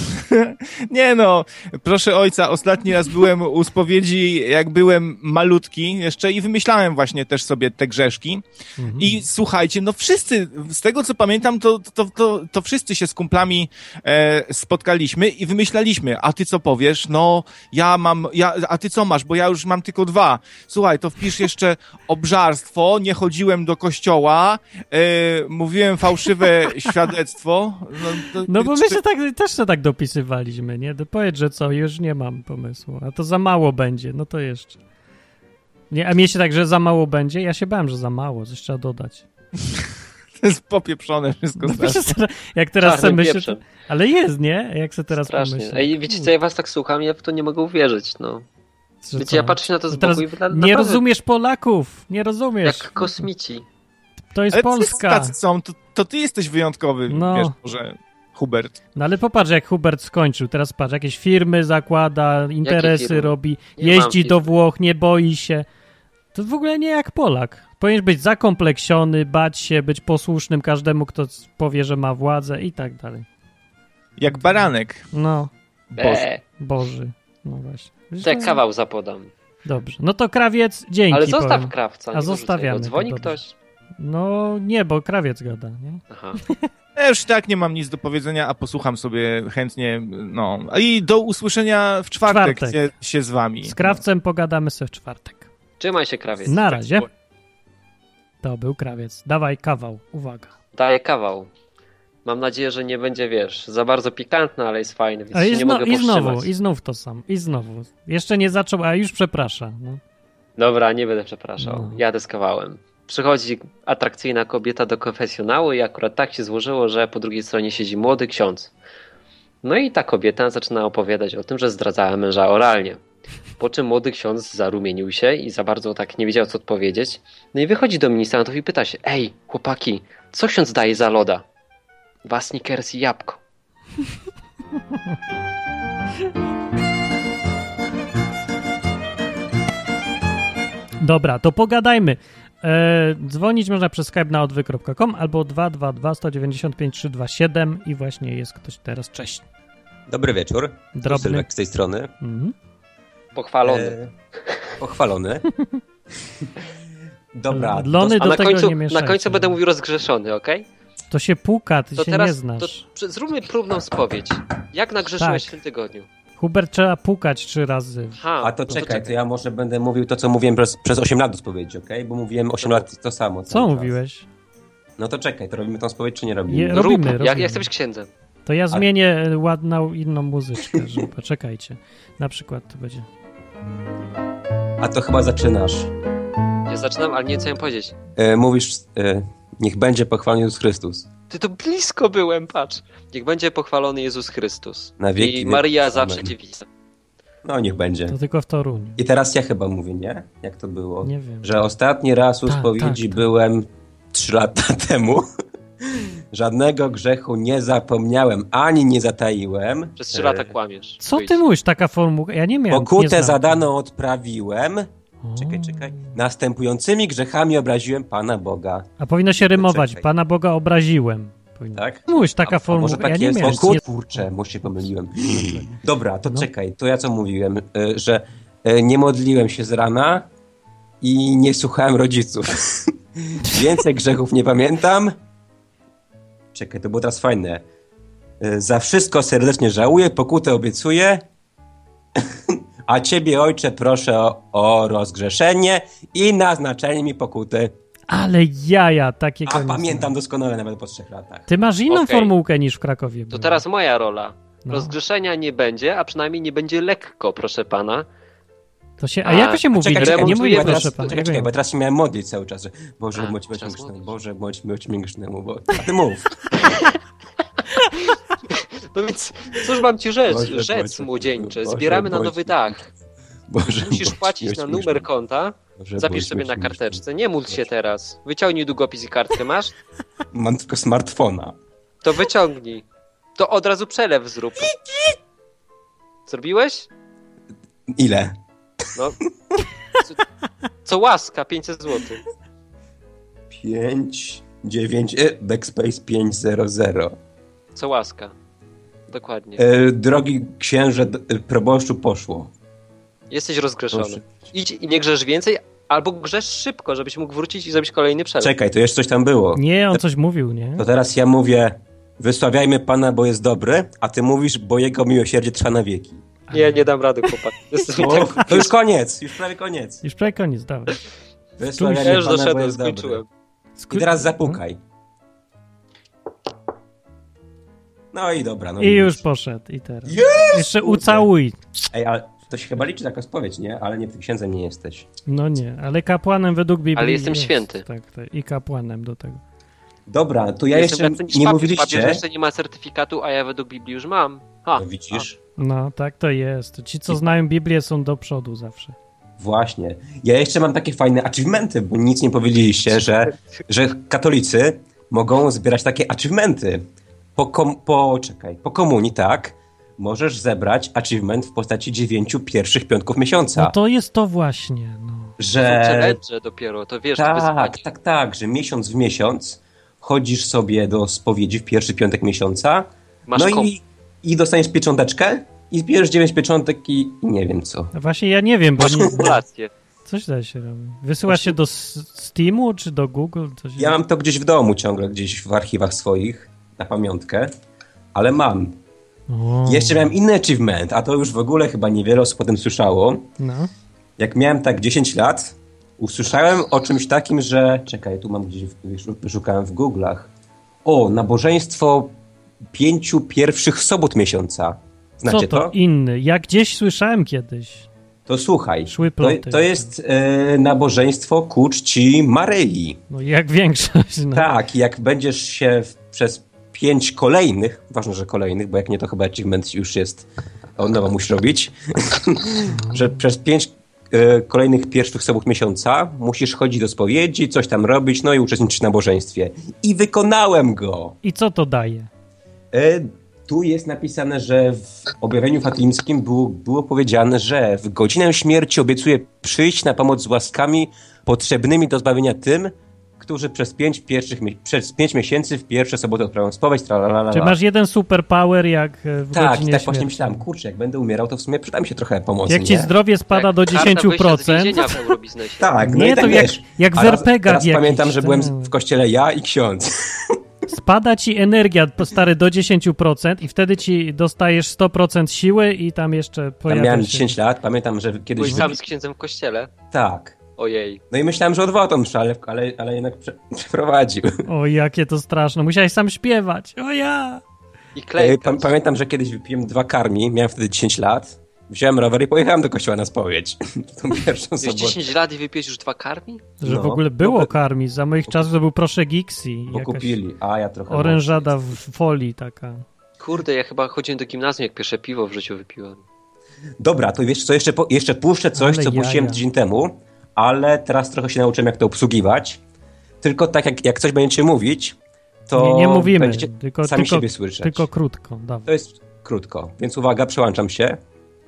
Nie no, proszę ojca, ostatni raz byłem u spowiedzi, jak byłem malutki jeszcze i wymyślałem właśnie też sobie te grzeszki. Mhm. I słuchajcie, no wszyscy, z tego co pamiętam, to, to, to, to wszyscy się z kumplami e, spotkaliśmy i wymyślaliśmy, a ty co powiesz? No, ja mam, ja, a ty co masz? Bo ja już mam tylko dwa. Słuchaj, to wpisz jeszcze obżarstwo, nie chodziłem do kościoła, e, mówiłem fałszywe świadectwo. No, to, No bo my czy- się tak, też się tak dopisywaliśmy, nie? To powiedz, że co, już nie mam pomysłu, a to za mało będzie, no to jeszcze. Nie, a mnie się tak, że za mało będzie? Ja się bałem, że za mało, coś trzeba dodać. To jest popieprzone wszystko. No, strasznie. wiecie, teraz- jak teraz sobie Czarnym myślę, pieprzem. to, ale jest, nie? Jak sobie teraz Strasznie. pomyślę. Ej, wiecie co, ja was tak słucham, ja w to nie mogę uwierzyć, no. Że Wiecie, co? ja patrzę na to z No teraz boku i wygląda nie naprawdę rozumiesz Polaków, nie rozumiesz. jak kosmici. To jest Ale Polska. tacy są, to, to ty jesteś wyjątkowy, No. wiesz, może Hubert. No ale popatrz, jak Hubert skończył. Teraz patrz, jakieś firmy zakłada, interesy firmy? robi, Nie jeździ mam do firmy. Włoch, nie boi się. To w ogóle nie jak Polak. Powinieneś być zakompleksiony, bać się, być posłusznym każdemu, kto powie, że ma władzę i tak dalej. Jak baranek. No, Be. Boży. No właśnie. Wiesz, To jak to- kawał zapodam. Dobrze. No to krawiec, dzięki. Ale zostaw powiem. krawca. A nie wyrzucaj zostawiamy go. to, Dzwoni dobrze. ktoś? No nie, bo krawiec gada, nie? Aha. Ja już tak nie mam nic do powiedzenia, a posłucham sobie chętnie, no. I do usłyszenia w czwartek, Czwartek. Się, się z wami. Z krawcem pogadamy sobie w czwartek. Trzymaj się, krawiec. Na razie. To był krawiec. Dawaj kawał. Uwaga. Daję kawał. Mam nadzieję, że nie będzie, wiesz, za bardzo pikantny, ale jest fajny, więc A się i, nie zno, mogę i powstrzymać. znowu, i znów to sam. I znowu. Jeszcze nie zaczął, a już przeprasza. No. Dobra, nie będę przepraszał. No. Jadę z kawałem. Przychodzi atrakcyjna kobieta do konfesjonału i akurat tak się złożyło, że po drugiej stronie siedzi młody ksiądz. No i ta kobieta zaczyna opowiadać o tym, że zdradzała męża oralnie. Po czym młody ksiądz zarumienił się i za bardzo tak nie wiedział, co odpowiedzieć. No i wychodzi do ministrantów i pyta się: ej, chłopaki, co ksiądz daje za loda? Dwa Snickers i jabłko. Dobra, to pogadajmy. E, dzwonić można przez Skype na odwyk kropka com albo dwa dwa dwa, sto dziewięćdziesiąt pięć, trzysta dwadzieścia siedem i właśnie jest ktoś teraz. Cześć. Dobry wieczór. Drobny. Sylwek z tej strony. Mhm. Pochwalony. E, pochwalony. Dobra. Lony A do na tego końcu, nie mieszajcie. na końcu będę mówił rozgrzeszony, okej? To się puka, ty To się teraz nie znasz. to przy- zróbmy próbną spowiedź. Jak nagrzeszyłeś Tak. w tym tygodniu? Hubert, trzeba pukać trzy razy. Ha, A to no czekaj, to ja może będę mówił to, co mówiłem przez, przez osiem lat do spowiedzi, okej? Bo mówiłem osiem lat to samo. Co cały czas. mówiłeś? No to czekaj, to robimy tą spowiedź, czy nie robimy? Je- Rób, robimy, ja, robimy. ja chcę być księdzem. To ja zmienię ładną inną muzyczkę, żeby poczekajcie. Na przykład to będzie. A to chyba zaczynasz. Ja zaczynam, ale nie wiem, co miałem powiedzieć. E, mówisz, e, niech będzie pochwalony Jezus Chrystus. Ty to blisko byłem, patrz. Niech będzie pochwalony Jezus Chrystus. Na wieki I wieków. Maria Amen. zawsze dziewicą. No niech będzie. To tylko w Toruniu. I teraz ja chyba mówię, nie? Jak to było? Nie wiem. Że ostatni raz u Tak, spowiedzi tak, tak. byłem trzy lata temu. Żadnego grzechu nie zapomniałem, ani nie zataiłem. Przez trzy lata kłamiesz. Co Wyjdź. ty mówisz? Taka formuła? Ja nie miałem. nie Pokutę znam. zadaną odprawiłem. O. Czekaj, czekaj. Następującymi grzechami obraziłem Pana Boga. A powinno się rymować. Czekaj. Pana Boga obraziłem. Powinno. Tak? Mówisz, taka A, a formuła. może tak ja nie jest? miałem. O kur... Nie- Kurczę, może się pomyliłem. Dobra, to No. czekaj. To ja co mówiłem? Y, Że y, nie modliłem się z rana i nie słuchałem rodziców. Więcej grzechów nie pamiętam. Czekaj, to było teraz fajne. Y, Za wszystko serdecznie żałuję, pokutę obiecuję. A ciebie, ojcze, proszę o, o rozgrzeszenie i naznaczenie mi pokuty. Ale jaja, takie A koniec. pamiętam doskonale nawet po trzech latach. Ty masz inną Okej. formułkę niż w Krakowie. To było. teraz moja rola. No. Rozgrzeszenia nie będzie, a przynajmniej nie będzie lekko, proszę pana. To się, a A, jak to się mówi? czekaj, nie, czekaj, nie bo mówię, teraz- proszę teraz, pana. czekaj, nie czekaj, wiem. bo teraz się miałem modlić cały czas, że Boże, A, bądź teraz mi grzecznemu, modlisz. Boże, bądź bądź mi grzecznemu, bo... A ty mów. No więc cóż mam ci rzec, Boże, rzec Boże, młodzieńcze. Boże, Zbieramy na Boże. nowy dach. Boże, Musisz bądź płacić miłość na mi numer grzecznemu. konta. Boże, Zapisz bądź sobie na miłość mi karteczce. Nie módl się grzecznemu. teraz. Wyciągnij długopis i kartkę masz? Mam tylko smartfona. To wyciągnij. To od razu przelew zrób. Zrobiłeś? Ile? No. Co, co łaska, pięćset złotych. pięć, dziewięć, e, backspace pięć zero zero. Co łaska. Dokładnie. E, drogi księże, d- e, proboszczu, poszło. Jesteś rozgrzeszony. Proszę. Idź i nie grzesz więcej, albo grzesz szybko, żebyś mógł wrócić i zrobić kolejny przelew. Czekaj, to jeszcze coś tam było. Nie, on coś mówił, nie? To teraz ja mówię, wysławiajmy Pana, bo jest dobry, a ty mówisz, bo Jego miłosierdzie trwa na wieki. Nie, nie dam rady, chłopak. Jest mi O, tak... to już koniec, już prawie koniec. Już prawie koniec, dawaj. Wysławiajmy Ja już Pana, bo doszedłem, jest dobry. skończyłem. I teraz zapukaj. No i dobra. No I już poszedł. I teraz. Jest! Jeszcze Kurde. ucałuj. Ej, ale to się chyba liczy taka spowiedź, nie? Ale nie, ty księdzem nie jesteś. No nie, ale kapłanem według Biblii Ale jestem jest. święty. Tak, tak. I kapłanem do tego. Dobra, to ja Jestem jeszcze lepszy niż nie papież. mówiliście. Papież jeszcze nie ma certyfikatu, a ja według Biblii już mam. Ha. No widzisz? No, tak to jest. Ci, co znają Biblię, są do przodu zawsze. Właśnie. Ja jeszcze mam takie fajne achievementy, bo nic nie powiedzieliście, że, że katolicy mogą zbierać takie achievementy. Po, kom, po, czekaj, po komunii, tak, możesz zebrać achievement w postaci dziewięciu pierwszych piątków miesiąca. No to jest to właśnie, no. że... Challenge dopiero, to wiesz, to wyzwanie. Tak, tak, tak, że miesiąc w miesiąc chodzisz sobie do spowiedzi w pierwszy piątek miesiąca, Masz no kom- i, i dostaniesz piecząteczkę i zbierzesz dziewięć pieczątek i, i nie wiem co. No właśnie ja nie wiem, bo Masz nie, kumulację. coś da się robi. Wysyłasz się do S- Steamu czy do Google? Coś Ja mam to gdzieś w domu ciągle, gdzieś w archiwach swoich, na pamiątkę, ale mam. O, Jeszcze miałem inny achievement, a to już w ogóle chyba niewiele osób o tym słyszało. no. Jak miałem tak dziesięć lat, usłyszałem o czymś takim, że... Czekaj, tu mam gdzieś, wyszukałem w Google'ach. O, nabożeństwo pięciu pierwszych sobot miesiąca. Znacie Co to? to? Inny. Ja gdzieś słyszałem kiedyś. To słuchaj, Szły to, ploty. to jest e, nabożeństwo ku czci Maryi. No jak większość. No. Tak, jak będziesz się w, przez pięć kolejnych, ważne, że kolejnych, bo jak nie, to chyba achievement już jest, od nowa musisz robić, że przez pięć e, kolejnych pierwszych sobot miesiąca musisz chodzić do spowiedzi, coś tam robić, no i uczestniczyć w nabożeństwie. I wykonałem go. I co to daje? E, Tu jest napisane, że w objawieniu fatimskim było, było powiedziane, że w godzinę śmierci obiecuje przyjść na pomoc z łaskami potrzebnymi do zbawienia tym, którzy przez pięć, pierwszych, przez pięć miesięcy w pierwsze soboty odprawią spowiedź. Tralalala. Czy masz jeden superpower jak w Tak, godzinie tak śmierci? właśnie myślałem, kurczę, jak będę umierał, to w sumie przyda mi się trochę pomocy. Jak ci nie? zdrowie spada Jak do karta dziesięć procent... wyjścia z więzienia w Eurobiznesie. Tak, no Nie, i tak to jak, wiesz. jak w A raz- er pe gie Teraz jakichś, pamiętam, że byłem tak. w kościele ja i ksiądz. Spada ci energia, stary, do dziesięć procent i wtedy ci dostajesz sto procent siły i tam jeszcze Tam pojawia miałem się... dziesięć lat, pamiętam, że kiedyś... Byłeś wy- sam z księdzem w kościele? Tak. Ojej. No i myślałem, że odwoła tą mszę, ale, ale, ale jednak prze, przeprowadził. O, jakie to straszne. Musiałeś sam śpiewać. O ja! I E, klejka. pa, pamiętam, że kiedyś wypiłem dwa karmi, miałem wtedy dziesięć lat, wziąłem rower i pojechałem do kościoła na spowiedź. Tą pierwszą Już sobotę. dziesięć lat i wypiłeś już dwa karmi? Że No. w ogóle było No, karmi. Za moich czasów to był proszę Gixi. Bo Jakaś kupili, a ja trochę... orężada w folii taka. Kurde, ja chyba chodziłem do gimnazjum, jak pierwsze piwo w życiu wypiłem. Dobra, to wiesz co, jeszcze, po, jeszcze puszczę coś, Ale co jaja. puściłem tydzień temu, ale teraz trochę się nauczyłem, jak to obsługiwać. Tylko tak, jak, jak coś będziecie mówić, to Nie, nie mówimy, będziecie tylko, sami tylko, siebie słyszeć. tylko krótko. Dawaj. To jest krótko, więc uwaga, przełączam się.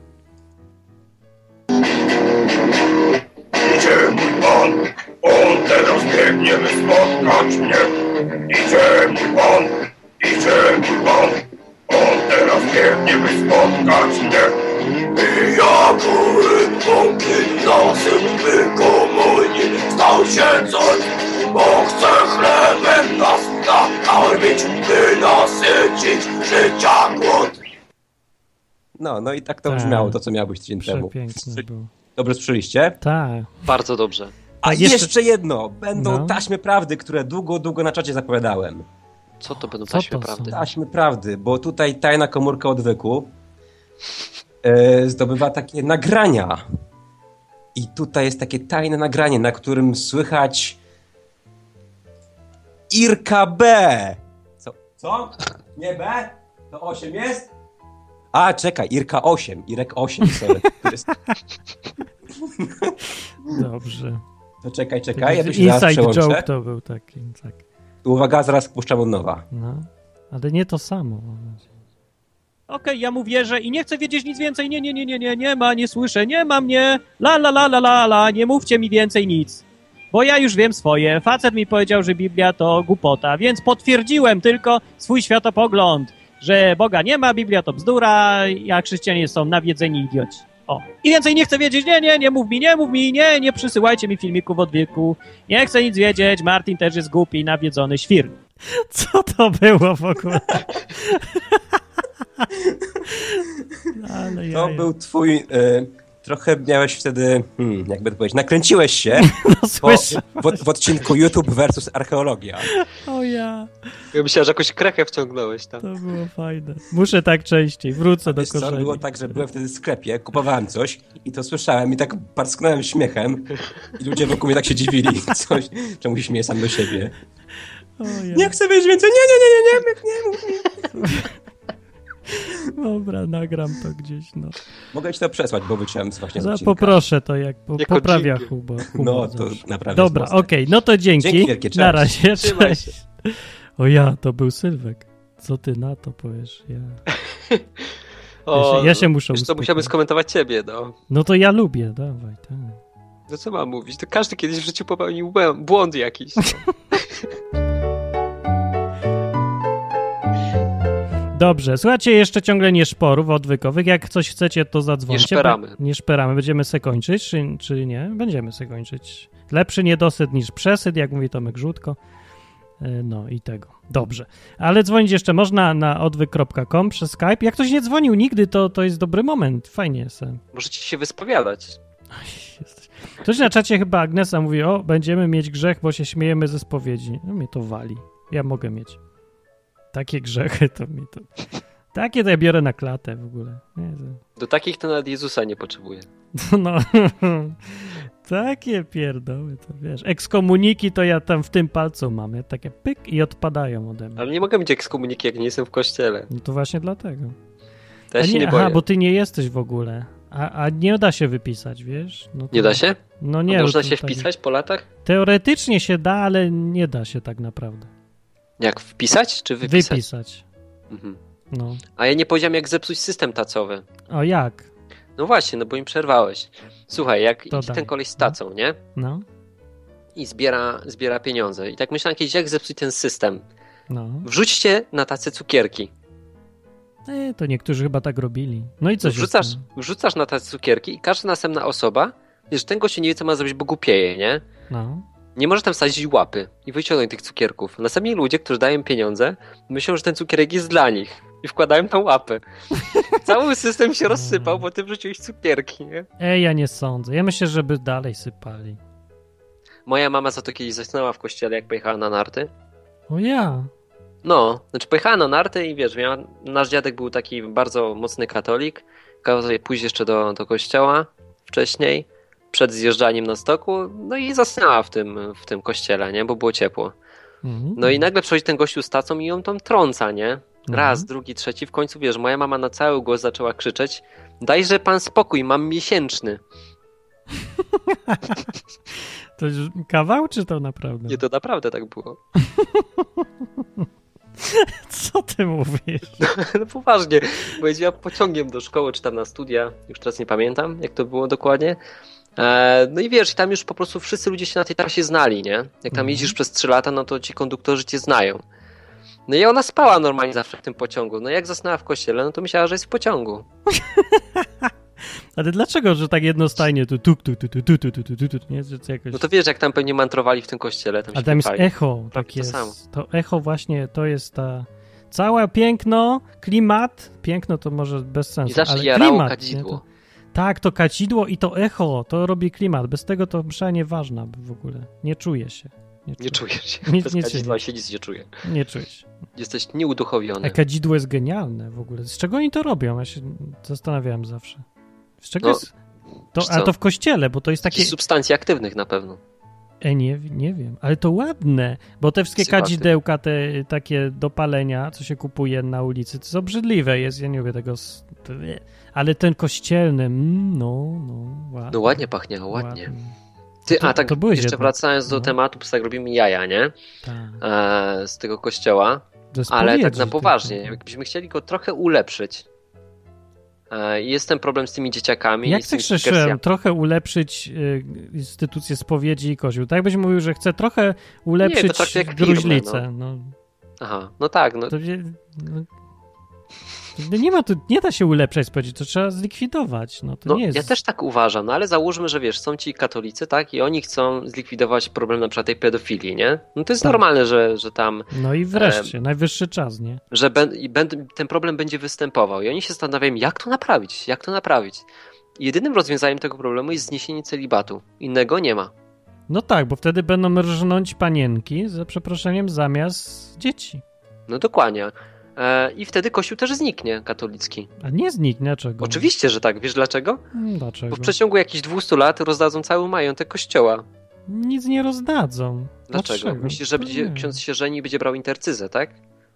Idzie mój pan, on teraz biegniemy spotkać mnie. Idzie mój pan, idzie mój pan, on teraz biegniemy spotkać mnie. I ja góry pomki nasypy komunii stał się coś, bo chce chlebem nas nakarmić, by nasycić życia głód. No, no i tak to Tak. brzmiało, to co miało być tydzień temu. Przepiękne było. Dobrze słyszeliście? Tak. Bardzo dobrze. A jeszcze- jeszcze... jedno! Będą No. taśmy prawdy, które długo, długo na czacie zapowiadałem. Co to będą Co taśmy to są? prawdy? Taśmy prawdy, bo tutaj tajna komórka odwyku e, zdobywa takie nagrania. I tutaj jest takie tajne nagranie, na którym słychać Irka B. Co? Co? Nie B? To osiem jest? A, czekaj, Irka osiem. Irek osiem, sorry. To jest- Dobrze. To czekaj, czekaj, ja tu się zaraz Inside przełączę. joke to był taki. Tak. Uwaga, zaraz puszczam od nowa. No. Ale nie to samo. Okej, ja mu wierzę i nie chcę wiedzieć nic więcej. Nie, nie, nie, nie, nie, nie ma, nie słyszę, nie ma mnie. La, la, la, la, la, la, nie mówcie mi więcej nic. Bo ja już wiem swoje. Facet mi powiedział, że Biblia to głupota, więc potwierdziłem tylko swój światopogląd, że Boga nie ma, Biblia to bzdura, a chrześcijanie są nawiedzeni idioci. O. I więcej nie chcę wiedzieć, nie, nie, nie mów mi, nie mów mi, nie, nie przysyłajcie mi filmików od wieku. Nie chcę nic wiedzieć, Martin też jest głupi, nawiedzony świr. Co to było w ogóle? Ale To jaja. był twój... E, trochę miałeś wtedy... Hmm, jakby to powiedzieć, nakręciłeś się No, po, słyszę. w, w odcinku YouTube versus archeologia. O ja, Ja myślałem, że jakąś krechę wciągnąłeś tam. to było fajne. Muszę tak częściej, wrócę do Wiesz co, korzeni. było tak, że byłem wtedy w sklepie, kupowałem coś i to słyszałem i tak parsknąłem śmiechem i ludzie wokół mnie tak się dziwili. Coś, czemu się śmieję sam do siebie. O ja. Nie chcę wiedzieć więcej, nie, nie, nie, nie, nie, nie mów mi. Dobra, nagram to gdzieś, no. Mogę ci to przesłać, bo wyciąłem z właśnie z Za, odcinka. poproszę to, jak po, Jako poprawia dżingiel. humor. humor No, to zawsze. naprawdę Dobra, jest mocne. okej, no to dzięki. Dzięki wielkie, cześć. Na razie, Trzymaj cześć. O ja, to był Sylwek. Co ty na to powiesz? Ja, O, ja, się, ja się muszę Wiesz co, uspokoić. musiałbym skomentować ciebie, no. No to ja lubię, dawaj, tak. No co mam mówić? To każdy kiedyś w życiu popełnił błę- błąd jakiś. No. Dobrze, słuchajcie, jeszcze ciągle nie szporów odwykowych. Jak coś chcecie, to zadzwońcie. Nie szperamy. Be- Nie szperamy. Będziemy se kończyć, czy, czy nie? Będziemy se kończyć. Lepszy niedosyt niż przesyt, jak mówi Tomek Żółtko. E, No i tego. Dobrze. Ale dzwonić jeszcze można na odwyk kropka com przez Skype. Jak ktoś nie dzwonił nigdy, to, to jest dobry moment. Fajnie se. Możecie się wyspowiadać. Jesteś. Ktoś na czacie chyba Agnesa mówi, o, będziemy mieć grzech, bo się śmiejemy ze spowiedzi. No mnie to wali. Ja mogę mieć. Takie grzechy to mi to... Takie to ja biorę na klatę w ogóle. Nie, to... Do takich to nawet Jezusa nie potrzebuje. No, takie pierdoły, to wiesz. Ekskomuniki to ja tam w tym palcu mam. Ja takie pyk i odpadają ode mnie. Ale nie mogę mieć ekskomuniki, jak nie jestem w kościele. No to właśnie dlatego. To ja A się nie, nie aha, boję. bo ty nie jesteś w ogóle. A, a nie da się wypisać, wiesz? No to... Nie da się? No Nie, nie. można bo się to tak- wpisać po latach? Teoretycznie się da, ale nie da się tak naprawdę. Jak wpisać, czy wypisać? Wypisać. Mhm. No. A ja nie powiedziałem, jak zepsuć system tacowy. O, jak? No właśnie, no bo im przerwałeś. Słuchaj, jak To idzie daj. ten koleś z tacą, nie? No, I zbiera, zbiera pieniądze. I tak myślałem kiedyś, jak zepsuć ten system. no. Wrzućcie na tacę cukierki. E, to niektórzy chyba tak robili. No i co się Wrzucasz, stało? wrzucasz na tacę cukierki i każda następna osoba, wiesz, ten gościu nie wie, co ma zrobić, bo głupieje, nie? No. Nie może tam wsadzić łapy i wyciągnąć tych cukierków. Następnie ludzie, którzy dają pieniądze, myślą, że ten cukierek jest dla nich. I wkładają tam łapy. Cały system się rozsypał, bo ty wrzuciłeś cukierki, nie? E, ja nie sądzę. Ja myślę, żeby dalej sypali. Moja mama za to kiedyś zasnęła w kościele, jak pojechała na narty. O ja. No, znaczy pojechała na narty i wiesz, miała, nasz dziadek był taki bardzo mocny katolik. Kazał sobie pójść jeszcze do, do kościoła wcześniej, przed zjeżdżaniem na stoku, no i zasnęła w tym, w tym kościele, nie? Bo było ciepło. Mhm. No i nagle przychodzi ten gościu z tacą i ją tam trąca, nie? Raz, Mhm. drugi, trzeci, w końcu wiesz, moja mama na cały głos zaczęła krzyczeć: dajże pan spokój, mam miesięczny. To już kawał, czy to naprawdę? Nie, to naprawdę tak było. Co ty mówisz? No poważnie, bo jeździła pociągiem do szkoły, czy tam na studia, już teraz nie pamiętam, jak to było dokładnie. E, no i wiesz, tam już po prostu wszyscy ludzie się na tej trasie znali, nie? Jak tam Mhm. jeździsz przez trzy lata, no to ci konduktorzy cię znają. No i ona spała normalnie zawsze w tym pociągu. No jak zasnęła w kościele, no to myślała, że jest w pociągu. Ale dlaczego, że tak jednostajnie tu tu tu tu tu tu tu tu tu tu tu nie? Że to jakoś... No to wiesz, jak tam pewnie mantrowali w tym kościele. Tam A się tam jest pytali. echo, tak to jest. samo. To echo właśnie, to jest ta... Całe piękno, klimat, piękno to może bez sensu, I zawsze ale jarało klimat, kadzidło. nie? To, tak, to kadzidło i to echo, to robi klimat. Bez tego to msza nieważna w ogóle. Nie czuje się. Nie czujesz się. Nic, Bez nic kadzidła się się nic nie czuje. nie czuje się. Jesteś nieuduchowiony. A kadzidło jest genialne w ogóle. Z czego oni to robią? Ja się zastanawiałem zawsze. Z czego No, jest... To, wiesz ale co? to w kościele, bo to jest takie... Jakieś substancji aktywnych na pewno. E, nie, nie wiem, ale to ładne, bo te wszystkie Psychoaktywne. kadzidełka, te takie do palenia, co się kupuje na ulicy, to jest obrzydliwe jest, ja nie lubię tego, s- to, nie. Ale ten kościelny, mm, no, no, ładnie. No ładnie pachniało, ładnie. Ty, To- a tak to byłeś jeszcze jednak. wracając do No. tematu, bo tak robimy jaja, nie? Tak. E, z tego kościoła. Do Ale tak spowiedzi na poważnie, tylko. jakbyśmy chcieli go trochę ulepszyć. E, jest ten problem z tymi dzieciakami. Jak i z tymi chcesz kwestiami. em, trochę ulepszyć y, instytucję spowiedzi i kościół? Tak byś mówił, że chce trochę ulepszyć traktuję jak firmę, gruźlicę. No. Aha, no tak. No, To, nie- no, to nie ma tu, nie da się ulepszać spowiedzi, to trzeba zlikwidować. No, to no nie jest... ja też tak uważam, no ale załóżmy, że wiesz, są ci katolicy, tak? I oni chcą zlikwidować problem na przykład tej pedofilii, nie? No to jest Tak. normalne, że, że tam, No i wreszcie, najwyższy czas, nie? że ben, i ben, ten problem będzie występował. I oni się zastanawiają, jak to naprawić, jak to naprawić. I jedynym rozwiązaniem tego problemu jest zniesienie celibatu. Innego nie ma. No tak, bo wtedy będą rżnąć panienki, za przeproszeniem, zamiast dzieci. No dokładnie. E, I wtedy kościół też zniknie, katolicki. A nie zniknie, dlaczego? Oczywiście, że tak. Wiesz dlaczego? Hmm, Dlaczego? Bo w przeciągu jakichś dwieście lat rozdadzą cały majątek kościoła. Nic nie rozdadzą. Dlaczego? Myślisz, że To będzie, nie. ksiądz się żeni i będzie brał intercyzę, tak?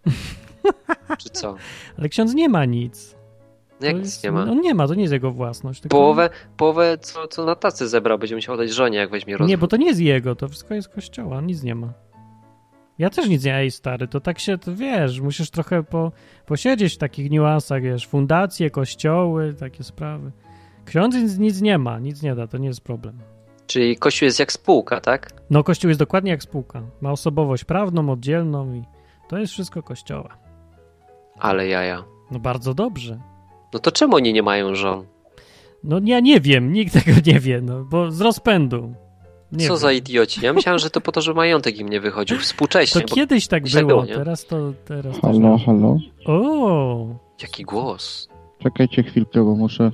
Czy co? Ale ksiądz nie ma nic. No jak To nic jest, nie ma? On nie ma, to nie jest jego własność. Tylko... Połowę, połowę co, co na tacy zebrał, będzie musiał oddać żonie, jak weźmie rozwód. Nie, bo to nie jest jego, to wszystko jest kościoła, on nic nie ma. Ja też nic nie, ej stary, to tak się, to wiesz, musisz trochę po, posiedzieć w takich niuansach, wiesz, fundacje, kościoły, takie sprawy. Ksiądz nic, nic nie ma, nic nie da, to nie jest problem. Czyli kościół jest jak spółka, tak? No, kościół jest dokładnie jak spółka. Ma osobowość prawną, oddzielną i to jest wszystko kościoła. Ale jaja. No bardzo dobrze. No to czemu oni nie mają żon? No ja nie wiem, nikt tego nie wie, no, bo z rozpędu. Nie Co wiem. za idioci. Ja myślałem, że to po to, że majątek im nie wychodził współcześnie. To bo... kiedyś tak Dzisiaj było, było, nie? teraz to... Teraz Halo, to... halo. O, Jaki głos. Czekajcie chwilkę, bo muszę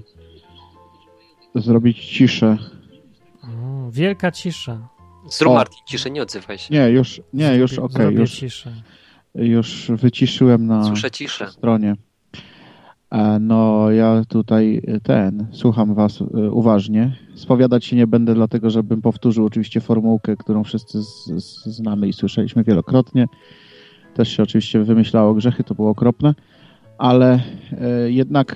zrobić ciszę. o, wielka cisza. Zrób O. Martin ciszę, nie odzywaj się. Nie, już, nie, już Zrobię- okej, zrobię już, ciszę. już wyciszyłem na Słyszę ciszę. stronie. E, No, ja tutaj e, ten, słucham was e, uważnie. Spowiadać się nie będę, dlatego żebym powtórzył oczywiście formułkę, którą wszyscy z, z, znamy i słyszeliśmy wielokrotnie. Też się oczywiście wymyślało grzechy, to było okropne, ale e, jednak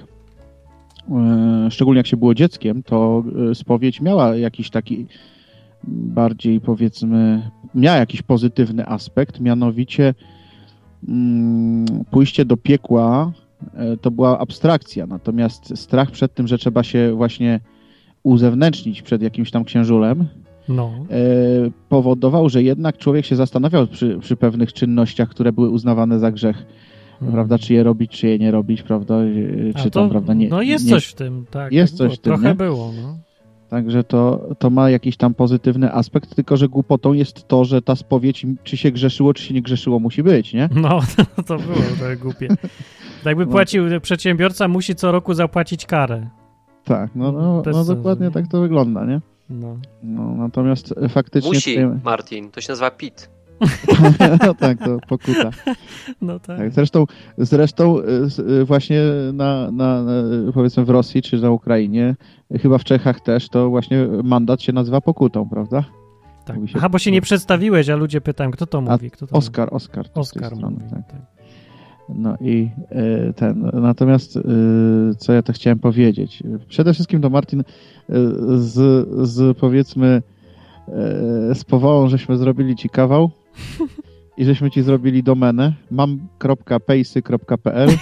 e, szczególnie jak się było dzieckiem, to e, spowiedź miała jakiś taki bardziej, powiedzmy, miała jakiś pozytywny aspekt, mianowicie mm, pójście do piekła e, to była abstrakcja, natomiast strach przed tym, że trzeba się właśnie uzewnętrznić przed jakimś tam księżulem, no. e, powodował, że jednak człowiek się zastanawiał przy, przy pewnych czynnościach, które były uznawane za grzech, hmm. prawda, czy je robić, czy je nie robić, prawda, czy to, tam, prawda, nie. No jest nie, coś w tym, tak. Jest tak coś było. w tym, Trochę nie? było, no. Także to, to ma jakiś tam pozytywny aspekt, tylko że głupotą jest to, że ta spowiedź, czy się grzeszyło, czy się nie grzeszyło, musi być, nie? No, to było trochę głupie. Jakby płacił, przedsiębiorca musi co roku zapłacić karę. Tak, no, no, no dokładnie tak to wygląda, nie? No. No, natomiast faktycznie... Musi, tutaj... Martin, to się nazywa P I T. No tak, to pokuta. No tak. tak zresztą, zresztą właśnie na, na, powiedzmy w Rosji czy na Ukrainie, chyba w Czechach też, to właśnie mandat się nazywa pokutą, prawda? Tak. Się... Aha, bo się nie przedstawiłeś, a ludzie pytają, kto to mówi? Kto to Oskar, mówi? Oskar. Oskar mówi, tak. tak. No i y, ten, natomiast y, co ja to chciałem powiedzieć? Przede wszystkim to Martin y, z, z powiedzmy y, z powołą, żeśmy zrobili ci kawał i żeśmy ci zrobili domenę mam kropka pejsy kropka p l.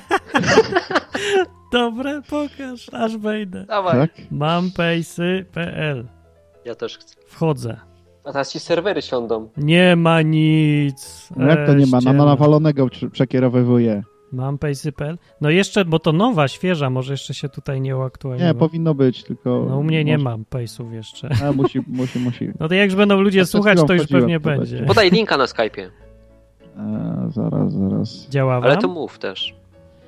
Dobre, pokaż, aż wejdę. Dawaj. Tak? mam pejsy kropka p l. Ja też chcę. Wchodzę. A teraz ci serwery siądą. Nie ma nic. No jak to nie ma? Na, na nawalonego przekierowywuje. mam pejsy kropka p l. No jeszcze, bo to nowa, świeża, może jeszcze się tutaj nie uaktualizowało. Nie, powinno być, tylko... No u mnie nie może... mam pejsów jeszcze. A, musi, musi, musi. No to jak już będą ludzie ja słuchać, to już pewnie to będzie. będzie. Podaj linka na Skype'ie. E, zaraz, zaraz. Działa wam? Ale to mów też.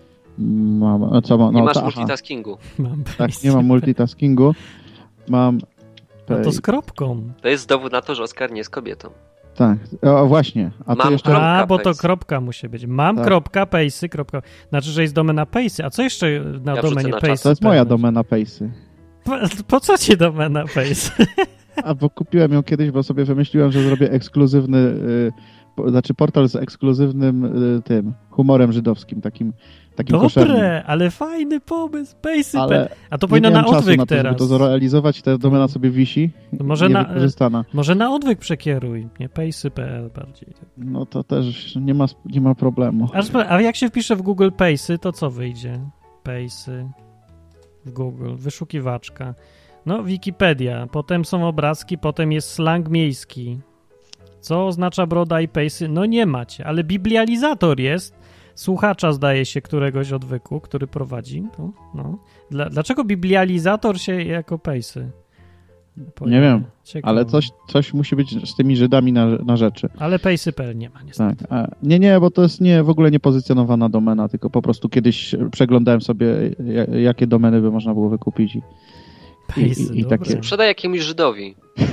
Mam, no co mam? Nie no, masz to, multitaskingu. Mam tak, nie mam multitaskingu. Mam... A to z kropką. To jest dowód na to, że Oskar nie jest kobietą. Tak, o właśnie. A, mam to jeszcze... A, bo to kropka musi być. Mam tak. kropka, pejsy, kropka. Znaczy, że jest domena pejsy. A co jeszcze na ja domenie na pejsy? To jest moja domena pejsy. Po, po co ci domena pejsy? A bo kupiłem ją kiedyś, bo sobie wymyśliłem, że zrobię ekskluzywny, y, po, znaczy portal z ekskluzywnym y, tym humorem żydowskim, takim takim Dobre, koszernym. ale fajny pomysł. Pejsy, ale A to powinno na odwyk na to, teraz. Żeby to zrealizować, ta domena sobie wisi, może na, niewykorzystana. Może na odwyk przekieruj, nie pejsy kropka p l bardziej. No to też nie ma, nie ma problemu. A, a jak się wpisze w Google pejsy, to co wyjdzie? Pejsy w Google, wyszukiwaczka. No, Wikipedia, potem są obrazki, potem jest slang miejski. Co oznacza broda i pejsy? No nie macie, ale biblializator jest. Słuchacza zdaje się któregoś odwyku, który prowadzi. To, no. Dla, dlaczego biblializator się jako pejsy? Powiem. Nie wiem, ciekawe. Ale coś, coś musi być z tymi Żydami na, na rzeczy. Ale pejsy kropka p l nie ma niestety. Tak. A, nie, nie, bo to jest nie, w ogóle niepozycjonowana domena, tylko po prostu kiedyś przeglądałem sobie, jakie domeny by można było wykupić i Pejsy, I, i takie... Sprzedaj jakiemuś Żydowi.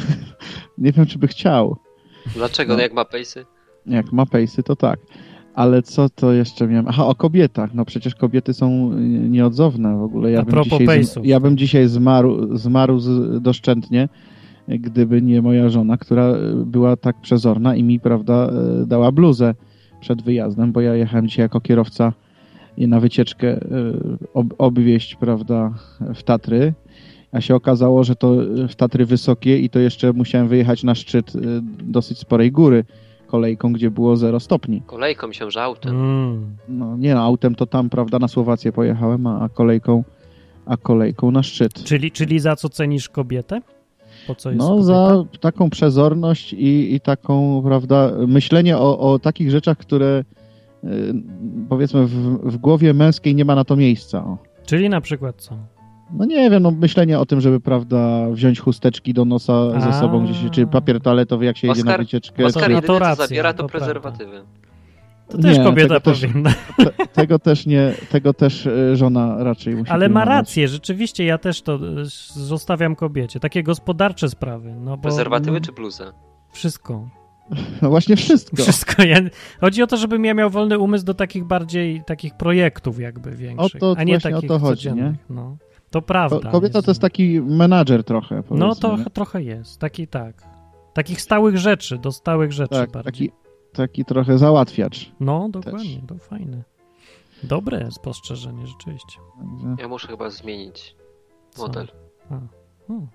Nie wiem, czy by chciał. Dlaczego? No. Jak ma pejsy? Jak ma pejsy, to tak. Ale co to jeszcze miałem? Aha, o kobietach. No przecież kobiety są nieodzowne w ogóle. Ja A bym propos dzisiaj, pejsów. Z, ja bym dzisiaj zmarł, zmarł z, doszczętnie, gdyby nie moja żona, która była tak przezorna i mi, prawda, dała bluzę przed wyjazdem, bo ja jechałem dzisiaj jako kierowca na wycieczkę ob, obwieźć, prawda, w Tatry. A się okazało, że to w Tatry wysokie i to jeszcze musiałem wyjechać na szczyt dosyć sporej góry kolejką, gdzie było zero stopni. Kolejką się, że autem. Mm. No nie, no, autem to tam, prawda, na Słowację pojechałem, a, a kolejką a kolejką na szczyt. Czyli, czyli za co cenisz kobietę? Po co jest no kobieta? Za taką przezorność i, i taką, prawda, myślenie o, o takich rzeczach, które yy, powiedzmy w, w głowie męskiej nie ma na to miejsca. O. Czyli na przykład co? No nie wiem, no myślenie o tym, żeby, prawda, wziąć chusteczki do nosa A. ze sobą gdzieś, czy papier toaletowy, jak się Oskar, jedzie na wycieczkę. Oskar czy... jedyne, to racja, co zabiera, to, to prezerwatywy. To też nie, kobieta tego powinna. Też, te, tego, też nie, tego też żona raczej musi Ale pilnować. ma rację, rzeczywiście ja też to zostawiam kobiecie. Takie gospodarcze sprawy. No bo, prezerwatywy no, czy bluzę? Wszystko. No właśnie wszystko. Wszystko. Ja, chodzi o to, żebym ja miał wolny umysł do takich bardziej, takich projektów jakby większych, o to, a nie właśnie takich o to chodzi, codziennych. nie? No. To prawda. Ko- kobieta to jest taki menadżer trochę. No to nie? trochę jest. Taki tak. Takich stałych rzeczy, do stałych rzeczy tak, bardziej. Taki, taki trochę załatwiacz. No, dokładnie, też. to fajne. Dobre spostrzeżenie, rzeczywiście. Także... Ja muszę chyba zmienić model. A. Hmm.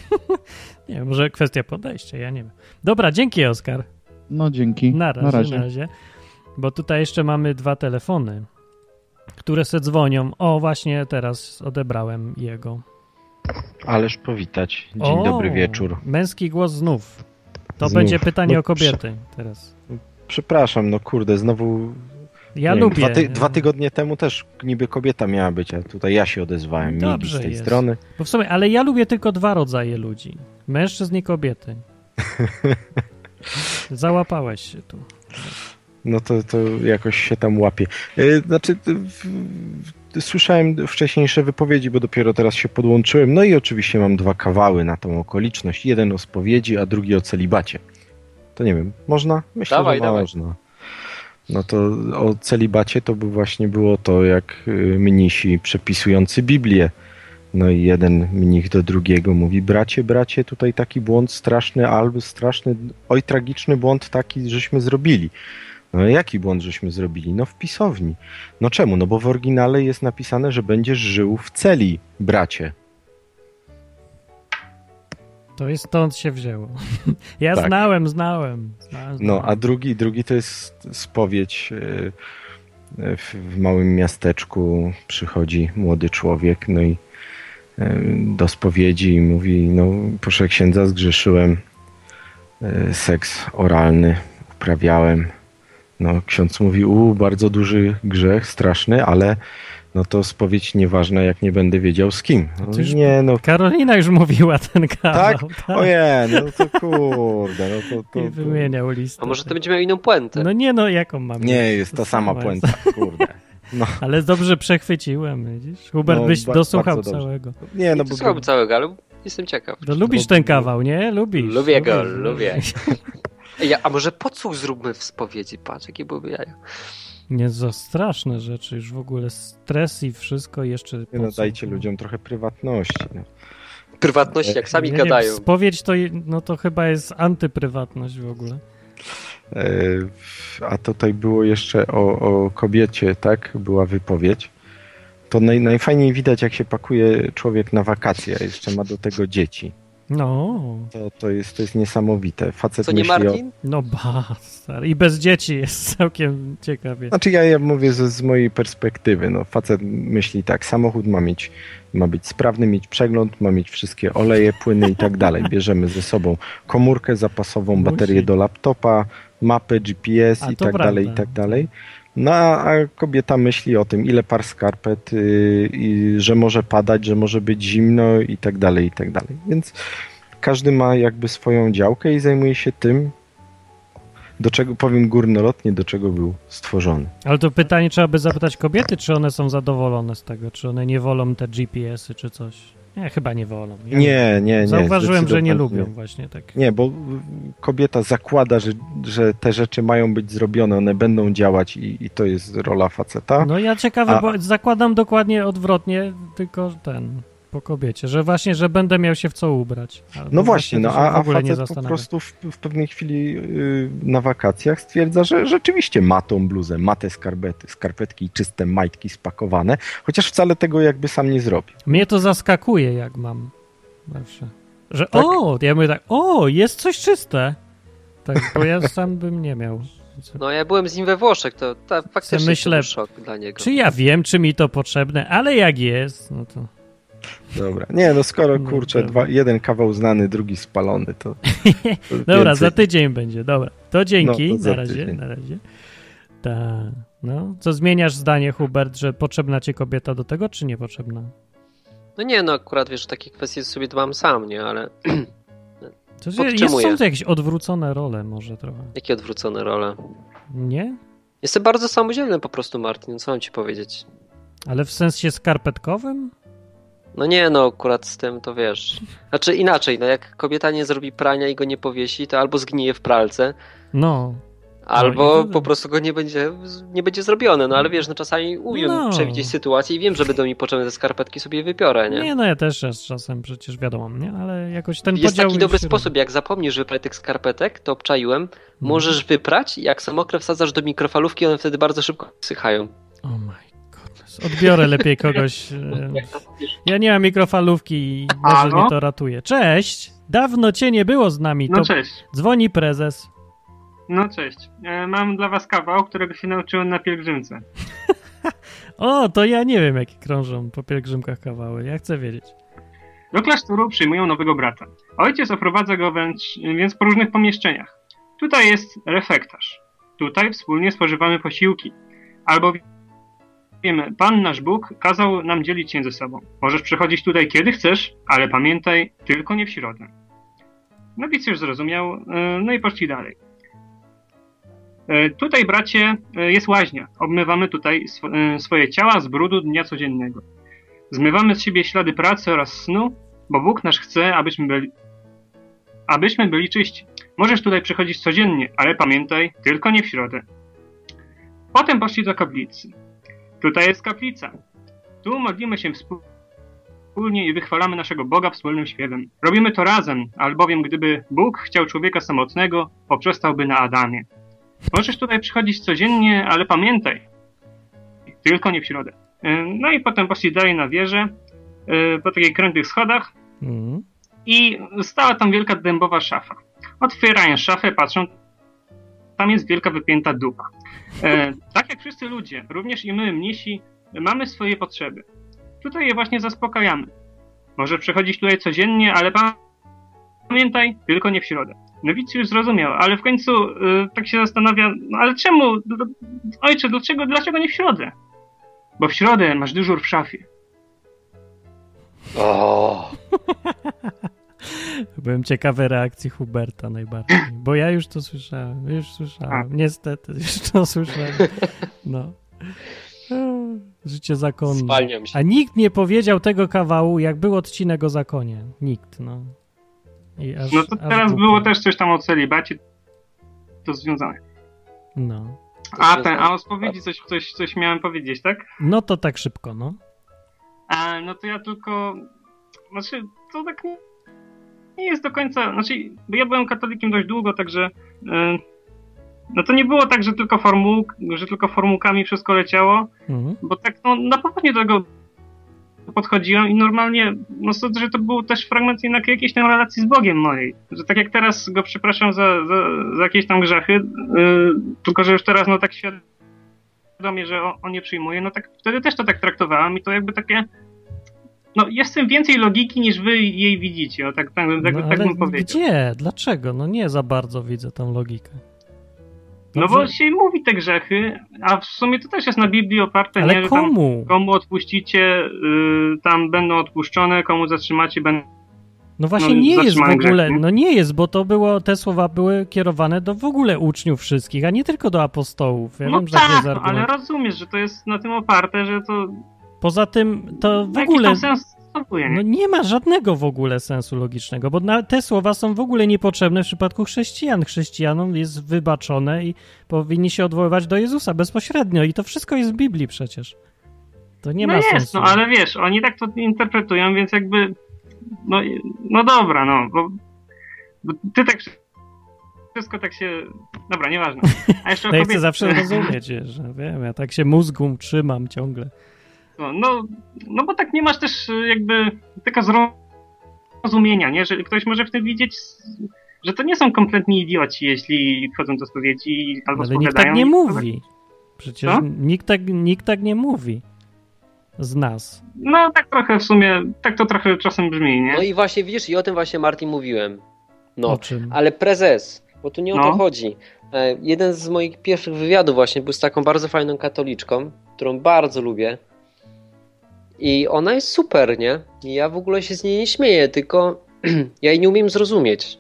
Nie wiem, może kwestia podejścia, ja nie wiem. Dobra, dzięki, Oskar. No dzięki. Na razie, na razie. na razie. Bo tutaj jeszcze mamy dwa telefony. które se dzwonią. O, właśnie teraz odebrałem jego. Ależ powitać. Dzień o, dobry wieczór. Męski głos znów. To znów. będzie pytanie no, o kobiety teraz. Przepraszam, no kurde, znowu... Ja nie lubię. Wiem, dwa, ty, dwa tygodnie temu też niby kobieta miała być, a tutaj ja się odezwałem. Dobrze z tej jest. strony. Bo w sumie, ale ja lubię tylko dwa rodzaje ludzi. Mężczyzn i kobiety. Załapałeś się tu. No to, to jakoś się tam łapie. Znaczy, w, w, słyszałem wcześniejsze wypowiedzi, bo dopiero teraz się podłączyłem. No i oczywiście mam dwa kawały na tą okoliczność. Jeden o spowiedzi, a drugi o celibacie. To nie wiem, można? Myślę, dawaj, że dawaj. można. No to o celibacie to by właśnie było to, jak mnisi przepisujący Biblię. No i jeden mnich do drugiego mówi: bracie, bracie, tutaj taki błąd straszny, albo straszny, oj tragiczny błąd taki, żeśmy zrobili. No jaki błąd żeśmy zrobili? No w pisowni. No czemu? No bo w oryginale jest napisane, że będziesz żył w celi, bracie. To jest stąd się wzięło. Ja Tak. znałem, znałem, znałem. No a drugi, drugi to jest spowiedź. W, w małym miasteczku przychodzi młody człowiek, no i do spowiedzi i mówi: no proszę księdza, zgrzeszyłem, seks oralny uprawiałem. No ksiądz mówi: u, bardzo duży grzech, straszny, ale no to spowiedź nieważna, jak nie będę wiedział z kim. No, już nie, no. Karolina już mówiła ten kawał. Tak? tak? Ojej, no to kurde. No to, to, I wymieniał listę. A może to będzie miał inną puentę? No nie, no jaką mam? Nie, jest ta sama jest. puenta, kurde. No. Ale dobrze przechwyciłem, widzisz? Hubert No, byś ba- dosłuchał bardzo dobrze. całego. Nie, no Nie bo... słuchałbym całego, ale jestem ciekaw. No lubisz ten kawał, nie? Lubisz. Lubię go, lubisz. lubię. Ej, a może podsłuch zróbmy w spowiedzi? Patrz, jakie byłyby jaja. Nie, za straszne rzeczy, już w ogóle stres i wszystko jeszcze... Nie, no podsłuch. dajcie ludziom trochę prywatności. No. Prywatności, jak sami Nie, gadają. Nie, spowiedź to, no to chyba jest antyprywatność w ogóle. E, A tutaj było jeszcze o, o kobiecie, tak? Była wypowiedź. To naj, najfajniej widać, jak się pakuje człowiek na wakacje, a jeszcze ma do tego dzieci. No. To, to, jest, to jest niesamowite. Facet Co nie, myśli Martin? o... No ba, stary. I bez dzieci jest całkiem ciekawie. Znaczy ja, ja mówię z, z mojej perspektywy. No, facet myśli tak: samochód ma mieć, ma być sprawny, mieć przegląd, ma mieć wszystkie oleje, płyny i tak dalej. Bierzemy ze sobą komórkę zapasową, Musi. baterię do laptopa, mapę, G P S A, i to tak prawda. dalej, i tak dalej. No a a kobieta myśli o tym, ile par skarpet, yy, i że może padać, że może być zimno i tak dalej, i tak dalej. Więc każdy ma jakby swoją działkę i zajmuje się tym, do czego, powiem górnolotnie, do czego był stworzony. Ale to pytanie trzeba by zapytać kobiety, czy one są zadowolone z tego, czy one nie wolą te G P S y czy coś. Nie, chyba nie wolą. Ja Nie, nie, nie. Zauważyłem, że nie zdecydowanie lubią właśnie tak. Nie, bo kobieta zakłada, że, że te rzeczy mają być zrobione, one będą działać i, i to jest rola faceta. No ja ciekawy, A- bo zakładam dokładnie odwrotnie, tylko ten, po kobiecie, że właśnie, że będę miał się w co ubrać. Albo No właśnie, no to się a, w a ogóle nie facet po zastanawiam. prostu w, w pewnej chwili yy, na wakacjach stwierdza, że rzeczywiście ma tą bluzę, ma te skarpety, skarpetki i czyste majtki spakowane, chociaż wcale tego jakby sam nie zrobi. Mnie to zaskakuje, jak mam zawsze. Że Tak? o, ja mówię tak, o, jest coś czyste. Tak, bo ja sam bym nie miał. No ja byłem z nim we Włoszech, to ta, faktycznie myślę, to był szok dla niego. Czy ja wiem, czy mi to potrzebne, ale jak jest, no to... Dobra. Nie, no skoro, No, kurczę, to- dwa, jeden kawał znany, drugi spalony, to... to Dobra, więcej. za tydzień będzie, dobra. To dzięki, No, to za na razie, tydzień. na razie. Tak, no. Co zmieniasz zdanie, Hubert, że potrzebna ci kobieta do tego, czy niepotrzebna? No nie, no akurat wiesz, takie kwestie sobie dbam sam, nie, ale To jest, jest, podtrzymuję. są to jakieś odwrócone role może trochę, Jakie odwrócone role. nie? Jestem bardzo samodzielny po prostu, Martin, co mam ci powiedzieć? Ale w sensie skarpetkowym? No nie, no akurat z tym to wiesz. Znaczy inaczej, no jak kobieta nie zrobi prania i go nie powiesi, to albo zgnije w pralce, No. albo i to- po prostu go nie będzie, nie będzie zrobione. No ale wiesz, no czasami umiem No. przewidzieć sytuację i wiem, że będą mi potrzebne te skarpetki, sobie je wypiorę, nie? Nie, no ja też czas- czasem przecież wiadomo, nie? Ale jakoś ten Jest podział taki dobry się sposób, jak zapomnisz wyprać tych skarpetek, to obczaiłem, Mhm. możesz wyprać, jak samokrę wsadzasz do mikrofalówki, one wtedy bardzo szybko sychają. Oh my goodness. Odbiorę lepiej kogoś. e, Ja nie mam mikrofalówki i może Halo? mnie to ratuje. Cześć! Dawno cię nie było z nami. No To cześć. dzwoni prezes. No cześć. E, mam dla was kawał, którego się nauczyłem na pielgrzymce. O, to ja nie wiem, jakie krążą po pielgrzymkach kawały. Ja chcę wiedzieć. Do klasztoru przyjmują nowego brata. Ojciec oprowadza go więc, więc po różnych pomieszczeniach. Tutaj jest refektarz. Tutaj wspólnie spożywamy posiłki. Albo wiemy, Pan nasz Bóg kazał nam dzielić się ze sobą. Możesz przychodzić tutaj kiedy chcesz, ale pamiętaj, tylko nie w środę. Nowicjusz zrozumiał, no i poszli dalej. Tutaj, bracie, jest łaźnia. Obmywamy tutaj sw- swoje ciała z brudu dnia codziennego. Zmywamy z siebie ślady pracy oraz snu, bo Bóg nasz chce, abyśmy byli, abyśmy byli czyści. Możesz tutaj przychodzić codziennie, ale pamiętaj, tylko nie w środę. Potem poszli do kaplicy. Tutaj jest kaplica. Tu modlimy się wspólnie i wychwalamy naszego Boga wspólnym śpiewem. Robimy to razem, albowiem gdyby Bóg chciał człowieka samotnego, poprzestałby na Adamie. Możesz tutaj przychodzić codziennie, ale pamiętaj, tylko nie w środę. No i potem poszli dalej na wieżę, po takich krętych schodach Mm. i stała tam wielka dębowa szafa. Otwierają szafę, patrzą, tam jest wielka wypięta dupa. E, tak jak wszyscy ludzie, również i my, mnisi, mamy swoje potrzeby. Tutaj je właśnie zaspokajamy. Może przychodzić tutaj codziennie, ale pamiętaj, tylko nie w środę. Nowicjusz zrozumiał, ale w końcu y, tak się zastanawia, no ale czemu, d- ojcze, dlaczego, dlaczego nie w środę? Bo w środę masz dyżur w szafie. O. Byłem ciekawy reakcji Huberta najbardziej, bo ja już to słyszałem, już słyszałem, A. niestety, już to słyszałem. No. Życie zakonne. Spalniam się. A nikt nie powiedział tego kawału, jak był odcinek o zakonie. Nikt, no. I aż, No to aż teraz głupio. było też coś tam o celibacie, to związane. No. A ten, a o spowiedzi coś, coś, coś miałem powiedzieć, tak? No to tak szybko, no. A, no to ja tylko, znaczy, to tak nie, nie jest do końca, znaczy, bo ja byłem katolikiem dość długo, także yy, no to nie było tak, że tylko formułk, że tylko formułkami wszystko leciało, Mhm. bo tak no, na poważnie do tego podchodziłem i normalnie, no sądzę, że to był też fragment jednak jakiejś tam relacji z Bogiem mojej, że tak jak teraz go przepraszam za, za, za jakieś tam grzechy, yy, tylko że już teraz no tak świadomie, że on, on nie przyjmuje, no tak wtedy też to tak traktowałem i to jakby takie, no jest w tym więcej logiki niż wy jej widzicie, o, tak, tak, tak, No, tak ale bym powiedział. gdzie? Dlaczego? No nie za bardzo widzę tą logikę. No Dobrze. bo się mówi te grzechy, a w sumie to też jest na Biblii oparte, Ale nie, że komu? tam komu odpuścicie, yy, tam będą odpuszczone, komu zatrzymacie, będą. No właśnie no, nie jest w zatrzymane ogóle, grzechy. no nie jest, bo to było, te słowa były kierowane do w ogóle uczniów wszystkich, a nie tylko do apostołów. Ja No wiem, że taki jest tak, no, ale argument. rozumiesz, że to jest na tym oparte, że to Poza tym to w jakiś ogóle... tam sens stosuje, No nie? nie ma żadnego w ogóle sensu logicznego, bo na, te słowa są w ogóle niepotrzebne w przypadku chrześcijan. Chrześcijanom jest wybaczone i powinni się odwoływać do Jezusa bezpośrednio i to wszystko jest w Biblii przecież. To nie no ma jest, sensu. no ale wiesz, oni tak to interpretują, więc jakby no, no dobra, no, bo, bo ty tak wszystko tak się... Dobra, nieważne. A jeszcze o No ja chcę kobietach. zawsze rozumieć, że wiem, ja tak się mózgum trzymam ciągle. No, no, no bo tak nie masz też y, jakby tego zrozumienia, nie? Że ktoś może w tym widzieć, że to nie są kompletni idioci, jeśli wchodzą do spowiedzi albo Ale nikt spowiadają. tak nie i- mówi. Przecież Co? nikt tak, nikt tak nie mówi. Z nas. No tak trochę w sumie, tak to trochę czasem brzmi, nie? No i właśnie widzisz, i o tym właśnie Martin mówiłem. No, O czym? ale prezes, bo tu nie o No. to chodzi. E, Jeden z moich pierwszych wywiadów właśnie był z taką bardzo fajną katoliczką, którą bardzo lubię. I ona jest super, nie? I ja w ogóle się z niej nie śmieję, tylko ja jej nie umiem zrozumieć.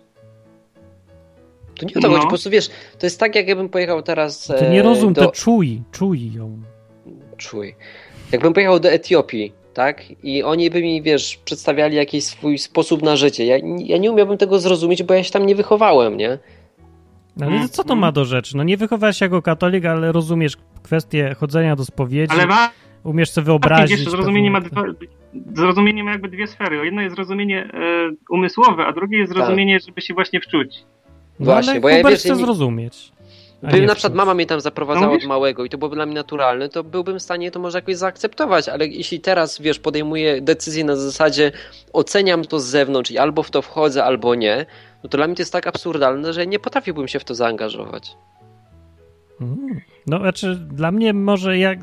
Tu nie o to No. chodzi, po prostu wiesz, to jest tak, jak ja bym pojechał teraz To nie e, rozum, do... to czuj, czuj ją. Czuj. Jakbym pojechał do Etiopii, tak? I oni by mi, wiesz, przedstawiali jakiś swój sposób na życie. Ja, ja nie umiałbym tego zrozumieć, bo ja się tam nie wychowałem, nie? No, ale co to ma do rzeczy? No nie wychowałeś się jako katolik, ale rozumiesz kwestię chodzenia do spowiedzi. Ale ma... Umiesz sobie wyobrazić. Wiesz, zrozumienie ma, pewnie- dwa, zrozumienie ma jakby dwie sfery. Jedno jest zrozumienie e, umysłowe, a drugie jest zrozumienie, żeby się właśnie wczuć. No, Właśnie, ale bo ja, Hubert wiesz, chce nie- zrozumieć. a Gdyby nie na przykład wczuć. mama mnie tam zaprowadzała No od wiesz- małego i to byłoby dla mnie naturalne, to byłbym w stanie to może jakoś zaakceptować, ale jeśli teraz, wiesz, podejmuję decyzję na zasadzie oceniam to z zewnątrz i albo w to wchodzę, albo nie, no to dla mnie to jest tak absurdalne, że nie potrafiłbym się w to zaangażować. Mm. No, znaczy, dla mnie może jak...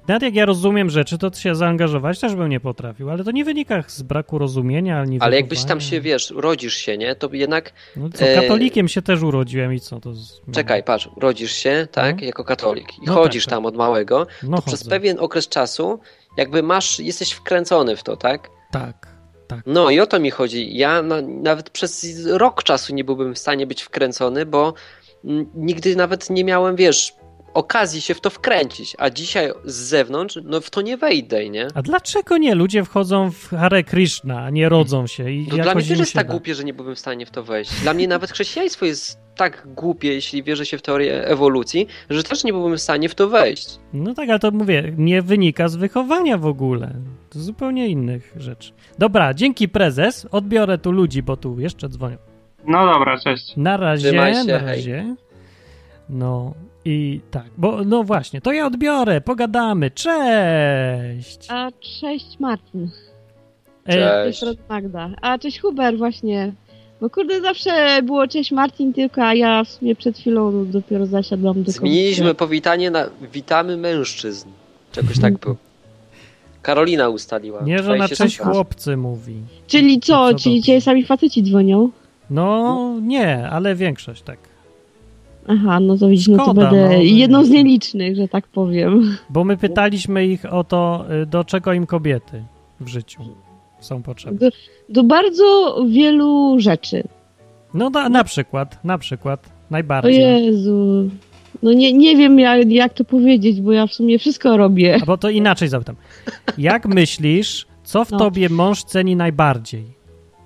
Nawet jak ja rozumiem rzeczy, to się zaangażować też bym nie potrafił, ale to nie wynika z braku rozumienia, ani Ale jakbyś tam się, wiesz, rodzisz się, nie, to jednak... No co, katolikiem e... się też urodziłem i co? To z... Czekaj, patrz, rodzisz się, tak, no. jako katolik i no chodzisz tak, tak. tam od małego, no to chodzę. Przez pewien okres czasu jakby masz, jesteś wkręcony w to, tak? Tak, tak. No i o to mi chodzi. Ja no, nawet przez rok czasu nie byłbym w stanie być wkręcony, bo m, nigdy nawet nie miałem, wiesz... okazji się w to wkręcić, a dzisiaj z zewnątrz, no w to nie wejdę, nie? A dlaczego nie? Ludzie wchodzą w Hare Krishna, nie rodzą się i no dla mnie też jest tak da. głupie, że nie byłbym w stanie w to wejść. Dla mnie nawet chrześcijaństwo jest tak głupie, jeśli wierzę się w teorię ewolucji, że też nie byłbym w stanie w to wejść. No tak, ale to mówię, nie wynika z wychowania w ogóle. To zupełnie innych rzeczy. Dobra, dzięki prezes. Odbiorę tu ludzi, bo tu jeszcze dzwonią. No dobra, cześć. Na razie, Trzymaj się, na razie. Hej. No... I tak, bo no właśnie, to ja odbiorę, pogadamy. Cześć! A cześć Martin. Cześć. Cześć Magda. A cześć Hubert właśnie. Bo kurde zawsze było cześć Martin tylko, a ja w sumie przed chwilą dopiero zasiadłam do Zmieniliśmy powitanie na witamy mężczyzn. Czegoś tak było. Karolina ustaliła. Nie, że na cześć chłopcy mówi. Czyli co, co czyli cię sami faceci dzwonią? No nie, ale większość tak. Aha, no to widzisz, no to będę no, jedną z nielicznych, że tak powiem. Bo my pytaliśmy ich o to, do czego im kobiety w życiu są potrzebne. Do, do bardzo wielu rzeczy. No da, na przykład, na przykład, najbardziej. O Jezu, no nie, nie wiem jak, jak to powiedzieć, bo ja w sumie wszystko robię. A bo to inaczej zapytam. Jak myślisz, co w no. tobie mąż ceni najbardziej?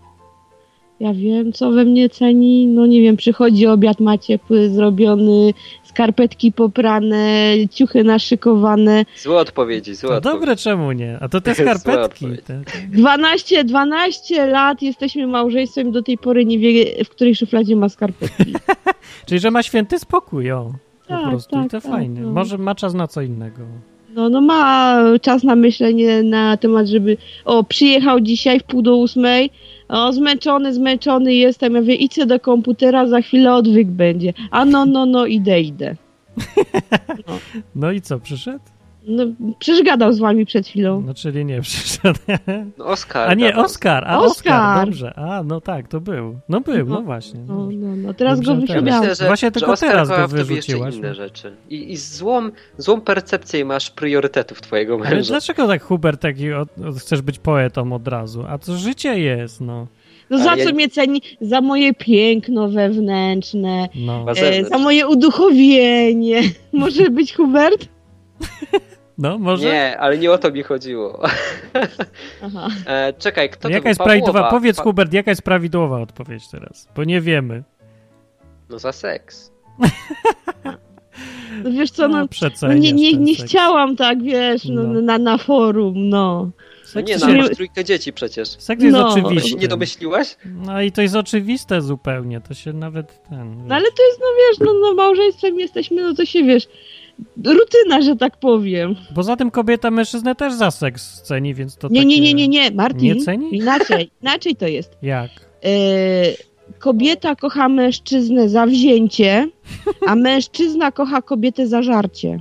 Ja wiem, co we mnie ceni, no nie wiem, przychodzi obiad, ma ciepły, zrobiony, skarpetki poprane, ciuchy naszykowane. Złe odpowiedzi, złe to odpowiedzi. Dobre, czemu nie? A to te skarpetki. Te, te... dwanaście, dwanaście lat jesteśmy małżeństwem, do tej pory nie wie, w której szufladzie ma skarpetki. Czyli, że ma święty spokój, o. Tak, po prostu tak, i to tak, fajnie. No. Może ma czas na co innego. No, no ma czas na myślenie na temat, żeby o, przyjechał dzisiaj w pół do ósmej, o, zmęczony, zmęczony jestem, ja mówię, idź do komputera, za chwilę odwyk będzie. A no, no, no, idę, idę. No, no i co, przyszedł? No, przecież gadał z wami przed chwilą. No, czyli nie przyszedł. No, Oskar. A nie, Oskar, a Oskar. Oskar, dobrze. A, no tak, to był. No był, no, no właśnie. No, no, no, teraz dobrze, go wyśmiałem. Myślę, że, właśnie tylko że teraz go w tobie jeszcze inne rzeczy. I, i złą, złą percepcję masz priorytetów twojego męża. Ale dlaczego tak, Hubert, taki od, od, chcesz być poetą od razu? A to życie jest, no. No za co mnie ceni? Za moje piękno wewnętrzne, no. e, za moje uduchowienie. Może być Hubert? No, może? Nie, ale nie o to mi chodziło. Aha. E, czekaj, kto jaka to jest prawidłowa? Powiedz, pa... Hubert, jaka jest prawidłowa odpowiedź teraz? Bo nie wiemy. No za seks. No wiesz co, no, no nie, nie, nie chciałam tak, wiesz, no. No, na, na forum, no. No nie, no masz trójkę dzieci przecież. Seks jest no. oczywisty. Nie domyśliłaś? No i to jest oczywiste zupełnie, to się nawet ten... No ale to jest, no wiesz, no, no małżeństwem jesteśmy, no to się, wiesz, rutyna, że tak powiem. Poza tym kobieta mężczyznę też za seks ceni, więc to Nie, takie... nie, nie, nie, nie, Martin. Nie ceni? Inaczej, inaczej to jest. Jak? E, kobieta kocha mężczyznę za wzięcie, a mężczyzna kocha kobietę za żarcie.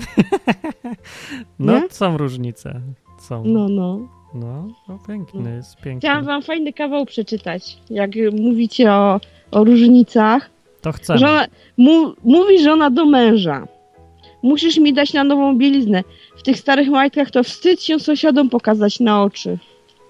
No, nie? są różnice. Są. No, no. No, no piękny jest, piękny. Chciałam wam fajny kawał przeczytać. Jak mówicie o, o różnicach. To chcemy. Żona, mu, mówi żona do męża. Musisz mi dać na nową bieliznę. W tych starych majtkach to wstyd się sąsiadom pokazać na oczy.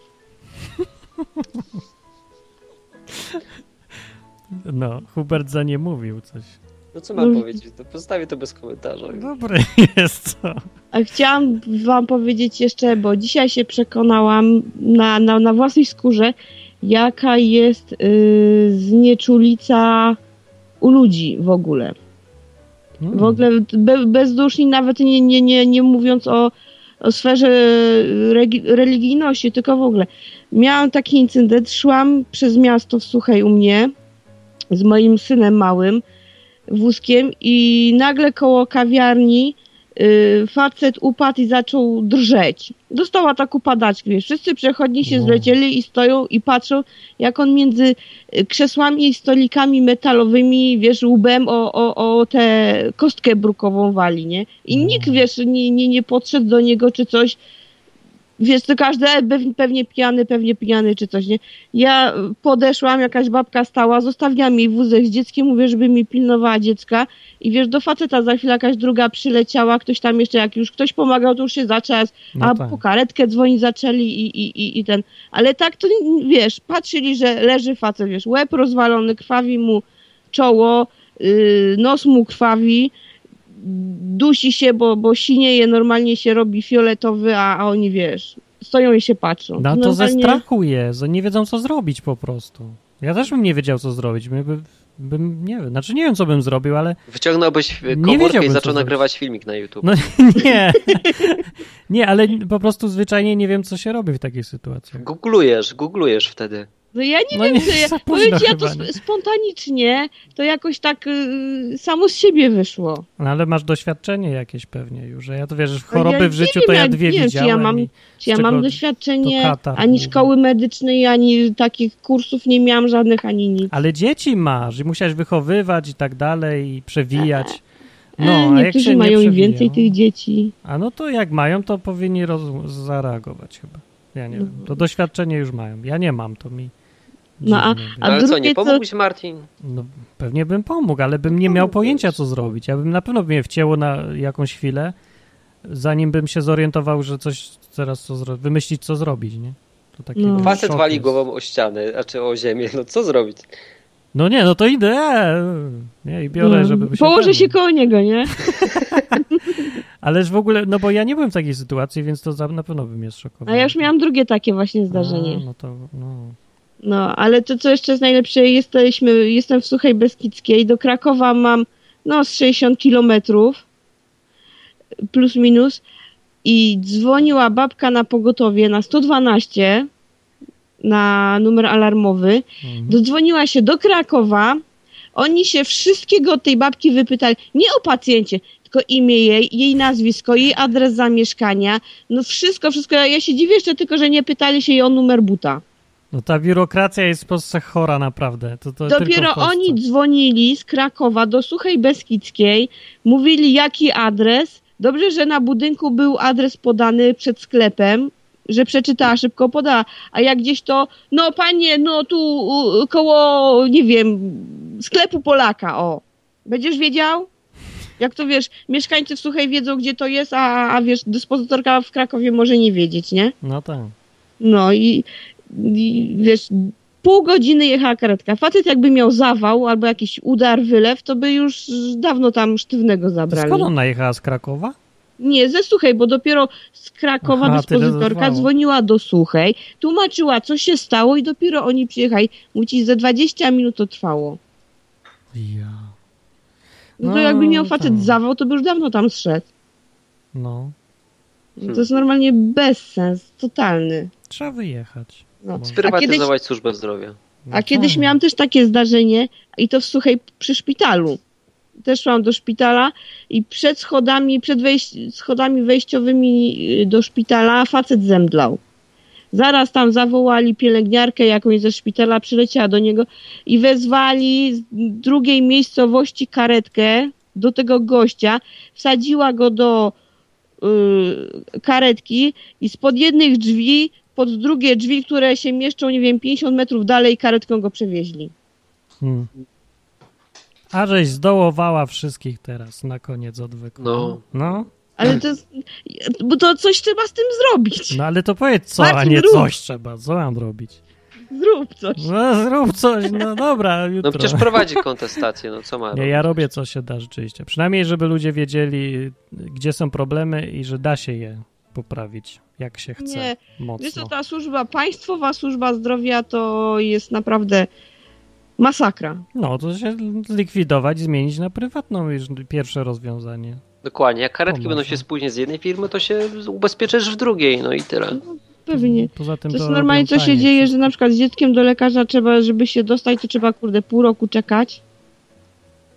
No, Hubert za nie mówił coś. No co mam no. powiedzieć? To postawię to bez komentarza. Dobry jest to. A chciałam wam powiedzieć jeszcze, bo dzisiaj się przekonałam na, na, na własnej skórze, jaka jest yy, znieczulica u ludzi w ogóle. Hmm. W ogóle be, bezduszni, nawet nie, nie, nie, nie mówiąc o, o sferze regi, religijności, tylko w ogóle. Miałam taki incydent, szłam przez miasto w Suchej u mnie z moim synem małym wózkiem i nagle koło kawiarni yy, facet upadł i zaczął drżeć. Dostała taką padaczkę, wiesz, wszyscy przechodni się No. zlecieli i stoją i patrzą, jak on między krzesłami i stolikami metalowymi, wiesz, łbem o, o, o tę kostkę brukową wali, nie? I nikt, wiesz, nie, nie, nie podszedł do niego czy coś. Wiesz, to każdy pewnie pijany, pewnie pijany czy coś, nie? Ja podeszłam, jakaś babka stała, zostawiłam jej wózek z dzieckiem, mówię, żeby mi pilnowała dziecka i wiesz, do faceta za chwilę jakaś druga przyleciała, ktoś tam jeszcze, jak już ktoś pomagał, to już się zaczął, No a tak. po karetkę dzwonić zaczęli i, i, i, i ten. Ale tak to, wiesz, patrzyli, że leży facet, wiesz, łeb rozwalony, krwawi mu czoło, yy, nos mu krwawi, dusi się, bo, bo sinieje, normalnie się robi fioletowy, a, a oni, wiesz, stoją i się patrzą. No to ze Normalnie- strachu jest, nie wiedzą co zrobić po prostu. Ja też bym nie wiedział co zrobić, bym, bym, bym nie wiem, znaczy nie wiem co bym zrobił, ale Wyciągnąłbyś Nie komórkę i wiedziałbym, zaczął co nagrywać filmik na YouTube. no nie, nie, ale po prostu zwyczajnie nie wiem co się robi w takiej sytuacji. Googlujesz, googlujesz wtedy. No ja nie No wiem, nie, co ja, za powiem późno ci, ja to chyba, nie? sp- spontanicznie, to jakoś tak y, samo z siebie wyszło. No ale masz doświadczenie jakieś pewnie już, że ja to wiesz, No choroby ja w życiu nie to wiem, ja dwie nie wiem, widziałem. Czy ja mam, i czy ja z mam czego doświadczenie, to katar ani mówi. szkoły medycznej, ani takich kursów nie miałam żadnych, ani nic. Ale dzieci masz i musiałeś wychowywać i tak dalej i przewijać. No, e, a jak się niektórzy nie mają i przewiją, więcej tych dzieci. A no to jak mają, to powinni roz- zareagować chyba. Ja nie wiem, to doświadczenie już mają. Ja nie mam, to mi No a, dziwnie a Ale co, drugie nie co... pomógłbyś Martin? No, pewnie bym pomógł, ale bym nie miał pojęcia, co zrobić. Ja bym na pewno by mnie wcięło na jakąś chwilę, zanim bym się zorientował, że coś teraz co zro... wymyślić, co zrobić, nie? To taki No. Facet szok wali jest. głową o ścianę, znaczy o ziemię, no co zrobić? No nie, no to idę, e, nie, i biorę, No, żeby się... Położę ten- się koło niego, nie? Ależ w ogóle, no bo ja nie byłem w takiej sytuacji, więc to za- na pewno by mnie zszokowało. A ja już miałam drugie takie właśnie zdarzenie. A, no to, no. No, ale to co jeszcze jest najlepsze, jesteśmy, jestem w Suchej Beskidzkiej, do Krakowa mam no z sześćdziesiąt kilometrów plus minus i dzwoniła babka na pogotowie na sto dwanaście na numer alarmowy, dodzwoniła się do Krakowa, oni się wszystkiego od tej babki wypytali, nie o pacjencie, tylko imię jej, jej nazwisko, jej adres zamieszkania, no wszystko, wszystko, ja się dziwię jeszcze tylko, że nie pytali się jej o numer buta. No ta biurokracja jest w Polsce chora naprawdę. To, to Dopiero tylko w Polsce. oni dzwonili z Krakowa do Suchej Beskidzkiej, mówili jaki adres. Dobrze, że na budynku był adres podany przed sklepem, że przeczytała, szybko podała. A jak gdzieś to, no panie, no tu u, koło, nie wiem, sklepu Polaka, o. Będziesz wiedział? Jak to wiesz, mieszkańcy w Suchej wiedzą, gdzie to jest, a, a wiesz, dyspozytorka w Krakowie może nie wiedzieć, nie? No tak. No i, i wiesz, pół godziny jechała karetka. Facet jakby miał zawał albo jakiś udar, wylew, to by już dawno tam sztywnego To zabrali. skąd ona jechała z Krakowa? Nie, ze Suchej, bo dopiero z Krakowa Aha, tyle dyspozytorka trwało. dzwoniła do Suchej, tłumaczyła, co się stało i dopiero oni przyjechali. Mówi, ze dwadzieścia minut to trwało. Ja. No, to No, jakby miał facet tak. zawał, to by już dawno tam zszedł. No. To jest normalnie bezsens, totalny. Trzeba wyjechać. No. Sprywatyzować służbę zdrowia. A kiedyś miałam też takie zdarzenie i to w Suchej przy szpitalu. Też szłam do szpitala i przed schodami, przed wejś- schodami wejściowymi do szpitala facet zemdlał. Zaraz tam zawołali pielęgniarkę jakąś ze szpitala, przyleciała do niego i wezwali z drugiej miejscowości karetkę do tego gościa, wsadziła go do y, karetki i spod jednych drzwi pod drugie drzwi, które się mieszczą, nie wiem, pięćdziesiąt metrów dalej, karetką go przewieźli. Hmm. A żeś zdołowała wszystkich teraz na koniec odwyku. No. No. Ale to jest, bo to coś trzeba z tym zrobić. No ale to powiedz co, Marcin, a nie rób. coś trzeba. Co mam robić? Zrób coś. No zrób coś, no dobra, jutro. No przecież prowadzi kontestację, no co ma Nie, robić? ja robię co się da rzeczywiście. Przynajmniej, żeby ludzie wiedzieli, gdzie są problemy i że da się je poprawić, jak się chce. Nie, Mocno. wiesz co, ta służba, państwowa służba zdrowia to jest naprawdę masakra. No, to się zlikwidować, zmienić na prywatną już pierwsze rozwiązanie. Dokładnie, jak karetki Pomoże. będą się spóźnić z jednej firmy, to się ubezpieczysz w drugiej, no i tyle. Pewnie. Poza tym To jest to normalnie, robią co się taniej dzieje, wszystko. że na przykład z dzieckiem do lekarza trzeba, żeby się dostać, to trzeba, kurde, pół roku czekać.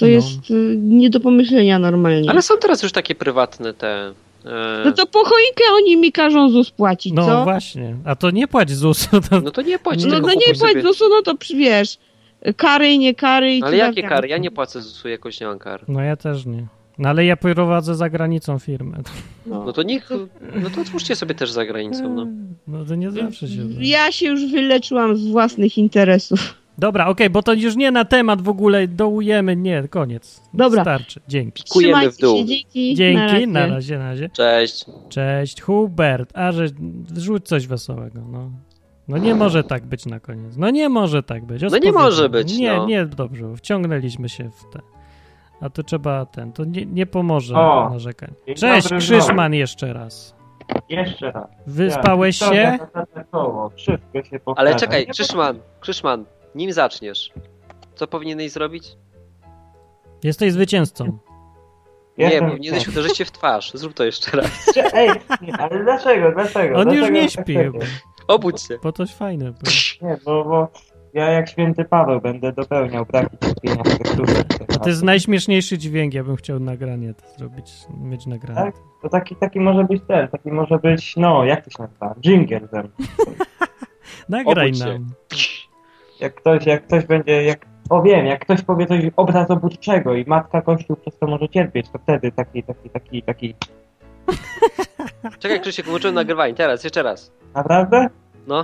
To no. jest y, nie do pomyślenia normalnie. Ale są teraz już takie prywatne te... E... No to po choinkę oni mi każą Z U S płacić, no, co? No właśnie, a to nie płać Z U S. To... No to nie płać. No to nie płać sobie... Z U S-u, no to wiesz, kary, nie kary. I ale jakie kary? Ja nie płacę Z U S-u, jakoś nie mam kar. No ja też nie. No ale ja prowadzę za granicą firmę. No, no to niech, no to otwórzcie sobie też za granicą, no. No to nie zawsze się... Ja się już wyleczyłam z własnych interesów. Dobra, okej, okay, bo to już nie na temat w ogóle, dołujemy, nie, koniec. Dobra. Starczy, dzięki. Kujemy w dół. Się, dzięki, dzięki, na razie. na razie, na razie. Cześć. Cześć, Hubert, a że rzuć coś wesołego, no. No nie może tak być na koniec, no nie może tak być. No nie może być, Nie, no. nie, dobrze, wciągnęliśmy się w te... A to trzeba ten, to nie, nie pomoże o, narzekań. Cześć, Krzyszman jeszcze raz. Jeszcze raz. Wyspałeś ja, się? Wszystko się powtarza. Ale czekaj, Krzyszman, Krzyszman, nim zaczniesz, co powinieneś zrobić? Jesteś zwycięzcą. Nie, Jestem powinieneś uderzyć się w twarz. Zrób to jeszcze raz. Ej, nie, ale dlaczego, dlaczego? On dlaczego już nie śpi. Obudź się. Bo to fajne. Bo... Nie, bo, bo ja jak święty Paweł będę dopełniał braki cierpienia w tekturze. A to jest najśmieszniejszy dźwięk, ja bym chciał nagranie to zrobić, mieć nagranie. Tak? To taki, taki może być ten, taki może być, no, jak to się nazywa? Dżingiel ten. Nagraj nam. Jak ktoś, jak ktoś będzie, jak, o wiem, jak ktoś powie coś obrazobójczego i matka Kościół przez to może cierpieć, to wtedy taki, taki, taki, taki... Czekaj, Krzysiek, włączyłem nagrywanie, teraz, jeszcze raz. Naprawdę? No.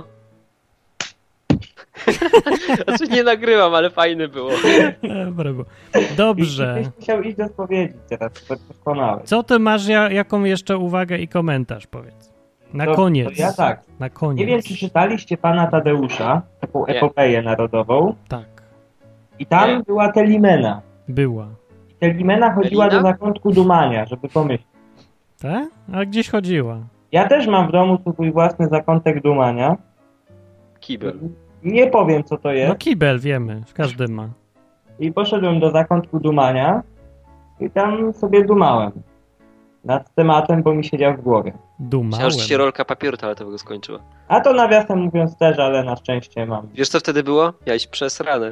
Znaczy nie nagrywam, ale fajne było. Brawo. Dobrze. I, i musiał iść do spowiedzi teraz, to doskonałe. Co ty masz, ja, jaką jeszcze uwagę i komentarz, powiedz? Na to, koniec. To ja tak. Na koniec. Nie wiem, czy czytaliście Pana Tadeusza, taką nie. epopeję narodową. Tak. I tam nie. była Telimena. Była. I Telimena chodziła Telina? do zakątku Dumania, żeby pomyśleć. Tak? A gdzieś chodziła? Ja też mam w domu swój własny zakątek Dumania. Kibel. Nie powiem, co to jest. No kibel, wiemy. Każdy ma. I poszedłem do zakątku Dumania i tam sobie dumałem. Nad tematem, bo mi siedział w głowie. Dumałem. Myślałem, że się rolka papieru toaletowego skończyła. A to nawiasem mówiąc też, ale na szczęście mam. Wiesz, co wtedy było? Miałeś przesrane.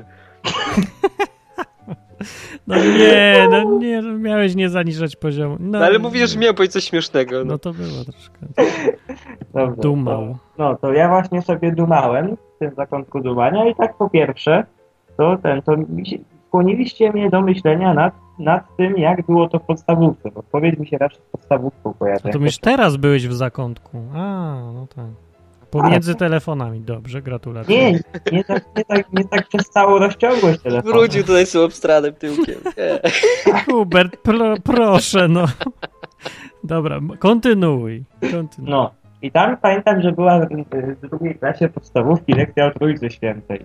No nie, no nie, miałeś nie zaniżać poziomu. No, no ale mówisz, że miałem powiedzieć coś śmiesznego. No, no to było troszkę. Dobrze, Dumał. To, no to ja właśnie sobie dumałem w tym zakątku dumania i tak po pierwsze, to ten, to skłoniliście mnie do myślenia nad, nad tym, jak było to w podstawówce, bo odpowiedź mi się raczej z podstawówką pojawia. A to myś teraz byłeś w zakątku. A, no tak. Pomiędzy A, telefonami, dobrze, gratulacje. Nie, nie tak, nie tak, nie tak przez całą rozciągłość telefonu. Wrócił tutaj z obstranym tyłkiem. Nie. Hubert, pro, proszę, no. Dobra, kontynuuj. kontynuuj. No, i tam pamiętam, że była w drugiej klasie podstawówki lekcja o Trójcy Świętej.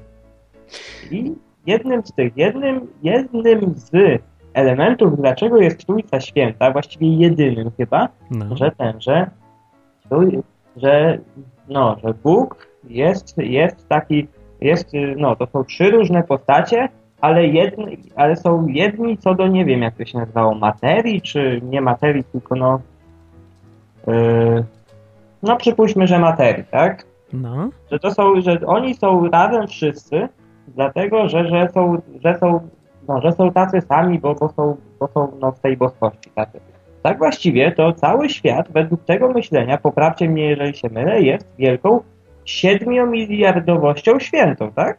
I jednym z tych, jednym, jednym z elementów, dlaczego jest Trójca Święta, właściwie jedynym chyba, no. że ten, że, że no, że Bóg jest, jest taki, jest, no, to są trzy różne postacie, ale, jedni, ale są jedni co do, nie wiem jak to się nazywało, materii, czy nie materii, tylko no, yy, no przypuśćmy, że materii, tak? No. Że to są, że oni są razem wszyscy, dlatego, że, że są, że są, no, że są tacy sami, bo, bo są, bo są no, w tej boskości tacy. Tak właściwie to cały świat według tego myślenia, poprawcie mnie jeżeli się mylę, jest wielką siedmiomiliardowością świętą, tak?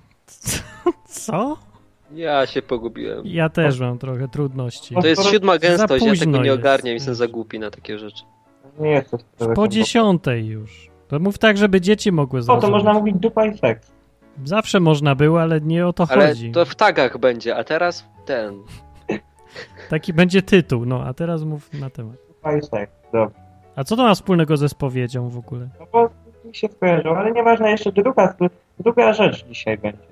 Co? Ja się pogubiłem. Ja też mam trochę trudności. To jest siódma gęstość, ja tego nie jest. ogarniam, jestem za głupi na takie rzeczy. Nie jest to po dziesiątej już. To mów tak, żeby dzieci mogły zrozumieć. O, to można mówić dupa i seks. Zawsze można było, ale nie o to ale chodzi. Ale to w tagach będzie, a teraz ten... Taki będzie tytuł, no a teraz mów na temat. Dupa i seks, dobrze. A co to ma wspólnego ze spowiedzią w ogóle? No bo mi się skojarzyło, ale nieważne, jeszcze druga, druga rzecz dzisiaj będzie.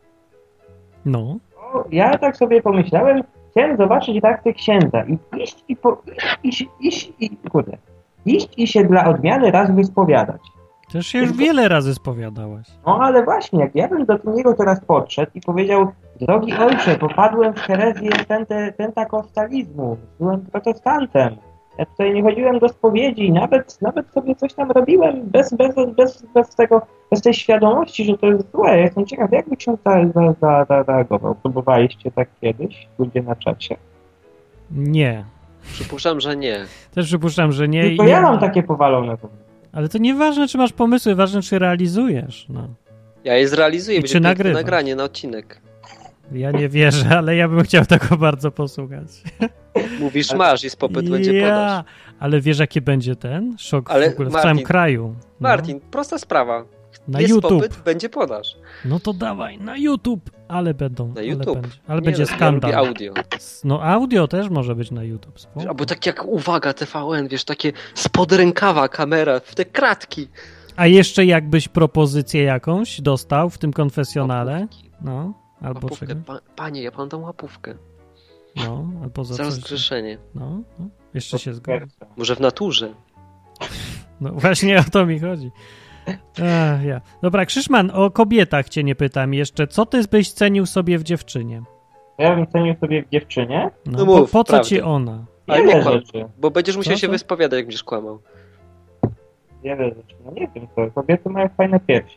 No. no. Ja tak sobie pomyślałem, chciałem zobaczyć reakcję księdza i iść i po... iść, iść i... kurde. Iść i się dla odmiany raz wyspowiadać. Przecież się już Tylko... wiele razy spowiadałaś. No ale właśnie, jak ja bym do niego teraz podszedł i powiedział, drogi ojcze, popadłem w herezję pente, pentakostalizmu, byłem protestantem, Ja tutaj nie chodziłem do spowiedzi, nawet, nawet sobie coś tam robiłem bez, bez, bez, bez, tego, bez tej świadomości, że to jest złe. Ja jestem ciekaw, jakby ksiądz zareagował. Próbowaliście tak kiedyś, ludzie na czacie? Nie. Przypuszczam, że nie. Też przypuszczam, że nie. Tylko i ja nie mam takie powalone. Ale to nieważne, czy masz pomysły, ważne, czy realizujesz. No. Ja je zrealizuję, I będzie czy piękne nagrywasz? nagranie na odcinek. Ja nie wierzę, ale ja bym chciał tego bardzo posłuchać. Mówisz, masz i z popyt będzie ja. podaż. Ale wiesz, jaki będzie ten szok Ale w ogóle w Martin, całym kraju? No. Martin, prosta sprawa. Na Jest YouTube. popyt, będzie podaż. No to dawaj, na YouTube. Ale będą. Na YouTube. Ale będzie, ale Nie, będzie no, ja skandal. lubię audio. No audio też może być na YouTube. Spoko. Albo tak jak uwaga T V N, wiesz, takie spod rękawa kamera w te kratki. A jeszcze jakbyś propozycję jakąś dostał w tym konfesjonale? No, albo Łapówkę. czego? Pa, panie, ja panu dam łapówkę. No, albo za Za coś. rozgrzeszenie. No, no, jeszcze się zgodzę. Może w naturze. No właśnie o to mi chodzi. Ach, ja. Dobra, Krzyszman, o kobietach cię nie pytam jeszcze. Co ty byś cenił sobie w dziewczynie? Ja bym cenił sobie w dziewczynie? No, No po, mów, po co prawdę. ci ona? Ale Wiele nie kłam, rzeczy. bo będziesz musiał Co, się co? wyspowiadać, jak będziesz kłamał. Wiele rzeczy. No nie wiem, co. Kobiety mają fajne piersi.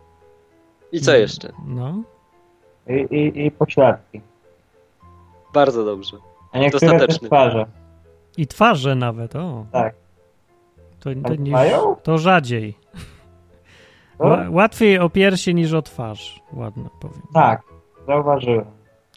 I co jeszcze? No. I, i, i pośladki. Bardzo dobrze. A niektóre też Dostateczny. twarze. I twarze nawet, o. Tak. To, to, Tak nie, mają? to rzadziej. Co? Ła- Łatwiej o piersi niż o twarz. Ładno powiem. Tak, zauważyłem.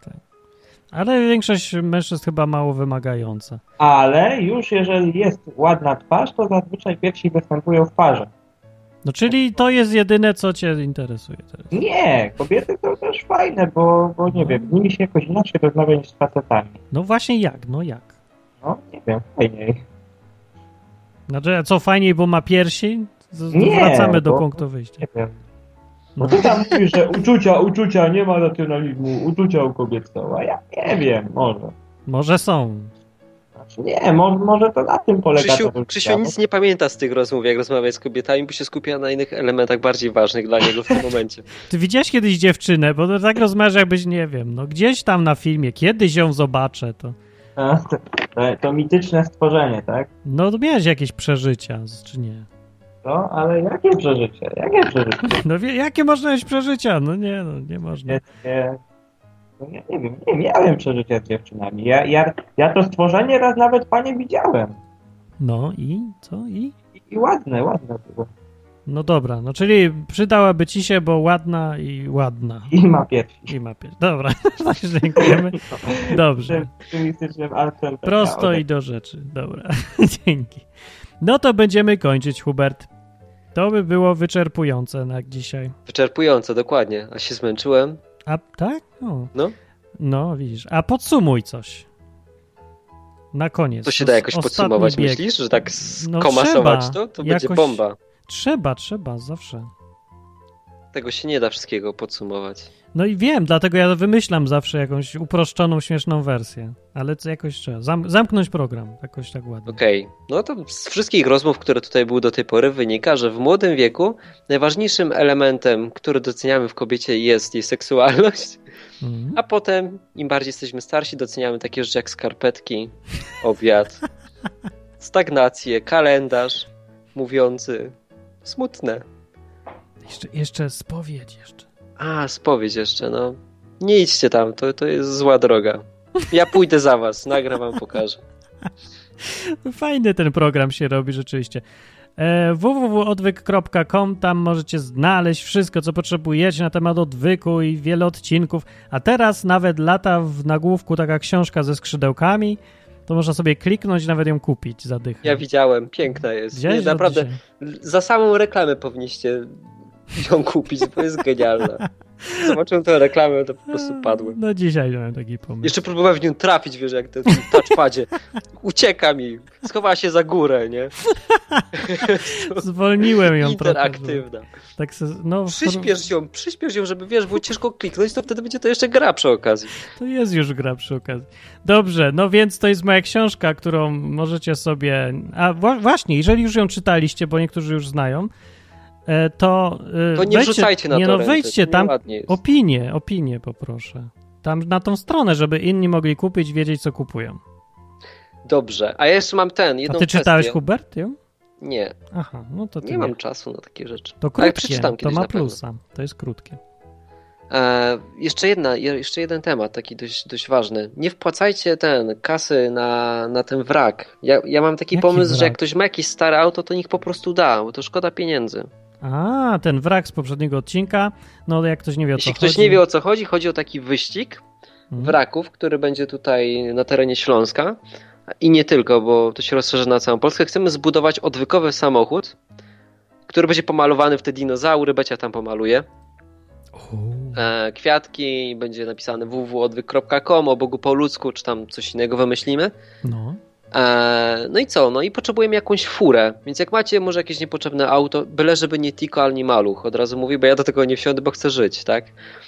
Ale większość mężczyzn chyba mało wymagająca. Ale już jeżeli jest ładna twarz, to zazwyczaj piersi występują w parze. No czyli to jest jedyne, co cię interesuje teraz. Nie, kobiety to też fajne, bo, bo nie wiem, z nimi się jakoś inaczej rozmawia niż z facetami. No właśnie jak, no jak? No, nie wiem, fajniej. Znaczy, a co fajniej, bo ma piersi? Z- Nie, Wracamy do bo- punktu wyjścia. Nie wiem. No. No ty tam mówisz, że uczucia, uczucia, nie ma nacjonalizmu, uczucia u kobiet są, a ja nie wiem, może. Może są. Znaczy nie, może, może to na tym polega. Krzysiu, to Krzysiu nic nie pamięta z tych rozmów, jak rozmawia z kobietami, bo się skupia na innych elementach bardziej ważnych dla niego w tym momencie. Ty widziałeś kiedyś dziewczynę, bo to tak rozmawiasz, jakbyś, nie wiem, no gdzieś tam na filmie, kiedyś ją zobaczę, to... A, to, to, to mityczne stworzenie, tak? No to miałeś jakieś przeżycia, czy nie? No, ale jakie przeżycie? Jakie przeżycie? No wie, jakie można mieć przeżycia? No nie, no nie można. Nie, nie, no ja nie wiem, nie miałem przeżycia z dziewczynami. Ja, ja, ja to stworzenie raz nawet, panie, widziałem. No i co? I? I, i ładne, ładne było. No dobra, no czyli przydałaby ci się, bo ładna i ładna. I ma piersi. I ma piersi. Dobra, dziękujemy. Dobrze. Optymistycznym akcentem. Prosto i do rzeczy. Dobra, dzięki. No to będziemy kończyć, Hubert. To by było wyczerpujące na dzisiaj. Wyczerpujące, dokładnie. A się zmęczyłem. A tak? No. No. No, widzisz. A podsumuj coś. Na koniec. To się da jakoś Ostatni podsumować, bieg. myślisz? Że tak No skomasować trzeba. to? To Jakoś... będzie bomba. Trzeba, trzeba, zawsze. Tego się nie da wszystkiego podsumować. No i wiem, dlatego ja wymyślam zawsze jakąś uproszczoną, śmieszną wersję. Ale co jakoś trzeba. Zam- zamknąć program. Jakoś tak ładnie. Okej. Okay. No to z wszystkich rozmów, które tutaj były do tej pory, wynika, że w młodym wieku najważniejszym elementem, który doceniamy w kobiecie, jest jej seksualność. Mhm. A potem, im bardziej jesteśmy starsi, doceniamy takie rzeczy jak skarpetki, obiad, stagnację, kalendarz mówiący smutne. Jeszcze, jeszcze spowiedź jeszcze. A, spowiedź jeszcze, no. Nie idźcie tam, to, to jest zła droga. Ja pójdę za was, nagram wam, pokażę. Fajny ten program się robi rzeczywiście. E, w w w kropka odwyk kropka com, tam możecie znaleźć wszystko, co potrzebujecie na temat odwyku i wiele odcinków. A teraz nawet lata w nagłówku taka książka ze skrzydełkami, to można sobie kliknąć i nawet ją kupić za dychę. Ja widziałem, piękna jest. Widziałeś Nie, naprawdę, dzisiaj? za samą reklamę powinniście ją kupić, bo jest genialna. Zobaczyłem tę reklamę, to po prostu padłem. No dzisiaj miałem taki pomysł. Jeszcze próbowałem w nią trafić, wiesz, jak ten touchpadzie. Ucieka mi, schowała się za górę, nie? Zwolniłem ją Interaktywna. trochę. Tak se, no, przyspiesz ją, przyspiesz ją, żeby wiesz, było ciężko kliknąć, to wtedy będzie to jeszcze gra przy okazji. To jest już gra przy okazji. Dobrze, no więc to jest moja książka, którą możecie sobie... A wła- właśnie, jeżeli już ją czytaliście, bo niektórzy już znają, to... To nie wejdźcie, wrzucajcie na nie, to no wejdźcie tam, opinie, opinie poproszę. Tam na tą stronę, żeby inni mogli kupić, wiedzieć, co kupują. Dobrze, a ja jeszcze mam ten, jedną A ty kwestię. czytałeś, Hubert, ją? Nie. Aha, no to ty Nie, nie mam czasu na takie rzeczy. To Ale krótkie, przeczytam to kiedyś ma na pewno. plusa, to jest krótkie. E, jeszcze, jedna, jeszcze jeden temat, taki dość, dość ważny. Nie wpłacajcie ten kasy na, na ten wrak. Ja, ja mam taki Jaki pomysł, wrak? że jak ktoś ma jakieś stare auto, to niech po prostu da, bo to szkoda pieniędzy. A, ten wrak z poprzedniego odcinka, no jak ktoś nie wie o co Jeśli ktoś chodzi. nie wie o co chodzi, chodzi o taki wyścig Mhm. wraków, który będzie tutaj na terenie Śląska i nie tylko, bo to się rozszerzy na całą Polskę. Chcemy zbudować odwykowy samochód, który będzie pomalowany w te dinozaury, Becia tam pomaluje. E, kwiatki, będzie napisane w w w kropka odwyk kropka com, o Bogu po ludzku, czy tam coś innego wymyślimy. No. E, no i co? No i potrzebujemy jakąś furę, więc jak macie może jakieś niepotrzebne auto, byle żeby nie Tico, ani Maluch, od razu mówię, bo ja do tego nie wsiądę, bo chcę żyć, tak?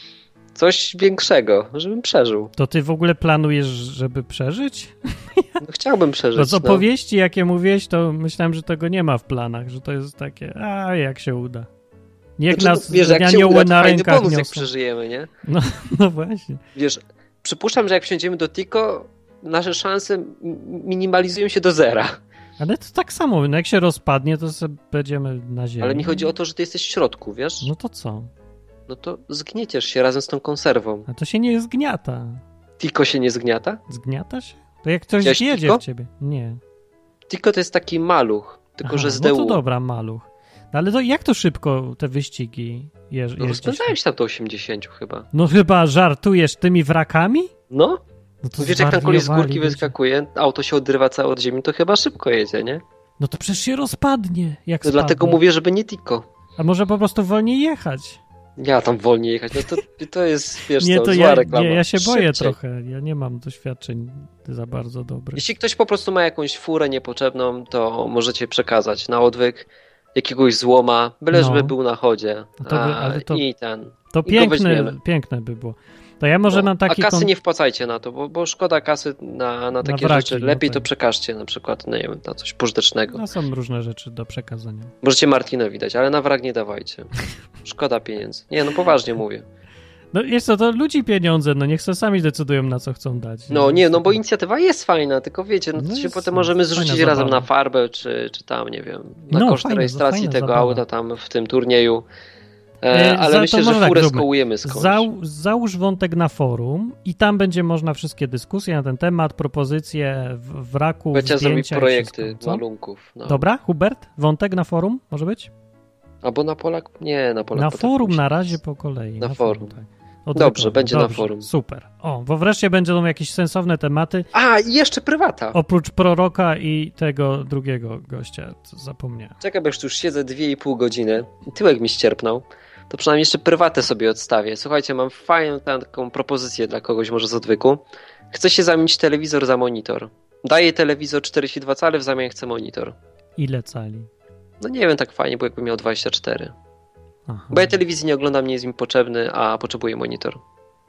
Coś większego, żebym przeżył. To ty w ogóle planujesz, żeby przeżyć? No, chciałbym przeżyć. Bo z no. opowieści, jakie mówiłeś, to myślałem, że tego nie ma w planach, że to jest takie, a jak się uda. Niech Znaczy, nas wiesz, jak się anioły uda, to na fajny rękach bonus, jak niosą. przeżyjemy, nie? No, no właśnie. Wiesz, przypuszczam, że jak wsiądziemy do Tico, nasze szanse m- minimalizują się do zera. Ale to tak samo, no jak się rozpadnie, to sobie będziemy na ziemi. Ale mi chodzi o to, że ty jesteś w środku, wiesz? No to co? No to zgnieciesz się razem z tą konserwą. A to się nie zgniata. Tico się nie zgniata? Zgniata się? To jak ktoś Widziałeś zjedzie Tico? w ciebie. Nie. Tico to jest taki maluch, tylko Aha, że z no D U. to dobra, maluch. No ale to jak to szybko te wyścigi jeż, No jeździć? rozpędzałem się tam do osiemdziesięciu chyba. No chyba żartujesz tymi wrakami? No. No to Wiesz, jak tam koleś z zwariowali górki ludzie. wyskakuje, auto się odrywa całe od ziemi, to chyba szybko jedzie, nie? No to przecież się rozpadnie, jak No spadnie. dlatego mówię, żeby nie Tico. A może po prostu wolniej jechać? Ja tam wolniej jechać, no to, to jest, wiesz Nie, co, to zła ja, reklama. nie, ja się boję Szybciej. trochę. Ja nie mam doświadczeń za bardzo dobrych. Jeśli ktoś po prostu ma jakąś furę niepotrzebną, to możecie przekazać na odwyk jakiegoś złoma, byle No. żeby był na chodzie. No to by- A, ale to- I ten. To i go piękne, weźmiemy. piękne by było. To ja może No, mam taki... A kasy kon- nie wpłacajcie na to, bo, bo szkoda kasy na, na takie wraki, rzeczy. no Lepiej tak. to przekażcie na przykład, nie wiem, na coś pożytecznego. No są różne rzeczy do przekazania. Możecie Martinowi dać, ale na wrak nie dawajcie. Szkoda pieniędzy. Nie, no poważnie mówię. No jest to, to ludzi pieniądze, no niech sobie sami decydują, na co chcą dać. No nie, no bo inicjatywa jest fajna, tylko wiecie, no to No się jest- potem możemy jest zrzucić fajna razem zabawa. na farbę, czy, czy tam, nie wiem, na No, koszt fajna, rejestracji fajna tego zabawa. auta tam w tym turnieju. E, E, ale za- to myślę, może że tak furę zróbmy. skołujemy skądś. Zał, załóż wątek na forum i tam będzie można wszystkie dyskusje na ten temat, propozycje w- wraków, Becia zrobi zdjęcia i projekty wszystko, co? malunków. No. Dobra, Hubert? Wątek na forum może być? Albo na Polak? Nie, na Polak. Na potrafi forum się- na razie po kolei. Na forum. tak. Dobrze, Odwykowo. będzie na Dobrze, forum. Super. O, bo wreszcie będą jakieś sensowne tematy. A, i jeszcze prywata. Oprócz proroka i tego drugiego gościa, co zapomniałem. Czekaj, bo już tu już siedzę dwie i pół godziny i tyłek mi ścierpnął. To przynajmniej jeszcze prywatę sobie odstawię. Słuchajcie, mam fajną taką propozycję dla kogoś może z odwyku. Chcę się zamienić telewizor za monitor. Daję telewizor czterdzieści dwa cale, w zamian chcę monitor. Ile cali? No nie wiem, tak fajnie, bo jakby miał dwadzieścia cztery. Aha. Bo ja telewizji nie oglądam, nie jest mi potrzebny, a potrzebuję monitor.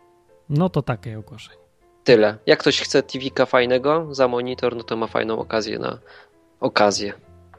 No to takie ogłoszenie. Tyle. Jak ktoś chce T V ka fajnego za monitor, no to ma fajną okazję na okazję.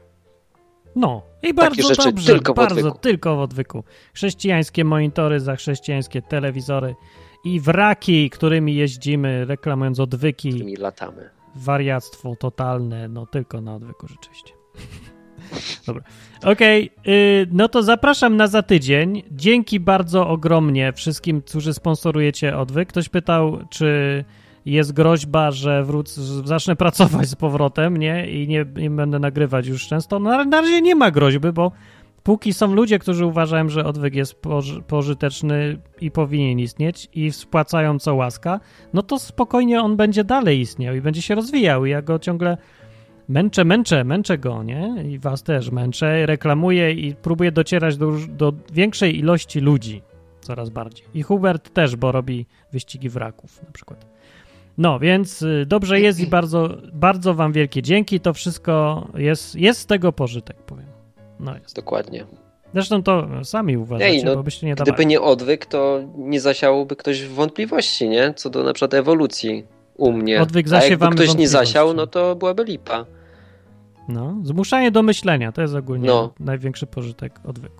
No i bardzo rzeczy dobrze, tylko w bardzo odwyku. tylko w odwyku. Chrześcijańskie monitory za chrześcijańskie telewizory i wraki, którymi jeździmy, reklamując odwyki. Którymi latamy. Wariactwo totalne, no tylko na odwyku rzeczywiście. Dobra. Okej, okay, no to zapraszam na za tydzień. Dzięki bardzo ogromnie wszystkim, którzy sponsorujecie odwyk. Ktoś pytał, czy jest groźba, że wrócę, że zacznę pracować z powrotem, nie? I nie, nie będę nagrywać już często. No, na razie nie ma groźby, bo póki są ludzie, którzy uważają, że odwyk jest poży- pożyteczny i powinien istnieć i spłacają co łaska, no to spokojnie on będzie dalej istniał i będzie się rozwijał. I ja go ciągle męczę, męczę, męczę go, nie? I was też męczę, reklamuję i próbuję docierać do, do większej ilości ludzi coraz bardziej. I Hubert też, bo robi wyścigi wraków na przykład. No, więc y, dobrze jest i bardzo, bardzo wam wielkie dzięki. To wszystko jest, jest z tego pożytek, powiem. No jest. Dokładnie. Zresztą to sami uważacie, Ej, no, bo byście nie gdyby dawali. nie odwyk, to nie zasiałby ktoś wątpliwości, nie? Co do na przykład ewolucji u mnie. Odwyk A zasiewamy jakby ktoś nie wątpliwości. zasiał, no to byłaby lipa. No, zmuszanie do myślenia, to jest ogólnie No. największy pożytek odwyku.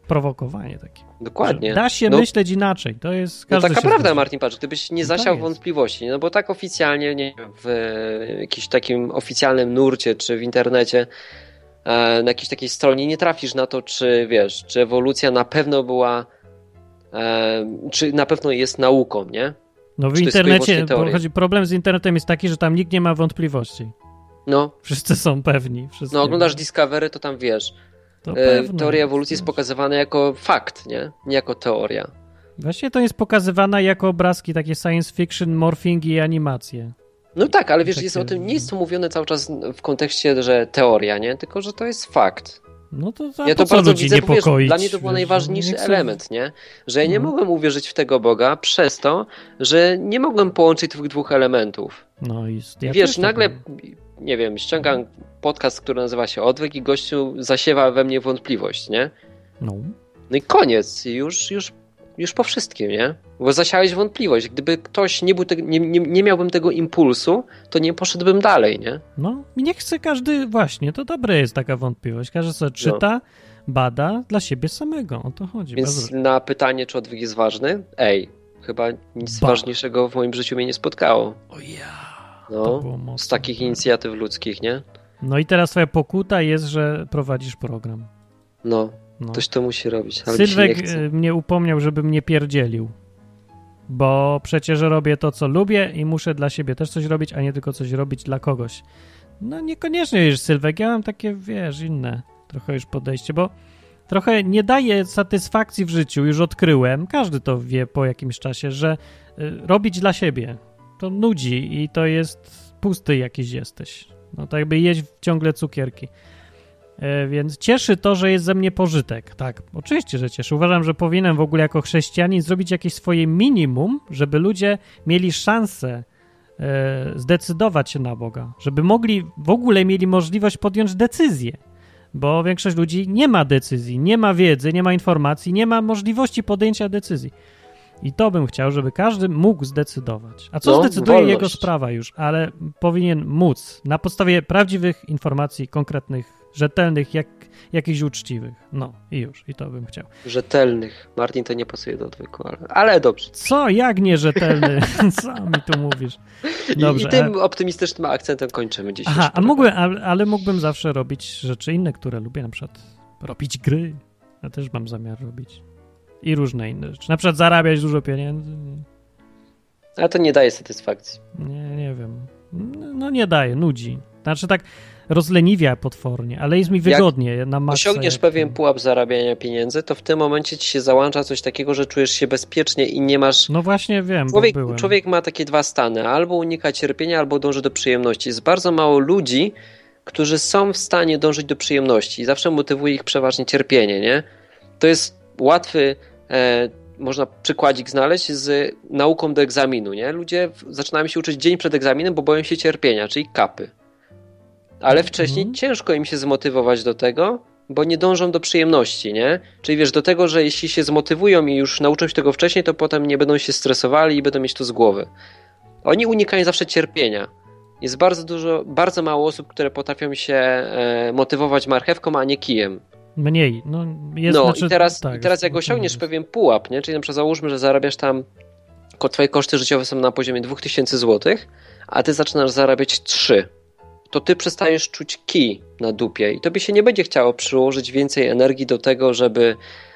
prowokowanie takie. Dokładnie. Da się no, myśleć inaczej. To jest no każdy taka się prawda, zgadza. Martin, patrz, gdybyś nie No zasiał tak wątpliwości, no bo tak oficjalnie, nie wiem, w jakimś takim oficjalnym nurcie, czy w internecie, e, na jakiejś takiej stronie nie trafisz na to, czy wiesz, czy ewolucja na pewno była, e, czy na pewno jest nauką, nie? No w Czy to jest tylko i internecie, wyłącznie bo teoria? chodzi, problem z internetem jest taki, że tam nikt nie ma wątpliwości. No. Wszyscy są pewni. Wszyscy No oglądasz Discovery, to tam wiesz, To e, pewno teoria jest, ewolucji jest pokazywana jako fakt, nie? Nie jako teoria. Właśnie to jest pokazywana jako obrazki, takie science fiction, morphingi i animacje. No tak, ale wiesz, Takie- jest o tym, nie jest to mówione cały czas w kontekście, że teoria, nie? Tylko, że to jest fakt. No to a Ja po to co bardzo ludzi widzę, bo wiesz, niepokoić? dla mnie to był wiesz, najważniejszy niech sobie- element, nie? Że ja nie No. mogłem uwierzyć w tego Boga przez to, że nie mogłem połączyć tych dwóch elementów. No i ja I wiesz, też tak nagle, mam. nie wiem, ściągam podcast, który nazywa się Odwyk i gościu zasiewa we mnie wątpliwość, nie? No. No i koniec, już, już, już po wszystkim, nie? Bo zasiałeś wątpliwość. Gdyby ktoś nie był, te, nie, nie, nie miałbym tego impulsu, to nie poszedłbym dalej, nie? No i niech chce każdy, właśnie, to dobre jest taka wątpliwość. Każdy sobie czyta, bada dla siebie samego, o to chodzi. Więc Bez- na pytanie, czy odwyk jest ważny, ej, chyba nic Ba. ważniejszego w moim życiu mnie nie spotkało. O ja. No, To było mocne. z takich inicjatyw ludzkich, nie? No i teraz twoja pokuta jest, że prowadzisz program. No, No. ktoś to musi robić, ale mi się Sylwek nie chce. y, mnie upomniał, żebym nie pierdzielił. Bo przecież robię to, co lubię i muszę dla siebie też coś robić, a nie tylko coś robić dla kogoś. No niekoniecznie już, Sylwek, ja mam takie, wiesz, inne trochę już podejście, bo trochę nie daje satysfakcji w życiu, już odkryłem, każdy to wie po jakimś czasie, że y, robić dla siebie to nudzi i to jest pusty jakiś jesteś. No tak jakby jeść ciągle cukierki. E, Więc cieszy to, że jest ze mnie pożytek. Tak, oczywiście, że cieszy. Uważam, że powinienem w ogóle jako chrześcijanin zrobić jakieś swoje minimum, żeby ludzie mieli szansę e, zdecydować się na Boga. Żeby mogli, w ogóle mieli możliwość podjąć decyzję. Bo większość ludzi nie ma decyzji, nie ma wiedzy, nie ma informacji, nie ma możliwości podjęcia decyzji. I to bym chciał, żeby każdy mógł zdecydować. A co No, zdecyduje wolność. jego sprawa już, ale powinien móc na podstawie prawdziwych informacji, konkretnych, rzetelnych, jak, jakichś uczciwych. No i już, i to bym chciał. Rzetelnych. Martin to nie pasuje do odwyku, ale, ale dobrze. Co? Jak nierzetelny? Co mi tu mówisz? I, I tym optymistycznym akcentem kończymy dzisiaj. Aha, a mógłbym, ale, ale mógłbym zawsze robić rzeczy inne, które lubię, na przykład robić gry. Ja też mam zamiar robić. I różne inne rzeczy. Na przykład zarabiać dużo pieniędzy. Ale to nie daje satysfakcji. Nie, nie wiem. No nie daje, nudzi. Znaczy tak rozleniwia potwornie, ale jest mi wygodnie Jak na maksa. osiągniesz jak... pewien pułap zarabiania pieniędzy, to w tym momencie ci się załącza coś takiego, że czujesz się bezpiecznie i nie masz... No właśnie wiem, Człowiek, bo byłem. człowiek ma takie dwa stany. Albo unika cierpienia, albo dąży do przyjemności. Jest bardzo mało ludzi, którzy są w stanie dążyć do przyjemności. I zawsze motywuje ich przeważnie cierpienie, nie? To jest łatwy... E, można przykładzik znaleźć z nauką do egzaminu, nie? Ludzie w, zaczynają się uczyć dzień przed egzaminem, bo boją się cierpienia, czyli kapy. Ale wcześniej Mhm. ciężko im się zmotywować do tego, bo nie dążą do przyjemności, nie? Czyli wiesz, do tego, że jeśli się zmotywują i już nauczą się tego wcześniej, to potem nie będą się stresowali i będą mieć to z głowy. Oni unikają zawsze cierpienia. Jest bardzo dużo, bardzo mało osób, które potrafią się e, motywować marchewką, a nie kijem. Mniej. No, jest, No znaczy, i teraz, tak, i teraz jak jest- osiągniesz pewien pułap, nie? Czyli na przykład załóżmy, że zarabiasz tam, ko- twoje koszty życiowe są na poziomie dwa tysiące złotych, a ty zaczynasz zarabiać trzy, to ty przestajesz czuć kij na dupie i tobie się nie będzie chciało przyłożyć więcej energii do tego, żeby,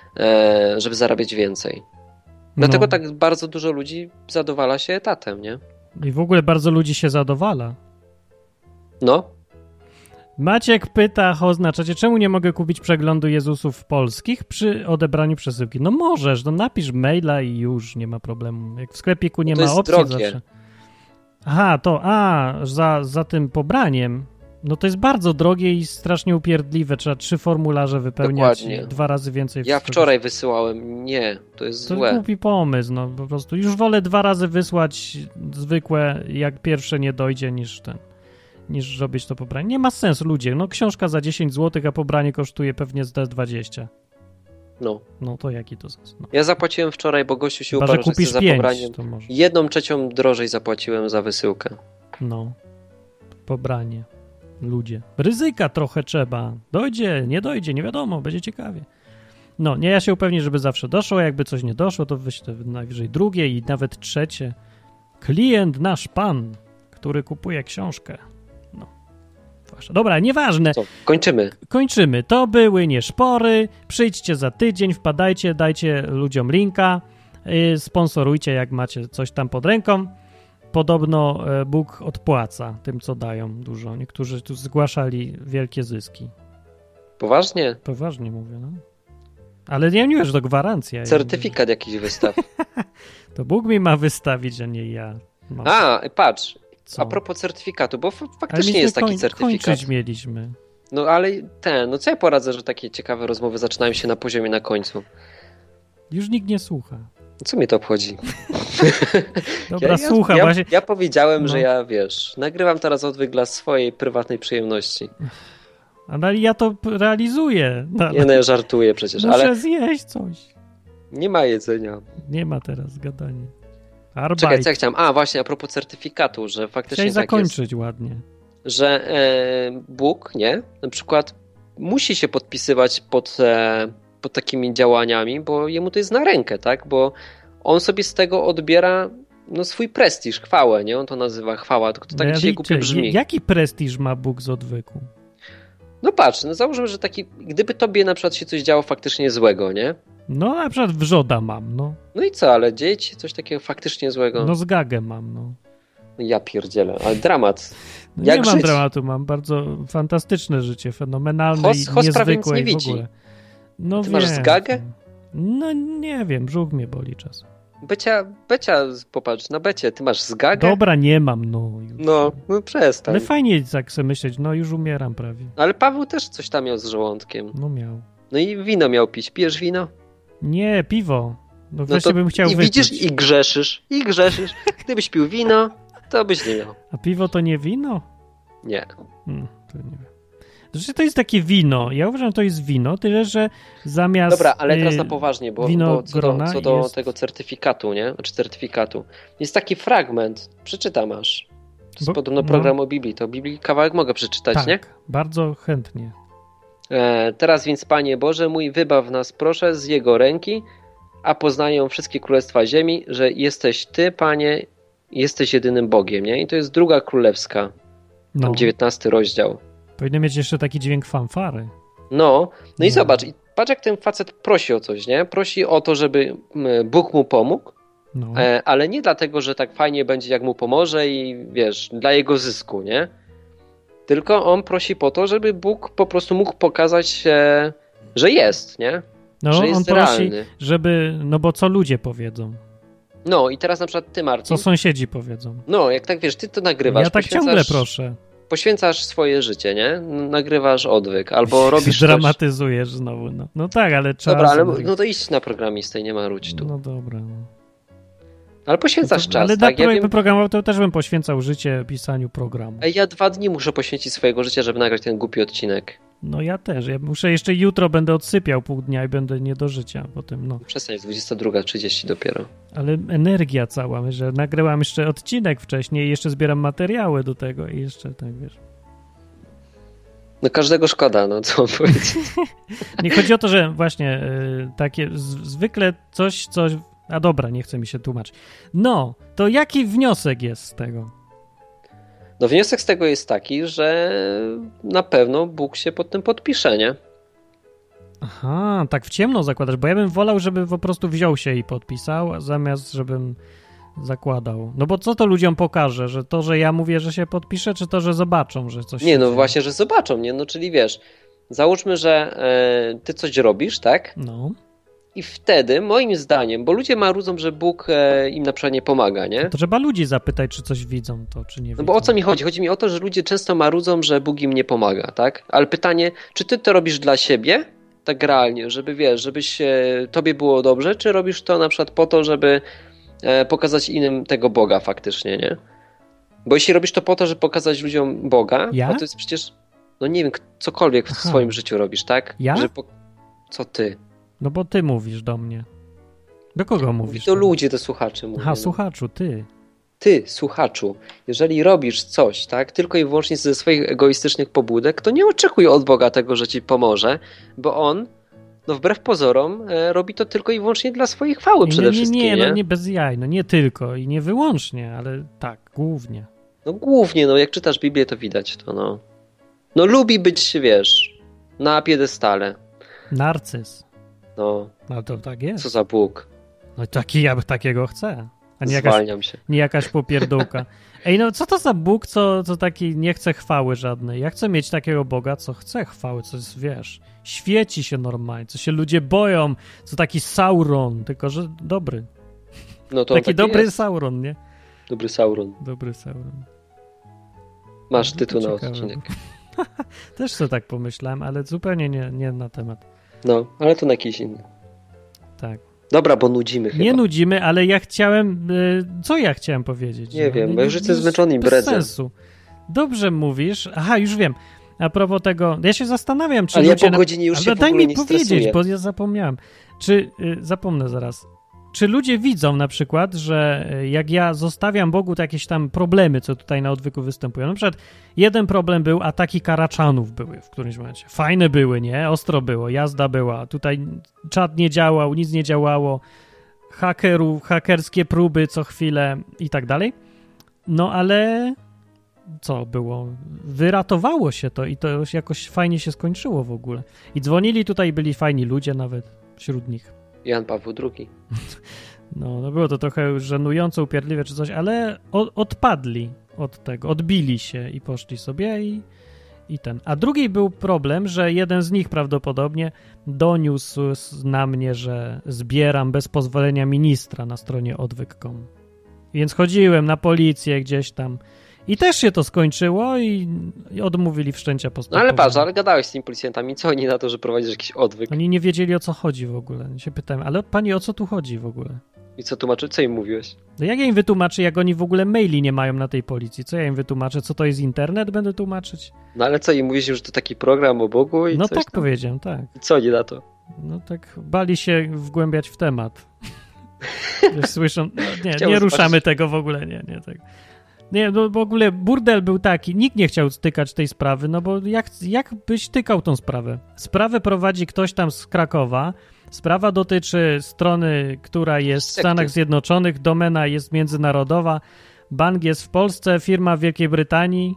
e, żeby zarabiać więcej. Dlatego No. tak bardzo dużo ludzi zadowala się etatem, nie? I w ogóle bardzo ludzi się zadowala. No. Maciek pyta, oznaczacie, czemu nie mogę kupić przeglądu Jezusów polskich przy odebraniu przesyłki? No możesz, no napisz maila i już, nie ma problemu. Jak w sklepiku nie To ma jest opcji drogie. zawsze. Aha, to, a, za, za tym pobraniem. No to jest bardzo drogie i strasznie upierdliwe. Trzeba trzy formularze wypełniać, Dokładnie. dwa razy więcej. Ja wszystkiego. wczoraj wysyłałem. Nie, to jest To złe. głupi pomysł, no po prostu. Już wolę dwa razy wysłać zwykłe, jak pierwsze nie dojdzie, niż ten, niż robić to pobranie. Nie ma sensu, ludzie. No książka za dziesięć złotych, a pobranie kosztuje pewnie z dwadzieścia. No. No to jaki to sens? No. Ja zapłaciłem wczoraj, bo gościu się Chyba, że uparł, że chce kupisz za pięć, pobraniem. to może. Jedną trzecią drożej zapłaciłem za wysyłkę. No, pobranie. Ludzie. Ryzyka trochę trzeba. Dojdzie, nie dojdzie, nie wiadomo, będzie ciekawie. No, nie, ja się upewnię, żeby zawsze doszło, jakby coś nie doszło, to wyślę najwyżej drugie i nawet trzecie. Klient nasz pan, który kupuje książkę. No. Dobra, nieważne. Co, kończymy. Kończymy. To były nieszpory. Przyjdźcie za tydzień, wpadajcie, dajcie ludziom linka, yy, sponsorujcie, jak macie coś tam pod ręką. Podobno e, Bóg odpłaca tym, co dają dużo. Niektórzy tu zgłaszali wielkie zyski. Poważnie? Poważnie mówię, no. Ale nie mówię, że to gwarancja. Certyfikat jakiś wystaw. To Bóg mi ma wystawić, a nie ja. Mam. A, patrz. Co? A propos certyfikatu, bo f- faktycznie jest taki koń- certyfikat. Kończyć mieliśmy. No ale ten, no co ja poradzę, że takie ciekawe rozmowy zaczynają się na poziomie na końcu. Już nikt nie słucha. Co mnie to obchodzi? Dobra, ja, słucham. Ja, właśnie... ja powiedziałem, no. że ja, wiesz, nagrywam teraz odwyk dla swojej prywatnej przyjemności. Ale ja to p- realizuję. No, Nie, no ja żartuję przecież, muszę ale zjeść coś. nie ma jedzenia. Nie ma teraz gadania. Arbeit. Czekaj, co ja chciałem? A, właśnie, a propos certyfikatu, że faktycznie Chciałeś tak zakończyć jest, ładnie. że e, Bóg, nie? Na przykład musi się podpisywać pod, e, pod takimi działaniami, bo jemu to jest na rękę, tak? Bo on sobie z tego odbiera no, swój prestiż, chwałę, nie? On to nazywa chwała, tylko to tak No, dzisiaj liczę, głupio brzmi. Jaki prestiż ma Bóg z odwyku? No patrz, no załóżmy, że taki, gdyby tobie na przykład się coś działo faktycznie złego, nie? No na przykład wrzoda mam, no. No i co, ale dzieje ci się coś takiego faktycznie złego? No zgagę mam, no. Ja pierdzielę, ale dramat. No Jak nie mam żyć? dramatu, mam bardzo fantastyczne życie, fenomenalne Hos- i Hosprawiec niezwykłe nie i w widzi. ogóle. No Ty masz wiem. zgagę? No nie wiem, brzuch mnie boli czasem. Becia, Becia, popatrz, na Becie, ty masz zgagę? Dobra, nie mam, no. Już. No, no przestań. Ale fajnie tak sobie myśleć, no już umieram prawie. Ale Paweł też coś tam miał z żołądkiem. No miał. No i wino miał pić. Pijesz wino? Nie, piwo. No No wreszcie to bym chciał i wypić. widzisz, i grzeszysz, i grzeszysz. Gdybyś pił wino, to byś nie miał. A piwo to nie wino? Nie. Hmm, to nie wiem. Znaczy to jest takie wino. Ja uważam, że to jest wino, tyle że zamiast... Dobra, ale teraz y, na poważnie, bo, wino bo co, do, grona co do jest... tego certyfikatu, nie? Znaczy certyfikatu. Jest taki fragment, przeczytam aż. To jest Bo- podobno no. program o Biblii. To Biblii kawałek mogę przeczytać, tak, nie? bardzo chętnie. E, teraz więc, Panie Boże mój, wybaw nas proszę z Jego ręki, a poznają wszystkie królestwa ziemi, że jesteś Ty, Panie, jesteś jedynym Bogiem, nie? I to jest druga królewska, tam No. dziewiętnasty rozdział. Powinien mieć jeszcze taki dźwięk fanfary. No, no i No. zobacz, i patrz jak ten facet prosi o coś, nie? Prosi o to, żeby mm, Bóg mu pomógł, No. e, ale nie dlatego, że tak fajnie będzie, jak mu pomoże i wiesz, dla jego zysku, nie? Tylko on prosi po to, żeby Bóg po prostu mógł pokazać, e, że jest, nie? No, że jest on prosi, realny. żeby... No bo co ludzie powiedzą? No i teraz na przykład ty, Marcin. Co sąsiedzi powiedzą? No, jak tak wiesz, ty to nagrywasz. Ja tak poświęcasz- ciągle proszę. Poświęcasz swoje życie, nie? Nagrywasz odwyk, albo robisz coś... Dramatyzujesz znowu, no. No tak, ale trzeba... Dobra, ale zrobić. no to idź na programistę i nie marudź tu. No dobra. No. Ale poświęcasz czas, Ale tak? na Ja pro- wiem, programował, to też bym poświęcał życie pisaniu programu. Ej, ja dwa dni muszę poświęcić swojego życia, żeby nagrać ten głupi odcinek. No ja też. Ja muszę jeszcze jutro będę odsypiał pół dnia i będę nie do życia potem, no. Przestań, jest dwudziesta druga trzydzieści dopiero. Ale energia cała, że nagrywam jeszcze odcinek wcześniej i jeszcze zbieram materiały do tego i jeszcze tak, wiesz. No każdego szkoda, no co mam powiedzieć. Nie chodzi o to, że właśnie y, takie z, zwykle coś, coś... A dobra, nie chce mi się tłumaczyć. No, to jaki wniosek jest z tego? No wniosek z tego jest taki, że na pewno Bóg się pod tym podpisze, nie? Aha, tak w ciemno zakładasz, bo ja bym wolał, żeby po prostu wziął się i podpisał, zamiast żebym zakładał. No bo co to ludziom pokaże? Że to, że ja mówię, że się podpiszę, czy to, że zobaczą, że coś Nie, się no dzieje? właśnie, że zobaczą, nie? No czyli wiesz, załóżmy, że e, ty coś robisz, tak? No. I wtedy, moim zdaniem, bo ludzie marudzą, że Bóg e, im na przykład nie pomaga, nie? To trzeba ludzi zapytać, czy coś widzą to, czy nie No widzą. bo o co mi chodzi? Chodzi mi o to, że ludzie często marudzą, że Bóg im nie pomaga, tak? Ale pytanie, czy ty to robisz dla siebie? Tak realnie, żeby wiesz, żebyś e, tobie było dobrze, czy robisz to na przykład po to, żeby e, pokazać innym tego Boga faktycznie, nie? Bo jeśli robisz to po to, żeby pokazać ludziom Boga, Ja? no to jest przecież, no nie wiem, cokolwiek w Aha. swoim życiu robisz, tak? Ja? Że po... Co ty? No bo ty mówisz do mnie. Do kogo mówisz? To ludzie, do słuchaczy mówią. Aha, słuchaczu, ty. Ty, słuchaczu, jeżeli robisz coś, tak, tylko i wyłącznie ze swoich egoistycznych pobudek, to nie oczekuj od Boga tego, że ci pomoże, bo On no wbrew pozorom e, robi to tylko i wyłącznie dla swojej chwały przede nie, nie, wszystkim, nie, nie? no nie bez jaj, no nie tylko i nie wyłącznie, ale tak, głównie. No głównie, no jak czytasz Biblię, to widać to, no. No lubi być, wiesz, na piedestale. Narcyz. No. No to tak jest. Co za Bóg. No taki, ja takiego chcę. A nie jakaś, Zwalniam się. nie jakaś popierdółka. Ej, no co to za Bóg, co, co taki nie chce chwały żadnej? Ja chcę mieć takiego Boga, co chce chwały, co jest, wiesz, świeci się normalnie, co się ludzie boją, co taki Sauron, tylko że dobry. No to taki, taki dobry jest. Sauron, nie? Dobry Sauron. Dobry Sauron. Masz No, tytuł na ciekawe. odcinek. Też sobie tak pomyślałem, ale zupełnie nie, nie na temat. No, ale to na jakiś inny. Tak. Dobra, bo nudzimy chyba. Nie nudzimy, ale ja chciałem... y, Co ja chciałem powiedzieć? Nie No, wiem, bo już jestem bez- zmęczony bez imprezą. sensu. Dobrze mówisz. Aha, już wiem. A propos tego, ja się zastanawiam, czy Ale ja ludzie... po godzinie już Ale się w daj ogóle mi nie powiedzieć, stresuję. bo ja zapomniałem. Czy, y, zapomnę zaraz. Czy ludzie widzą na przykład, że y, jak ja zostawiam Bogu to jakieś tam problemy, co tutaj na odwyku występują. Na przykład jeden problem był, ataki karaczanów były w którymś momencie. Fajne były, nie? Ostro było, jazda była. Tutaj czat nie działał, nic nie działało. Hakerów, hakerskie próby co chwilę i tak dalej. No ale co było? Wyratowało się to i to już jakoś fajnie się skończyło w ogóle. I dzwonili tutaj, byli fajni ludzie nawet wśród nich. Jan Paweł drugi. No, no było to trochę żenująco, upierdliwe czy coś, ale o, odpadli od tego, odbili się i poszli sobie i, i ten. A drugi był problem, że jeden z nich prawdopodobnie doniósł s- na mnie, że zbieram bez pozwolenia ministra na stronie odwyk kropka com. Więc chodziłem na policję gdzieś tam i też się to skończyło i, i odmówili wszczęcia No postępowania. ale patrz, ale gadałeś z tymi policjantami, co oni na to, że prowadzisz jakiś odwyk? Oni nie wiedzieli, o co chodzi w ogóle. Ja się pytałem, ale pani, o co tu chodzi w ogóle? I co tłumaczy? Co im mówiłeś? No jak ja im wytłumaczę, jak oni w ogóle maili nie mają na tej policji? Co ja im wytłumaczę? Co to jest internet? Będę tłumaczyć? No ale co im mówisz, że to taki program o Bogu i No coś tak tam? powiedziałem, tak. I co oni na to? No tak bali się wgłębiać w temat. Wiesz, słyszą, no, nie, Chciałem nie ruszamy zobaczyć. tego w ogóle, nie, nie, tak. Nie, no w ogóle burdel był taki, nikt nie chciał stykać tej sprawy, no bo jak, jak byś tykał tą sprawę? Sprawę prowadzi ktoś tam z Krakowa, sprawa dotyczy strony, która jest w Sekty. Stanach Zjednoczonych, domena jest międzynarodowa, bank jest w Polsce, firma w Wielkiej Brytanii,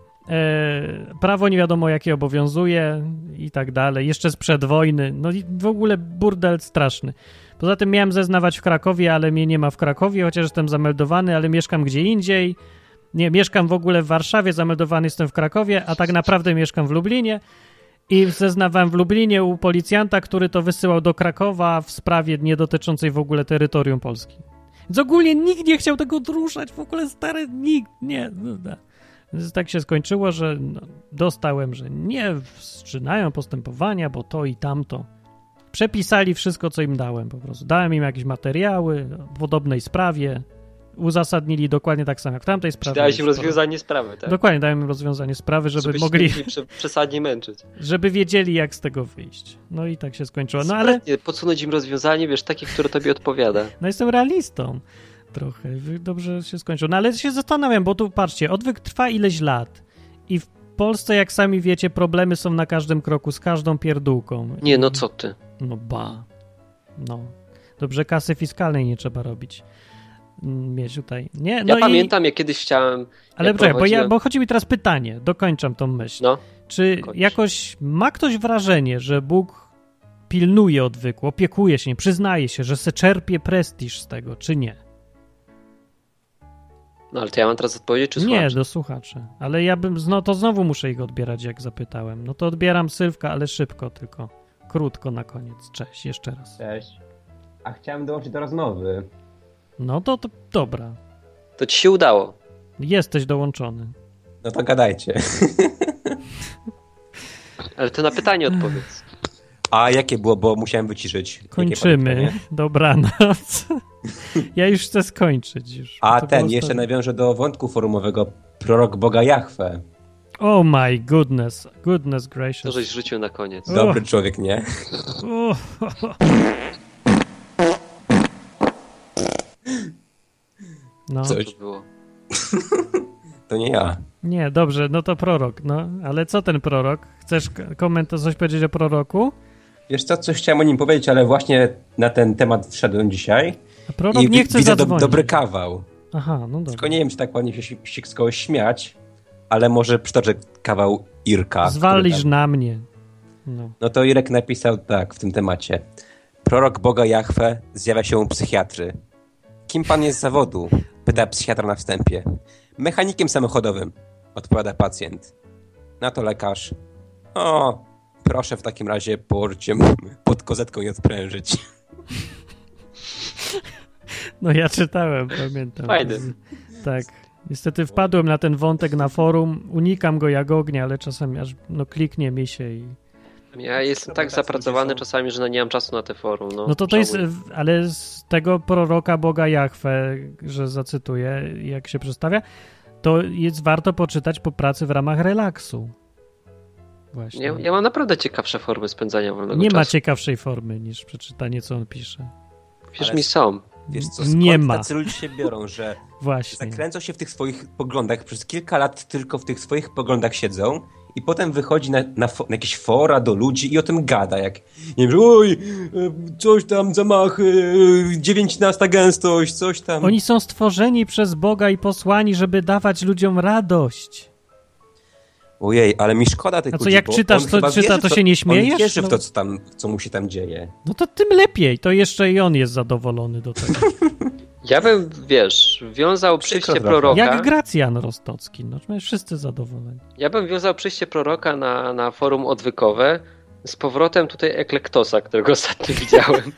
e, prawo nie wiadomo jakie obowiązuje i tak dalej, jeszcze sprzed wojny, no i w ogóle burdel straszny. Poza tym miałem zeznawać w Krakowie, ale mnie nie ma w Krakowie, chociaż jestem zameldowany, ale mieszkam gdzie indziej. Nie, mieszkam w ogóle w Warszawie, zameldowany jestem w Krakowie, a tak naprawdę mieszkam w Lublinie i zeznawałem w Lublinie u policjanta, który to wysyłał do Krakowa w sprawie nie dotyczącej w ogóle terytorium Polski. Więc ogólnie nikt nie chciał tego ruszać, w ogóle stary, nikt, nie. No, no. Więc tak się skończyło, że no, dostałem, że nie wszczynają postępowania, bo to i tamto. Przepisali wszystko, co im dałem po prostu. Dałem im jakieś materiały w podobnej sprawie, uzasadnili dokładnie tak samo jak w tamtej sprawie. Dałeś im rozwiązanie sprawy, tak? Dokładnie, dałem im rozwiązanie sprawy, żeby, Żeby mogli, się nie przesadnie męczyć. żeby wiedzieli, jak z tego wyjść. No i tak się skończyło. No ale Sprytnie, podsunąć im rozwiązanie, wiesz, takie, które tobie odpowiada. no jestem realistą trochę. Dobrze się skończyło. No ale się zastanawiam, bo tu patrzcie, odwyk trwa ileś lat i w Polsce, jak sami wiecie, problemy są na każdym kroku, z każdą pierdółką. Nie, no co ty? No ba. No. Dobrze, kasy fiskalnej nie trzeba robić. Mm, Mieć tutaj. Nie, no Ja i... pamiętam, jak kiedyś chciałem... Ale jak poczekaj, bo, ja, prowadziłem- bo chodzi mi teraz pytanie, dokończam tą myśl. No. Czy kończ. jakoś ma ktoś wrażenie, że Bóg pilnuje odwyku, opiekuje się, przyznaje się, że se czerpie prestiż z tego, czy nie? No ale to ja mam teraz odpowiedzieć, czy Nie, słuchasz? do słuchaczy. Ale ja bym, no to znowu muszę ich odbierać, jak zapytałem. No to odbieram Sylwka, ale szybko tylko. Krótko na koniec. Cześć, jeszcze raz. Cześć. A chciałem dołączyć do rozmowy. No to, to dobra. To ci się udało. Jesteś dołączony. No to gadajcie. Ale to na pytanie odpowiedz. A jakie było, bo musiałem wyciszyć. Jakie Kończymy. pytanie? Dobranoc. Ja już chcę skończyć. Już. A To ten, było jeszcze ostatnie. nawiążę do wątku forumowego. Prorok Boga Jahwe. Oh my goodness. Goodness gracious. To żeś rzucił na koniec. Dobry człowiek, nie? O. No. Coś. To było. To nie ja. Nie, dobrze, no to prorok, no. Ale co ten prorok? Chcesz k- komentarz coś powiedzieć o proroku? Wiesz co, coś chciałem o nim powiedzieć, ale właśnie na ten temat wszedłem dzisiaj. A prorok i nie chce widzę do, zadzwonić. dobry kawał. Aha, no dobra. Tylko nie wiem, czy tak ładnie się, się z kogoś śmiać, ale może przytoczę kawał Irka. Zwalisz tam... na mnie. No. no to Irek napisał tak w tym temacie. Prorok Boga Jahwe zjawia się u psychiatry. Kim pan jest z zawodu? Pyta psychiatra na wstępie. Mechanikiem samochodowym, odpowiada pacjent. Na to lekarz. O, proszę w takim razie położyć się pod kozetką i odprężyć. No ja czytałem, pamiętam. Fajny. Tak. Niestety wpadłem na ten wątek na forum. Unikam go jak ognia, ale czasami aż no, kliknie mi się i... Ja jestem tak zapracowany czasami, że no nie mam czasu na te forum. No, no to to jest, ale z tego proroka Boga Jahwe, że zacytuję, jak się przedstawia, to jest warto poczytać po pracy w ramach relaksu. Właśnie. Ja, ja mam naprawdę ciekawsze formy spędzania wolnego Nie czasu. ma ciekawszej formy niż przeczytanie, co on pisze. Wiesz, mi są. Wiesz co, skąd nie ma. tacy ludzie się biorą, że Właśnie. zakręcą się w tych swoich poglądach, przez kilka lat tylko w tych swoich poglądach siedzą i potem wychodzi na, na, fo, na jakieś fora do ludzi i o tym gada, jak nie wiem, że oj, coś tam, zamachy, dziewiętnasta gęstość, coś tam. Oni są stworzeni przez Boga i posłani, żeby dawać ludziom radość. Ojej, ale mi szkoda tych A co, ludzi, jak bo czytasz, on to, chyba czyta, wierzy, to się nie śmiejesz? On wierzy no. w to, co, tam, co mu się tam dzieje. No to tym lepiej, to jeszcze i on jest zadowolony do tego. Ja bym, wiesz, wiązał przyjście proroka... Jak Gracjan Rostocki, no wszyscy zadowoleni. Ja bym wiązał przyjście proroka na, na forum odwykowe z powrotem tutaj Eklektosa, którego ostatnio widziałem.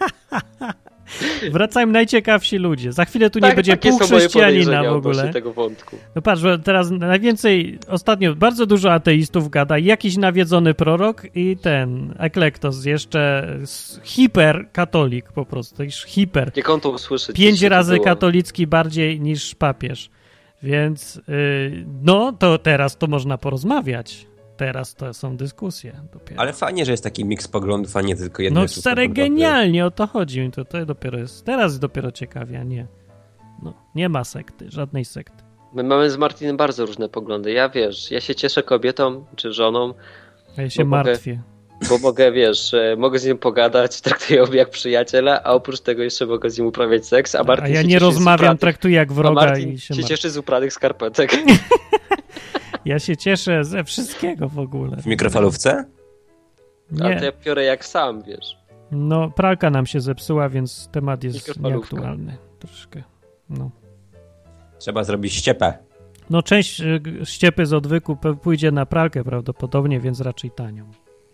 Wracają najciekawsi ludzie. Za chwilę tu nie tak, będzie pół chrześcijanina w ogóle. Tego wątku. No patrz, teraz najwięcej, ostatnio bardzo dużo ateistów gada, jakiś nawiedzony prorok i ten Eklektos jeszcze hiperkatolik po prostu, hiper. Jak on to usłyszy. Pięć razy katolicki bardziej niż papież. Więc yy, no to teraz to można porozmawiać. Teraz to są dyskusje dopiero. Ale fajnie, że jest taki miks poglądów, a nie tylko jedno. No stary, genialnie, o to chodzi. To, to dopiero jest, teraz dopiero ciekawie, a nie. No, nie ma sekty, żadnej sekty. My mamy z Martinem bardzo różne poglądy. Ja wiesz, ja się cieszę kobietą czy żoną. A ja się martwię. Mogę, bo mogę, wiesz, mogę z nim pogadać, traktuję ją jak przyjaciela, a oprócz tego jeszcze mogę z nim uprawiać seks, a Martin A ja się nie rozmawiam, traktuję jak wroga. A Martin i się, się martwię. cieszy z upranych skarpetek. Ja się cieszę ze wszystkiego w ogóle. W mikrofalówce? Nie. A to ja piorę jak sam, wiesz. No, pralka nam się zepsuła, więc temat jest nieaktualny. Troszkę, no. Trzeba zrobić ściepę. No, część ściepy z odwyku pójdzie na pralkę prawdopodobnie, więc raczej tanią.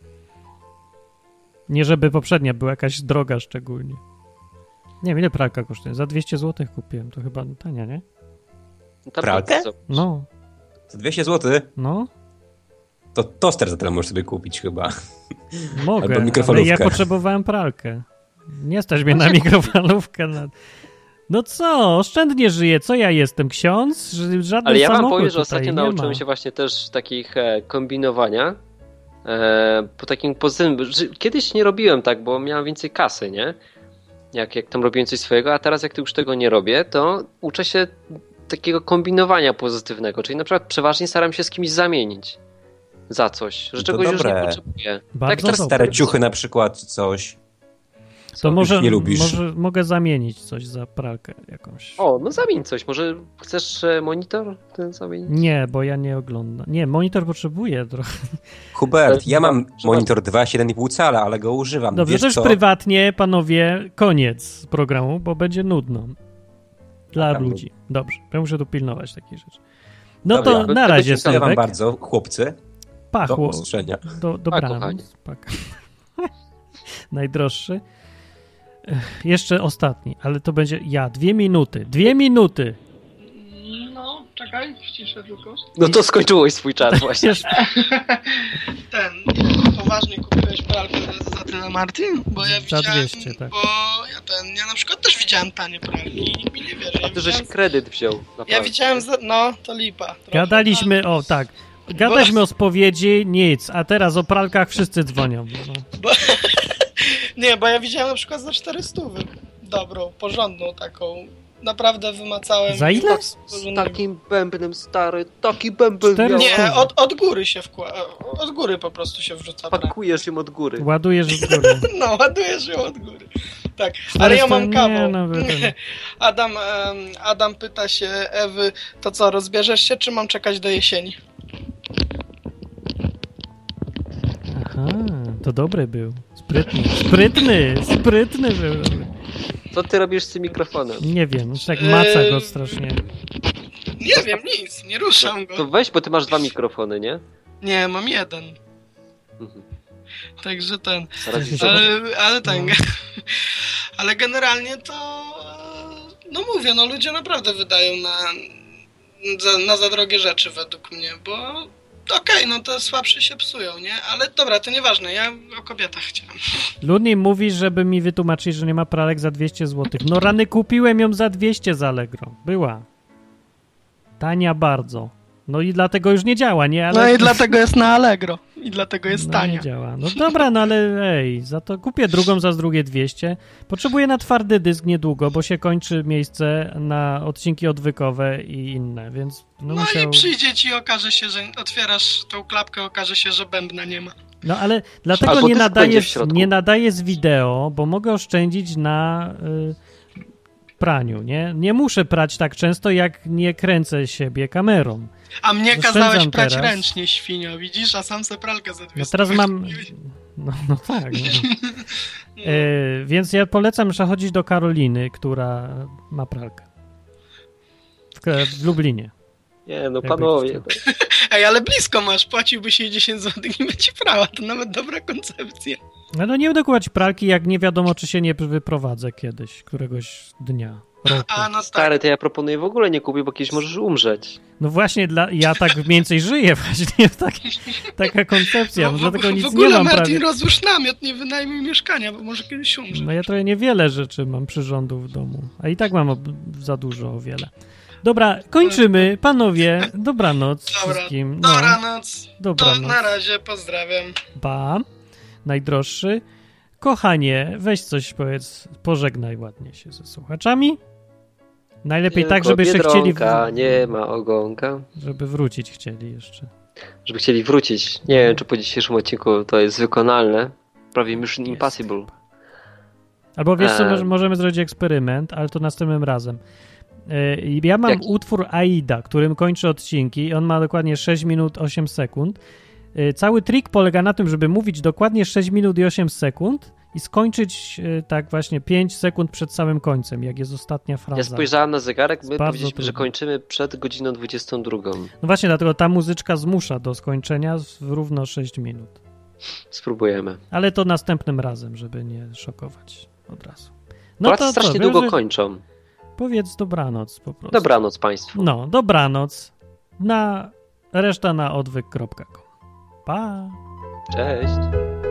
Nie żeby poprzednia była jakaś droga szczególnie. Nie wiem, ile pralka kosztuje? Za dwieście złotych kupiłem, to chyba tania, nie? Pralkę? No. Za dwieście złotych? No. To toster za tyle możesz sobie kupić chyba. Mogę, albo mikrofalówkę. Ale ja potrzebowałem pralkę. Nie stać mnie na mikrofalówkę. Na... No co, oszczędnie żyję. Co ja jestem? Ksiądz? Żaden Ale ja wam samochód powiem, że tutaj ostatnio nie nauczyłem ma. się właśnie też takich e, kombinowania e, po takim pozytywnym... Kiedyś nie robiłem tak, bo miałem więcej kasy, nie? Jak, jak tam robiłem coś swojego, a teraz jak już tego nie robię, to uczę się takiego kombinowania pozytywnego, czyli na przykład przeważnie staram się z kimś zamienić za coś, że To czegoś dobre. już nie potrzebuję. Bardzo tak teraz Stare ciuchy na przykład, coś. To może, nie lubisz. może mogę zamienić coś za pralkę jakąś. O, no zamień coś. Może chcesz e, monitor ten zamienić? Nie, bo ja nie oglądam. Nie, monitor potrzebuję trochę. Hubert, ja mam monitor dwa przecinek siedem i pół cala, ale go używam. Dobrze, Wiesz to już co? prywatnie, panowie, koniec programu, bo będzie nudno. Dla Tam ludzi. Dobrze, ja muszę tu pilnować takich rzeczy. No Dobra, to na razie, dziękuję wam Sylwek. bardzo, chłopcy. Pachło. Do usłyszenia. Do, dobranoc. Pak. Najdroższy. Ech, jeszcze ostatni, ale to będzie ja. Dwie minuty. Dwie minuty. No, czekaj, ściszę tylko. No to skończyłeś swój czas właśnie. Ten, poważnie kupiłeś pralkę za, za tyle, Martin? Bo ja Za widziałem, dwieście, tak. bo ja ten, ja na przykład też widziałem tanie pralki i nikt mi nie wierzy. A Ja ty żeś widziałem, kredyt wziął. ja naprawdę. widziałem, za, no, to lipa. Trochę. Gadaliśmy, o tak. Gadaliśmy o spowiedzi, nic, a teraz o pralkach wszyscy dzwonią. No. Bo, nie, bo ja widziałem na przykład za czterysta dobrą, porządną taką naprawdę wymacałem. Za ile? Z takim bębnem, stary, taki bęben miał. Nie, od, od góry się wkłada, od góry po prostu się wrzuca. Pakujesz ją od góry. Ładujesz od góry. No, ładujesz ją od góry. Tak, ale ja mam kawał. No, Adam, Adam pyta się Ewy, to co, rozbierzesz się, czy mam czekać do jesieni? Aha, to dobry był. Sprytny, sprytny, sprytny był. Co ty robisz z tym mikrofonem? Nie wiem, już tak maca go strasznie. Nie wiem, nic, nie ruszam go. To weź, bo ty masz dwa mikrofony, nie? Nie, mam jeden. Mhm. Także ten. Się... Ale, ale ten. No. Ale generalnie to. No mówię, no ludzie naprawdę wydają na, za, na za drogie rzeczy według mnie, bo okej, okay, no te słabsze się psują, nie? Ale dobra, to nieważne, ja o kobietach chciałem. Ludni mówi, żeby mi wytłumaczyć, że nie ma pralek za dwieście złotych. No rany, kupiłem ją za dwieście z Allegro. Była. Tania bardzo. No i dlatego już nie działa, nie? Ale... No i dlatego jest na Allegro. I dlatego jest no tania. Nie działa. No dobra, no ale ej, za to kupię drugą za z drugie dwieście. Potrzebuję na twardy dysk niedługo, bo się kończy miejsce na odcinki odwykowe i inne, więc no, no musiał... i przyjdzie ci i okaże się, że otwierasz tą klapkę, okaże się, że bębna nie ma. No ale dlatego Albo nie nadaję, w nie nadaję z wideo, bo mogę oszczędzić na y, praniu, nie? Nie muszę prać tak często, jak nie kręcę siebie kamerą. A mnie Oszczędzam kazałeś prać teraz. ręcznie, świnio, widzisz? A sam se pralkę za dwie No teraz mam... No, no tak. No. E, więc ja polecam przechodzić do Karoliny, która ma pralkę. W, w Lublinie. Nie, no panowie. Ej, ale blisko masz, płaciłbyś jej dziesięć złotych i by ci prała, to nawet dobra koncepcja. No, no nie będę kupować pralki, jak nie wiadomo, czy się nie wyprowadzę kiedyś, któregoś dnia. Roku. A, no tak. Stary, to ja proponuję w ogóle nie kupić, bo kiedyś możesz umrzeć. No właśnie, dla, ja tak więcej żyję właśnie, tak, taka koncepcja, No, dlatego w, nic w ogóle, nie mam Martin, prawie. rozłóż namiot, nie wynajmuj mieszkania, bo może kiedyś umrze. No ja trochę niewiele rzeczy mam przyrządów w domu, a i tak mam ob- za dużo o wiele. Dobra, kończymy, panowie, dobranoc Dobra, wszystkim. No, dobranoc, dobranoc. To na razie, pozdrawiam. Pa, najdroższy. Kochanie, weź coś powiedz, pożegnaj ładnie się ze słuchaczami. Najlepiej Nie tak, żeby się chcieli... W... nie ma ogonka. Żeby wrócić chcieli jeszcze. Żeby chcieli wrócić. Nie wiem, czy po dzisiejszym odcinku to jest wykonalne. Prawie Mission Impossible. Albo wiesz co, eee. możemy zrobić eksperyment, ale to następnym razem. Yy, ja mam Jaki? utwór Aida, którym kończy odcinki. On ma dokładnie sześć minut osiem sekund. Yy, cały trik polega na tym, żeby mówić dokładnie sześć minut i osiem sekund i skończyć yy, tak właśnie pięć sekund przed samym końcem, jak jest ostatnia fraza. Ja spojrzałem na zegarek, my powiedzieliśmy, trudno. że kończymy przed godziną dwudziestą drugą. No właśnie, dlatego ta muzyczka zmusza do skończenia w równo sześć minut. Spróbujemy. Ale to następnym razem, żeby nie szokować od razu. No Polacy to strasznie co, długo że... kończą. Powiedz dobranoc po prostu. Dobranoc państwu. No, dobranoc. Na reszta na odwyk kropka com. Pa! Cześć.